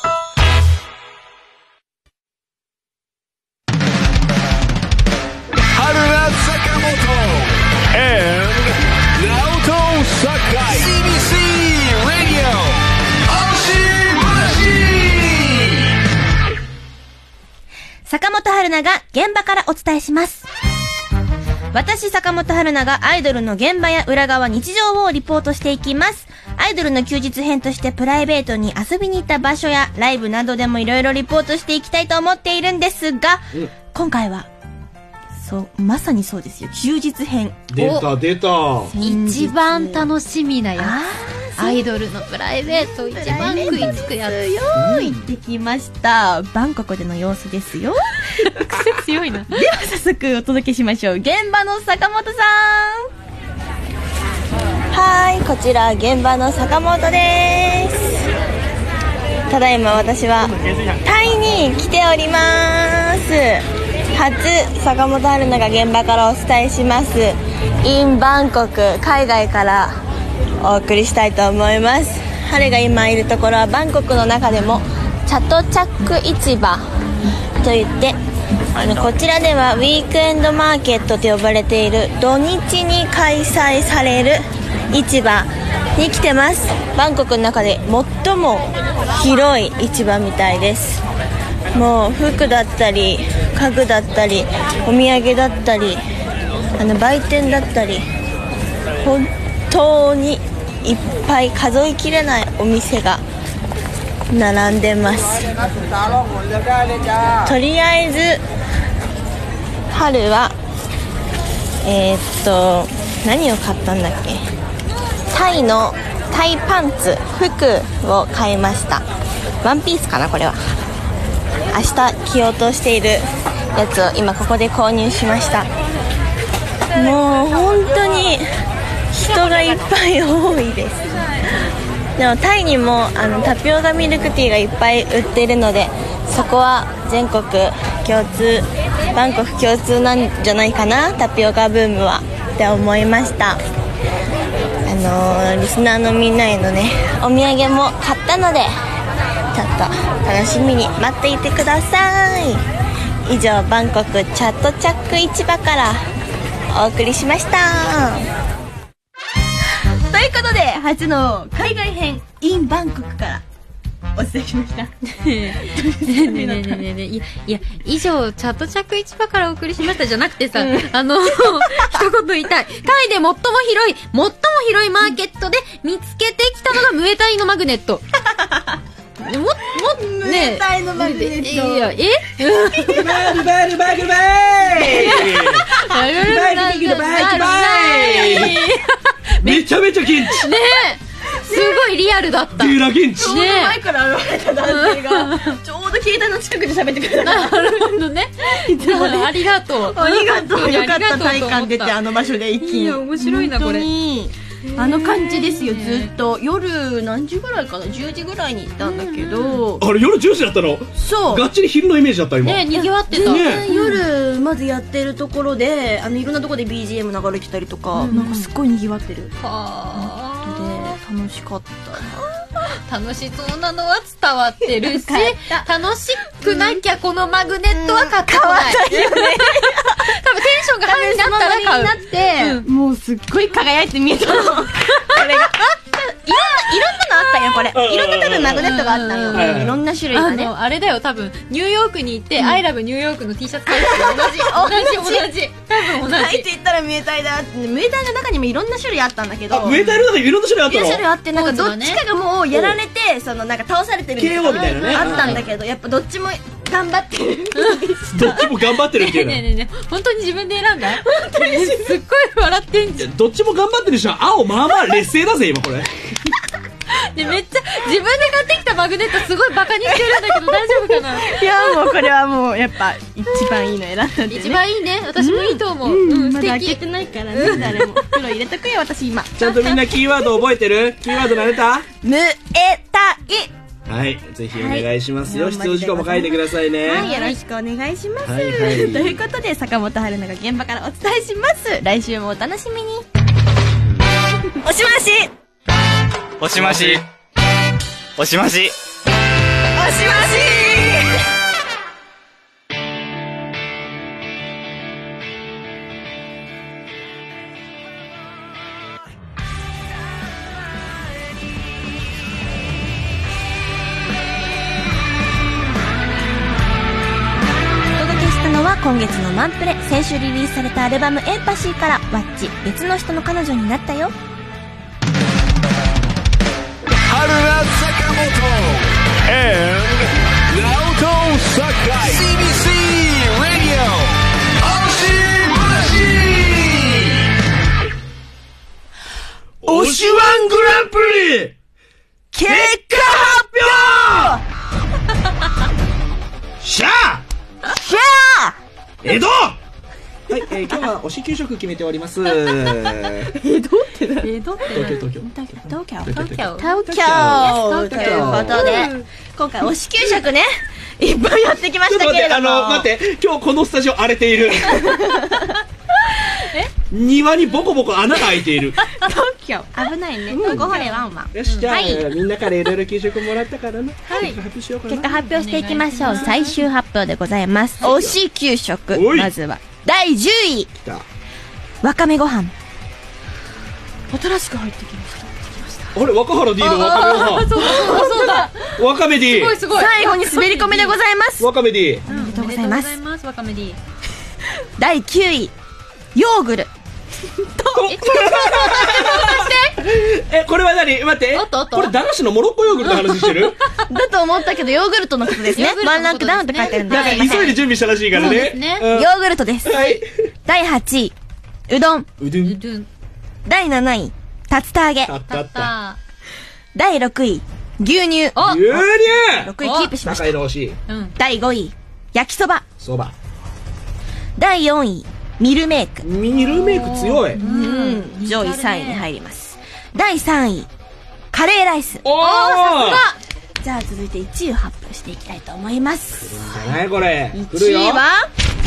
春菜坂本 and ナオト酒井 シービーシー Radio おしまし。 坂本春菜が現場からお伝えします。私坂本春菜がアイドルの現場や裏側日常をリポートしていきます。アイドルの休日編としてプライベートに遊びに行った場所やライブなどでもいろいろリポートしていきたいと思っているんですが、うん、今回はそうまさにそうですよ、休日編。 出た出た。 一番楽しみなやつ、アイドルのプライベート一番食いつくやつよ、うん、行ってきました。バンコクでの様子ですよ。 癖強いな。 では早速お届けしましょう。現場の坂本さん。はい、こちら現場の坂本です。ただいま私はタイに来ております。初坂本春菜が現場からお伝えします in バンコク、海外からお送りしたいと思います。 彼が今いるところはバンコクの中でもチャトチャック市場といって、あのこちらではウィークエンドマーケットと呼ばれている土日に開催される市場に来てます。バンコクの中で最も広い市場みたいです。もう服だったり家具だったりお土産だったりあの売店だったり本当にいっぱい数えきれないお店が並んでます。とりあえず春はえー、っと何を買ったんだっけ、タイのタイパンツ服を買いました。ワンピースかなこれは。明日着ようとしているやつを今ここで購入しました。もう本当に人がいっぱい多いです。でもタイにもあのタピオカミルクティーがいっぱい売ってるので、そこは全国共通、バンコク共通なんじゃないかな、タピオカブームはって思いました。あのー、リスナーのみんなへのねお土産も買ったのでちょっと楽しみに待っていてください。以上バンコクチャットチャック市場からお送りしました。ということで初の海外編 in バンコクからお伝えしました。ねえねえねえねえねえ、いや、いや以上チャットチャック市場からお送りしましたじゃなくてさ、うん、あの一言言いたい。タイで最も広い最も広いマーケットで見つけてきたのがムエタイのマグネット。ももムエタイのマグネット。 いや、え？ バルバルバルバイ。めちゃめちゃ現地。 ねえ。すごいリアルだった。 デュラ現地。 ちょうど前から現れた男性がちょうど携帯の近くで喋ってくれた。 なるほどね。ありがとう。 ありがとう。よかった体感出てあの場所で一気に。 いや面白いなこれ。 あの感じですよ。ずっと夜何時ぐらいかな、じゅうじぐらいに行ったんだけど、 あれ夜じゅうじだったの。 そうがっちり昼のイメージだった今ね。にぎわってた。 全然夜まずやってるところで、あのいろんなところで ビージーエム 流れてたりとか、なんかすっごいにぎわってる。はあ、楽しかったな。楽しそうなのは伝わってるし、楽しくなきゃこのマグネットは買ってこない。多分テンションがハイになったら買う。 になって、もうすっごい輝いて見えたの。これがいろんなのあったよこれ。いろんな多分マグネットがあったのよ。いろんな種類がね。 あれだよ多分ニューヨークに行って「アイラブニューヨーク」の T シャツ買うと同じ同じ同じ多分同じ。 タイって言ったらムエタイだ。ムエタイの中にもいろんな種類あったんだけど。 ムエタイの中にいろんな種類あったの。 いろんな種類あって、なんかどっちかがもうやられてそのなんか倒されてるみたいなケーオー みたいなねあったんだけど、やっぱどっちも頑張ってる。 どっちも頑張ってるっていうの。 ねえねえねえ、本当に自分で選んだ？本当にすっごい笑ってんじゃん。 どっちも頑張ってる人は青まあまあ劣勢だぜ今これ。 でめっちゃ自分で買ってきたマグネットすごいバカにしてるんだけど大丈夫かな。 いやもうこれはもうやっぱ一番いいの選んだんでね。 一番いいね。私もいいと思う。 うん、 うん、 まだ開けてないからね。誰も袋入れとくよ私今。 ちゃんとみんなキーワード覚えてる？キーワード慣れた？ ムエタイ。 はい、ぜひお願いしますよ。必要事項も書いてくださいね。 はい、よろしくお願いします。 はいはい、 ということで坂本春奈が現場からお伝えします。来週もお楽しみに。おしましおしましおしましおしまし今月のマンプレ、先週リリースされたアルバムエンパシーからワッチ別の人の彼女になったよ。 春菜坂本 and ナオト坂井 シービーシー Radio 推しワングランプリ結果発表しゃあしゃあ江戸はい、えー、今日は推し給食決めております。江戸って何？ 江戸って東京東京東京東京東京ということで今回推し給食ねいっぱいやってきましたけれども、 ちょっと待って、あの待って今日このスタジオ荒れている。庭にボコボコ穴が開いている。 東ひょ。危ないね。ごほれワンワン。 よし、じゃあ、 はいみんなからいろいろ給食もらったからな。 はい結果発表しようかな。 結果発表していきましょう。最終発表でございます。推し給食。 おいまずは、だいじゅうい。 来た。 わかめご飯。新しく入ってきました。 あれ、若原 D のわかめご飯。 そうそうそうだ。 わかめ D。 すごいすごい。 最後に滑り込みでございます。 わかめ D。 おめでとうございます。 ますわかめ D。 だいきゅうい。ヨーグル。 え、これは何待って。これ、駄菓子のモロッコヨーグルの話してるだと思ったけど、ヨーグルトのことですね。ワンランクダウンって書いてあるんで。 なんか急いで準備したらしいからね。 そうですね。ヨーグルトです。だいはちい。うどん。 うどん。 だいなない。竜田揚げ。 あったあった。 だいろくい。牛乳。 牛乳 ! ろくいキープしました。 高いの惜しい。 だいごい。焼きそば。 そば。 だいよんい。ミルメイク。 ミルメイク強い。 うん。上位さんいに入ります。だいさんい。カレーライス。 おーさすが。じゃあ続いていちいを発表していきたいと思います。 じゃないこれ。 いちいは、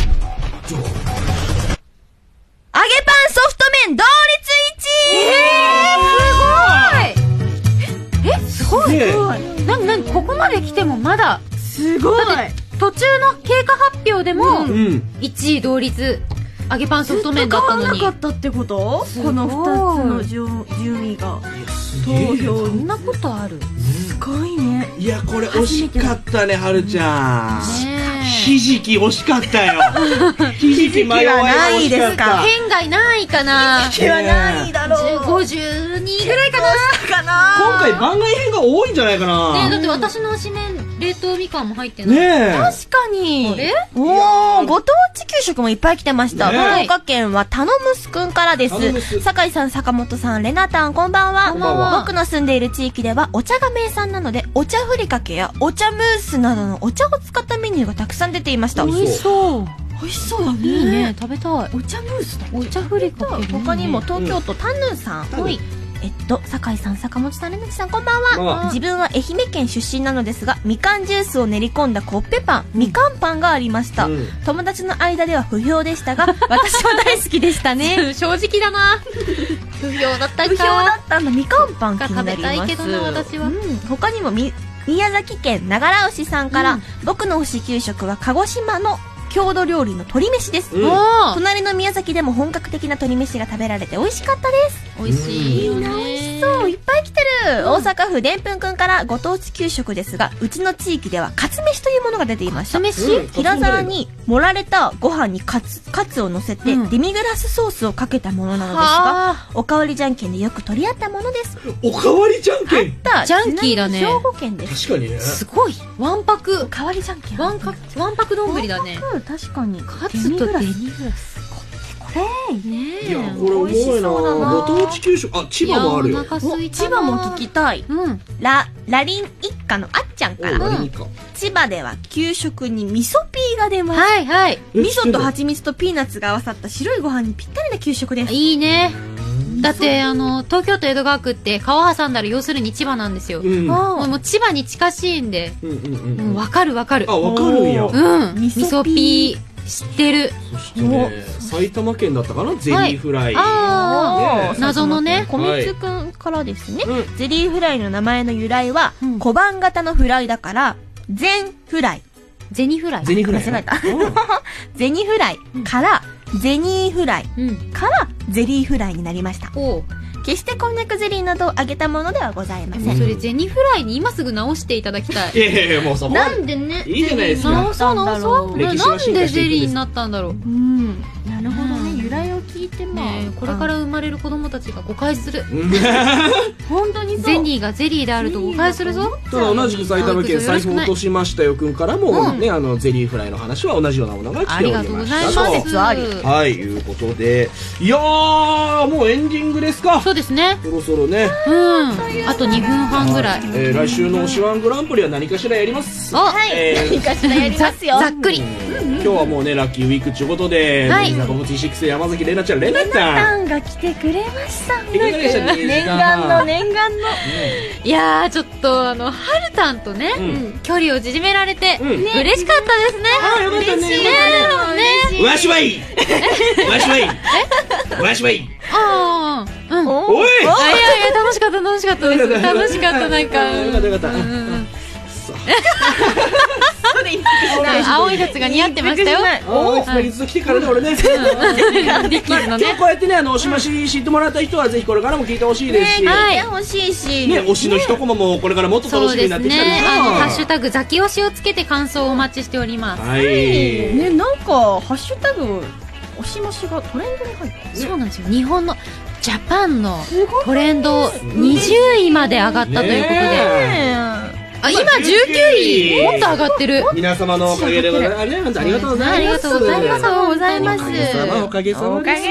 揚げパンソフト麺同率いちい。 えー、すごい。え、すごい。なになに、ここまで来てもまだ。 すごい。 だって途中の経過発表でも、 うん、 いちい同率。揚げパンソフト麺だったのに。 ずっと変わらなかったってこと？このふたつの順位が。投票。 そんなことある？ すごいね。 いや、これ惜しかったね、はるちゃん。ひじき惜しかったよ。ひじき迷わないですか？ 県外ないかな？ ひじきはないだろう。 ごじゅうにぐらいかな？ 今回番外編が多いんじゃないかな。 ねえ、だって私の推し麺、冷凍みかんも入ってない。 ねえ。 確かに。 あれ？ おー、ご当地給食もいっぱい来てました。福岡県はたのむすくんからです。酒井さん、坂本さん、レナタン、こんばんは。 こんばんは。 僕の住んでいる地域ではお茶が名産なので、お茶ふりかけやお茶ムースなどのお茶を使ったメニューがたくさん出ていました。 美味しそう。 美味しそうだね。 いいね、食べたい。 お茶ムースだ。 お茶ふりかけ。 他にも東京都タンヌーさん。はい。えっと、酒井さん、坂本さん、れなちさん、こんばんは。自分は愛媛県出身なのですが、みかんジュースを練り込んだコッペパン、みかんパンがありました。友達の間では不評でしたが、私は大好きでしたね。 正直だな。不評だったか。 不評だったんだ。みかんパン気になります。 食べたいけどな、私は。 他にもみ、宮崎県長良牛さんから、僕の推し給食は鹿児島の郷土料理の鶏飯です。隣の宮崎でも本格的な鶏飯が食べられて美味しかったです。 美味しいよね。 美味しそう。いっぱい来てる。大阪府でんぷんくんからご当地給食ですが、うちの地域ではカツ飯というものが出ていました。 カツ飯？ 平皿に盛られたご飯にカツ、カツを乗せて、デミグラスソースをかけたものなのですが、おかわりじゃんけんでよく取り合ったものです。 おかわりじゃんけん？ あった。 ジャンキーだね。 兵庫県です。 確かにね。 すごい。わんぱく。 おかわりじゃんけん。 わんか、わんぱく丼だね。 確かに。 カツとデミグラス。 これねえ。いや、これ重いな。ご当地給食、あ、千葉もあるよ。 千葉も聞きたい。うん。ラ、ラリン一家のあっちゃんから。千葉では給食に味噌ピーが出ます。 はいはい。 味噌と蜂蜜とピーナッツが合わさった白いご飯にぴったりな給食です。 いいね。だって、あの、東京都江戸川区って川挟んだら要するに千葉なんですよ。うん、もう千葉に近しいんで。うんうんうん。わかるわかる。 あ、わかるんや。 うん。味噌ピー。知ってる。 そしてね、埼玉県だったかな、ゼリーフライ。 ああ、 謎のね。 小光くんからですね。ゼリーフライの名前の由来は、小判型のフライだから、全フライ。 ゼニフライ。 ゼニフライ。 間違えた。ゼニフライから、ゼニーフライから、ゼリーフライになりました。決してこんにゃくゼリーなどを揚げたものではございません。 それゼニフライに今すぐ直していただきたい。 いやいやいや、もうさ、 なんでね。 いいじゃないですか。 直そう直そう。なんでゼリーになったんだろう。うん。 なるほどね。由来を聞いても。 これから生まれる子供たちが誤解する。 本当にそう。 ゼニーがゼリーであると誤解するぞ。 ただ同じく埼玉県財布落としましたよくんからもね、あのゼリーフライの話は同じようなものが来ておりました。ありがとうございます。 はい、いうことで、いやー、もうエンディングですか。 そうですね。 そろそろね。 うん。あとにふんはんぐらい。 えー、来週の推しワングランプリは何かしらやります。 はい。何かしらやりますよ。 ざっくり。 今日はもうね、ラッキーウィークということで、中本シックス山崎怜奈ちゃん、怜奈ちゃん。 怜奈ちゃんが来てくれました。 いかがでしたか？ 念願の念願の。 いやー、ちょっとあの、はるたんとね、距離を縮められて、嬉しかったですね。 ああ、よかったね。 ね。 わしはいい。わしはいい。わしはいい。 ああ、ううん。 おいいやいや、楽しかった、楽しかったです。楽しかった、なんか。 よかったよかった。 青いシャツが似合ってましたよ。 青いつなぎずと来てからね、俺ね。今日こうやってね、あの、おしまし知ってもらった人はぜひこれからも聞いてほしいですし。 ね、聞いてほしいし。 ね、推しの一コマもこれからもっと楽しみになってきたりね。あの、ハッシュタグ、ザキ推しをつけて感想をお待ちしております。 はい。 ね、なんか、ハッシュタグ、推しましがトレンドに入ってる。 そうなんですよ。日本の、ジャパンのトレンドにじゅういまで上がったということで。あ、今じゅうきゅうい、もっと上がってる。 皆様のおかげでございますね。本当ありがとうございます。 ありがとうございます。 ありがとうございます。 おかげさまです。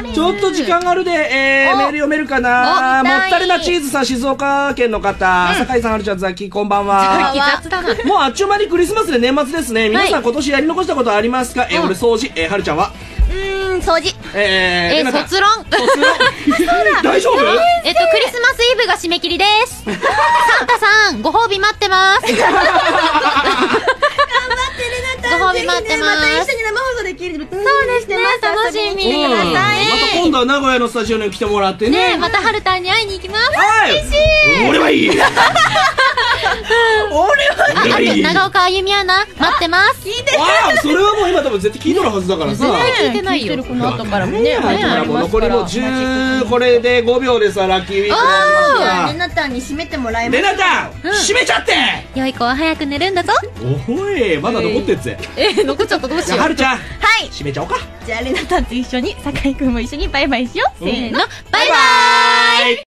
ちょっと時間あるで、えー、メール読めるかな。もったりなチーズさん、静岡県の方。酒井さん、はるちゃん、ザキ、こんばんは。 雑だな。 もうあっちゅう間にクリスマスで年末ですね。皆さん今年やり残したことありますか？え、俺掃除。え、はるちゃんは？ うーん、掃除。 えー、え、卒論。 卒論。大丈夫？ えっと、クリスマスイブが締め切りです。サンタさん、ご褒美待ってます。 頑張ってるな、 ご褒美待ってます。 また一緒に生放送できる。そうですね、楽しみに。 また今度は名古屋のスタジオに来てもらってね。 ね、またはるたんに会いに行きます。 嬉しい。俺はいい。俺はいい。 長岡あゆみアナ、待ってます。 聞いてる。 わあ、それはもう今多分絶対聞いとるはずだからさ。 聞いてないよ。 この後からもね。 残りもうじゅう、これでごびょうですわ、ラッキーウィークになりました。 レナタンに締めてもらいます。 レナタン、締めちゃって。 良い子は早く寝るんだぞ。 おほい、まだ残ってっぜ。 え、残っちゃったどうしよう。 はるちゃん、 はい、 締めちゃおうか。 じゃあレナタンと一緒に酒井くんも一緒にバイバイしよう。せーの、 バイバーイ。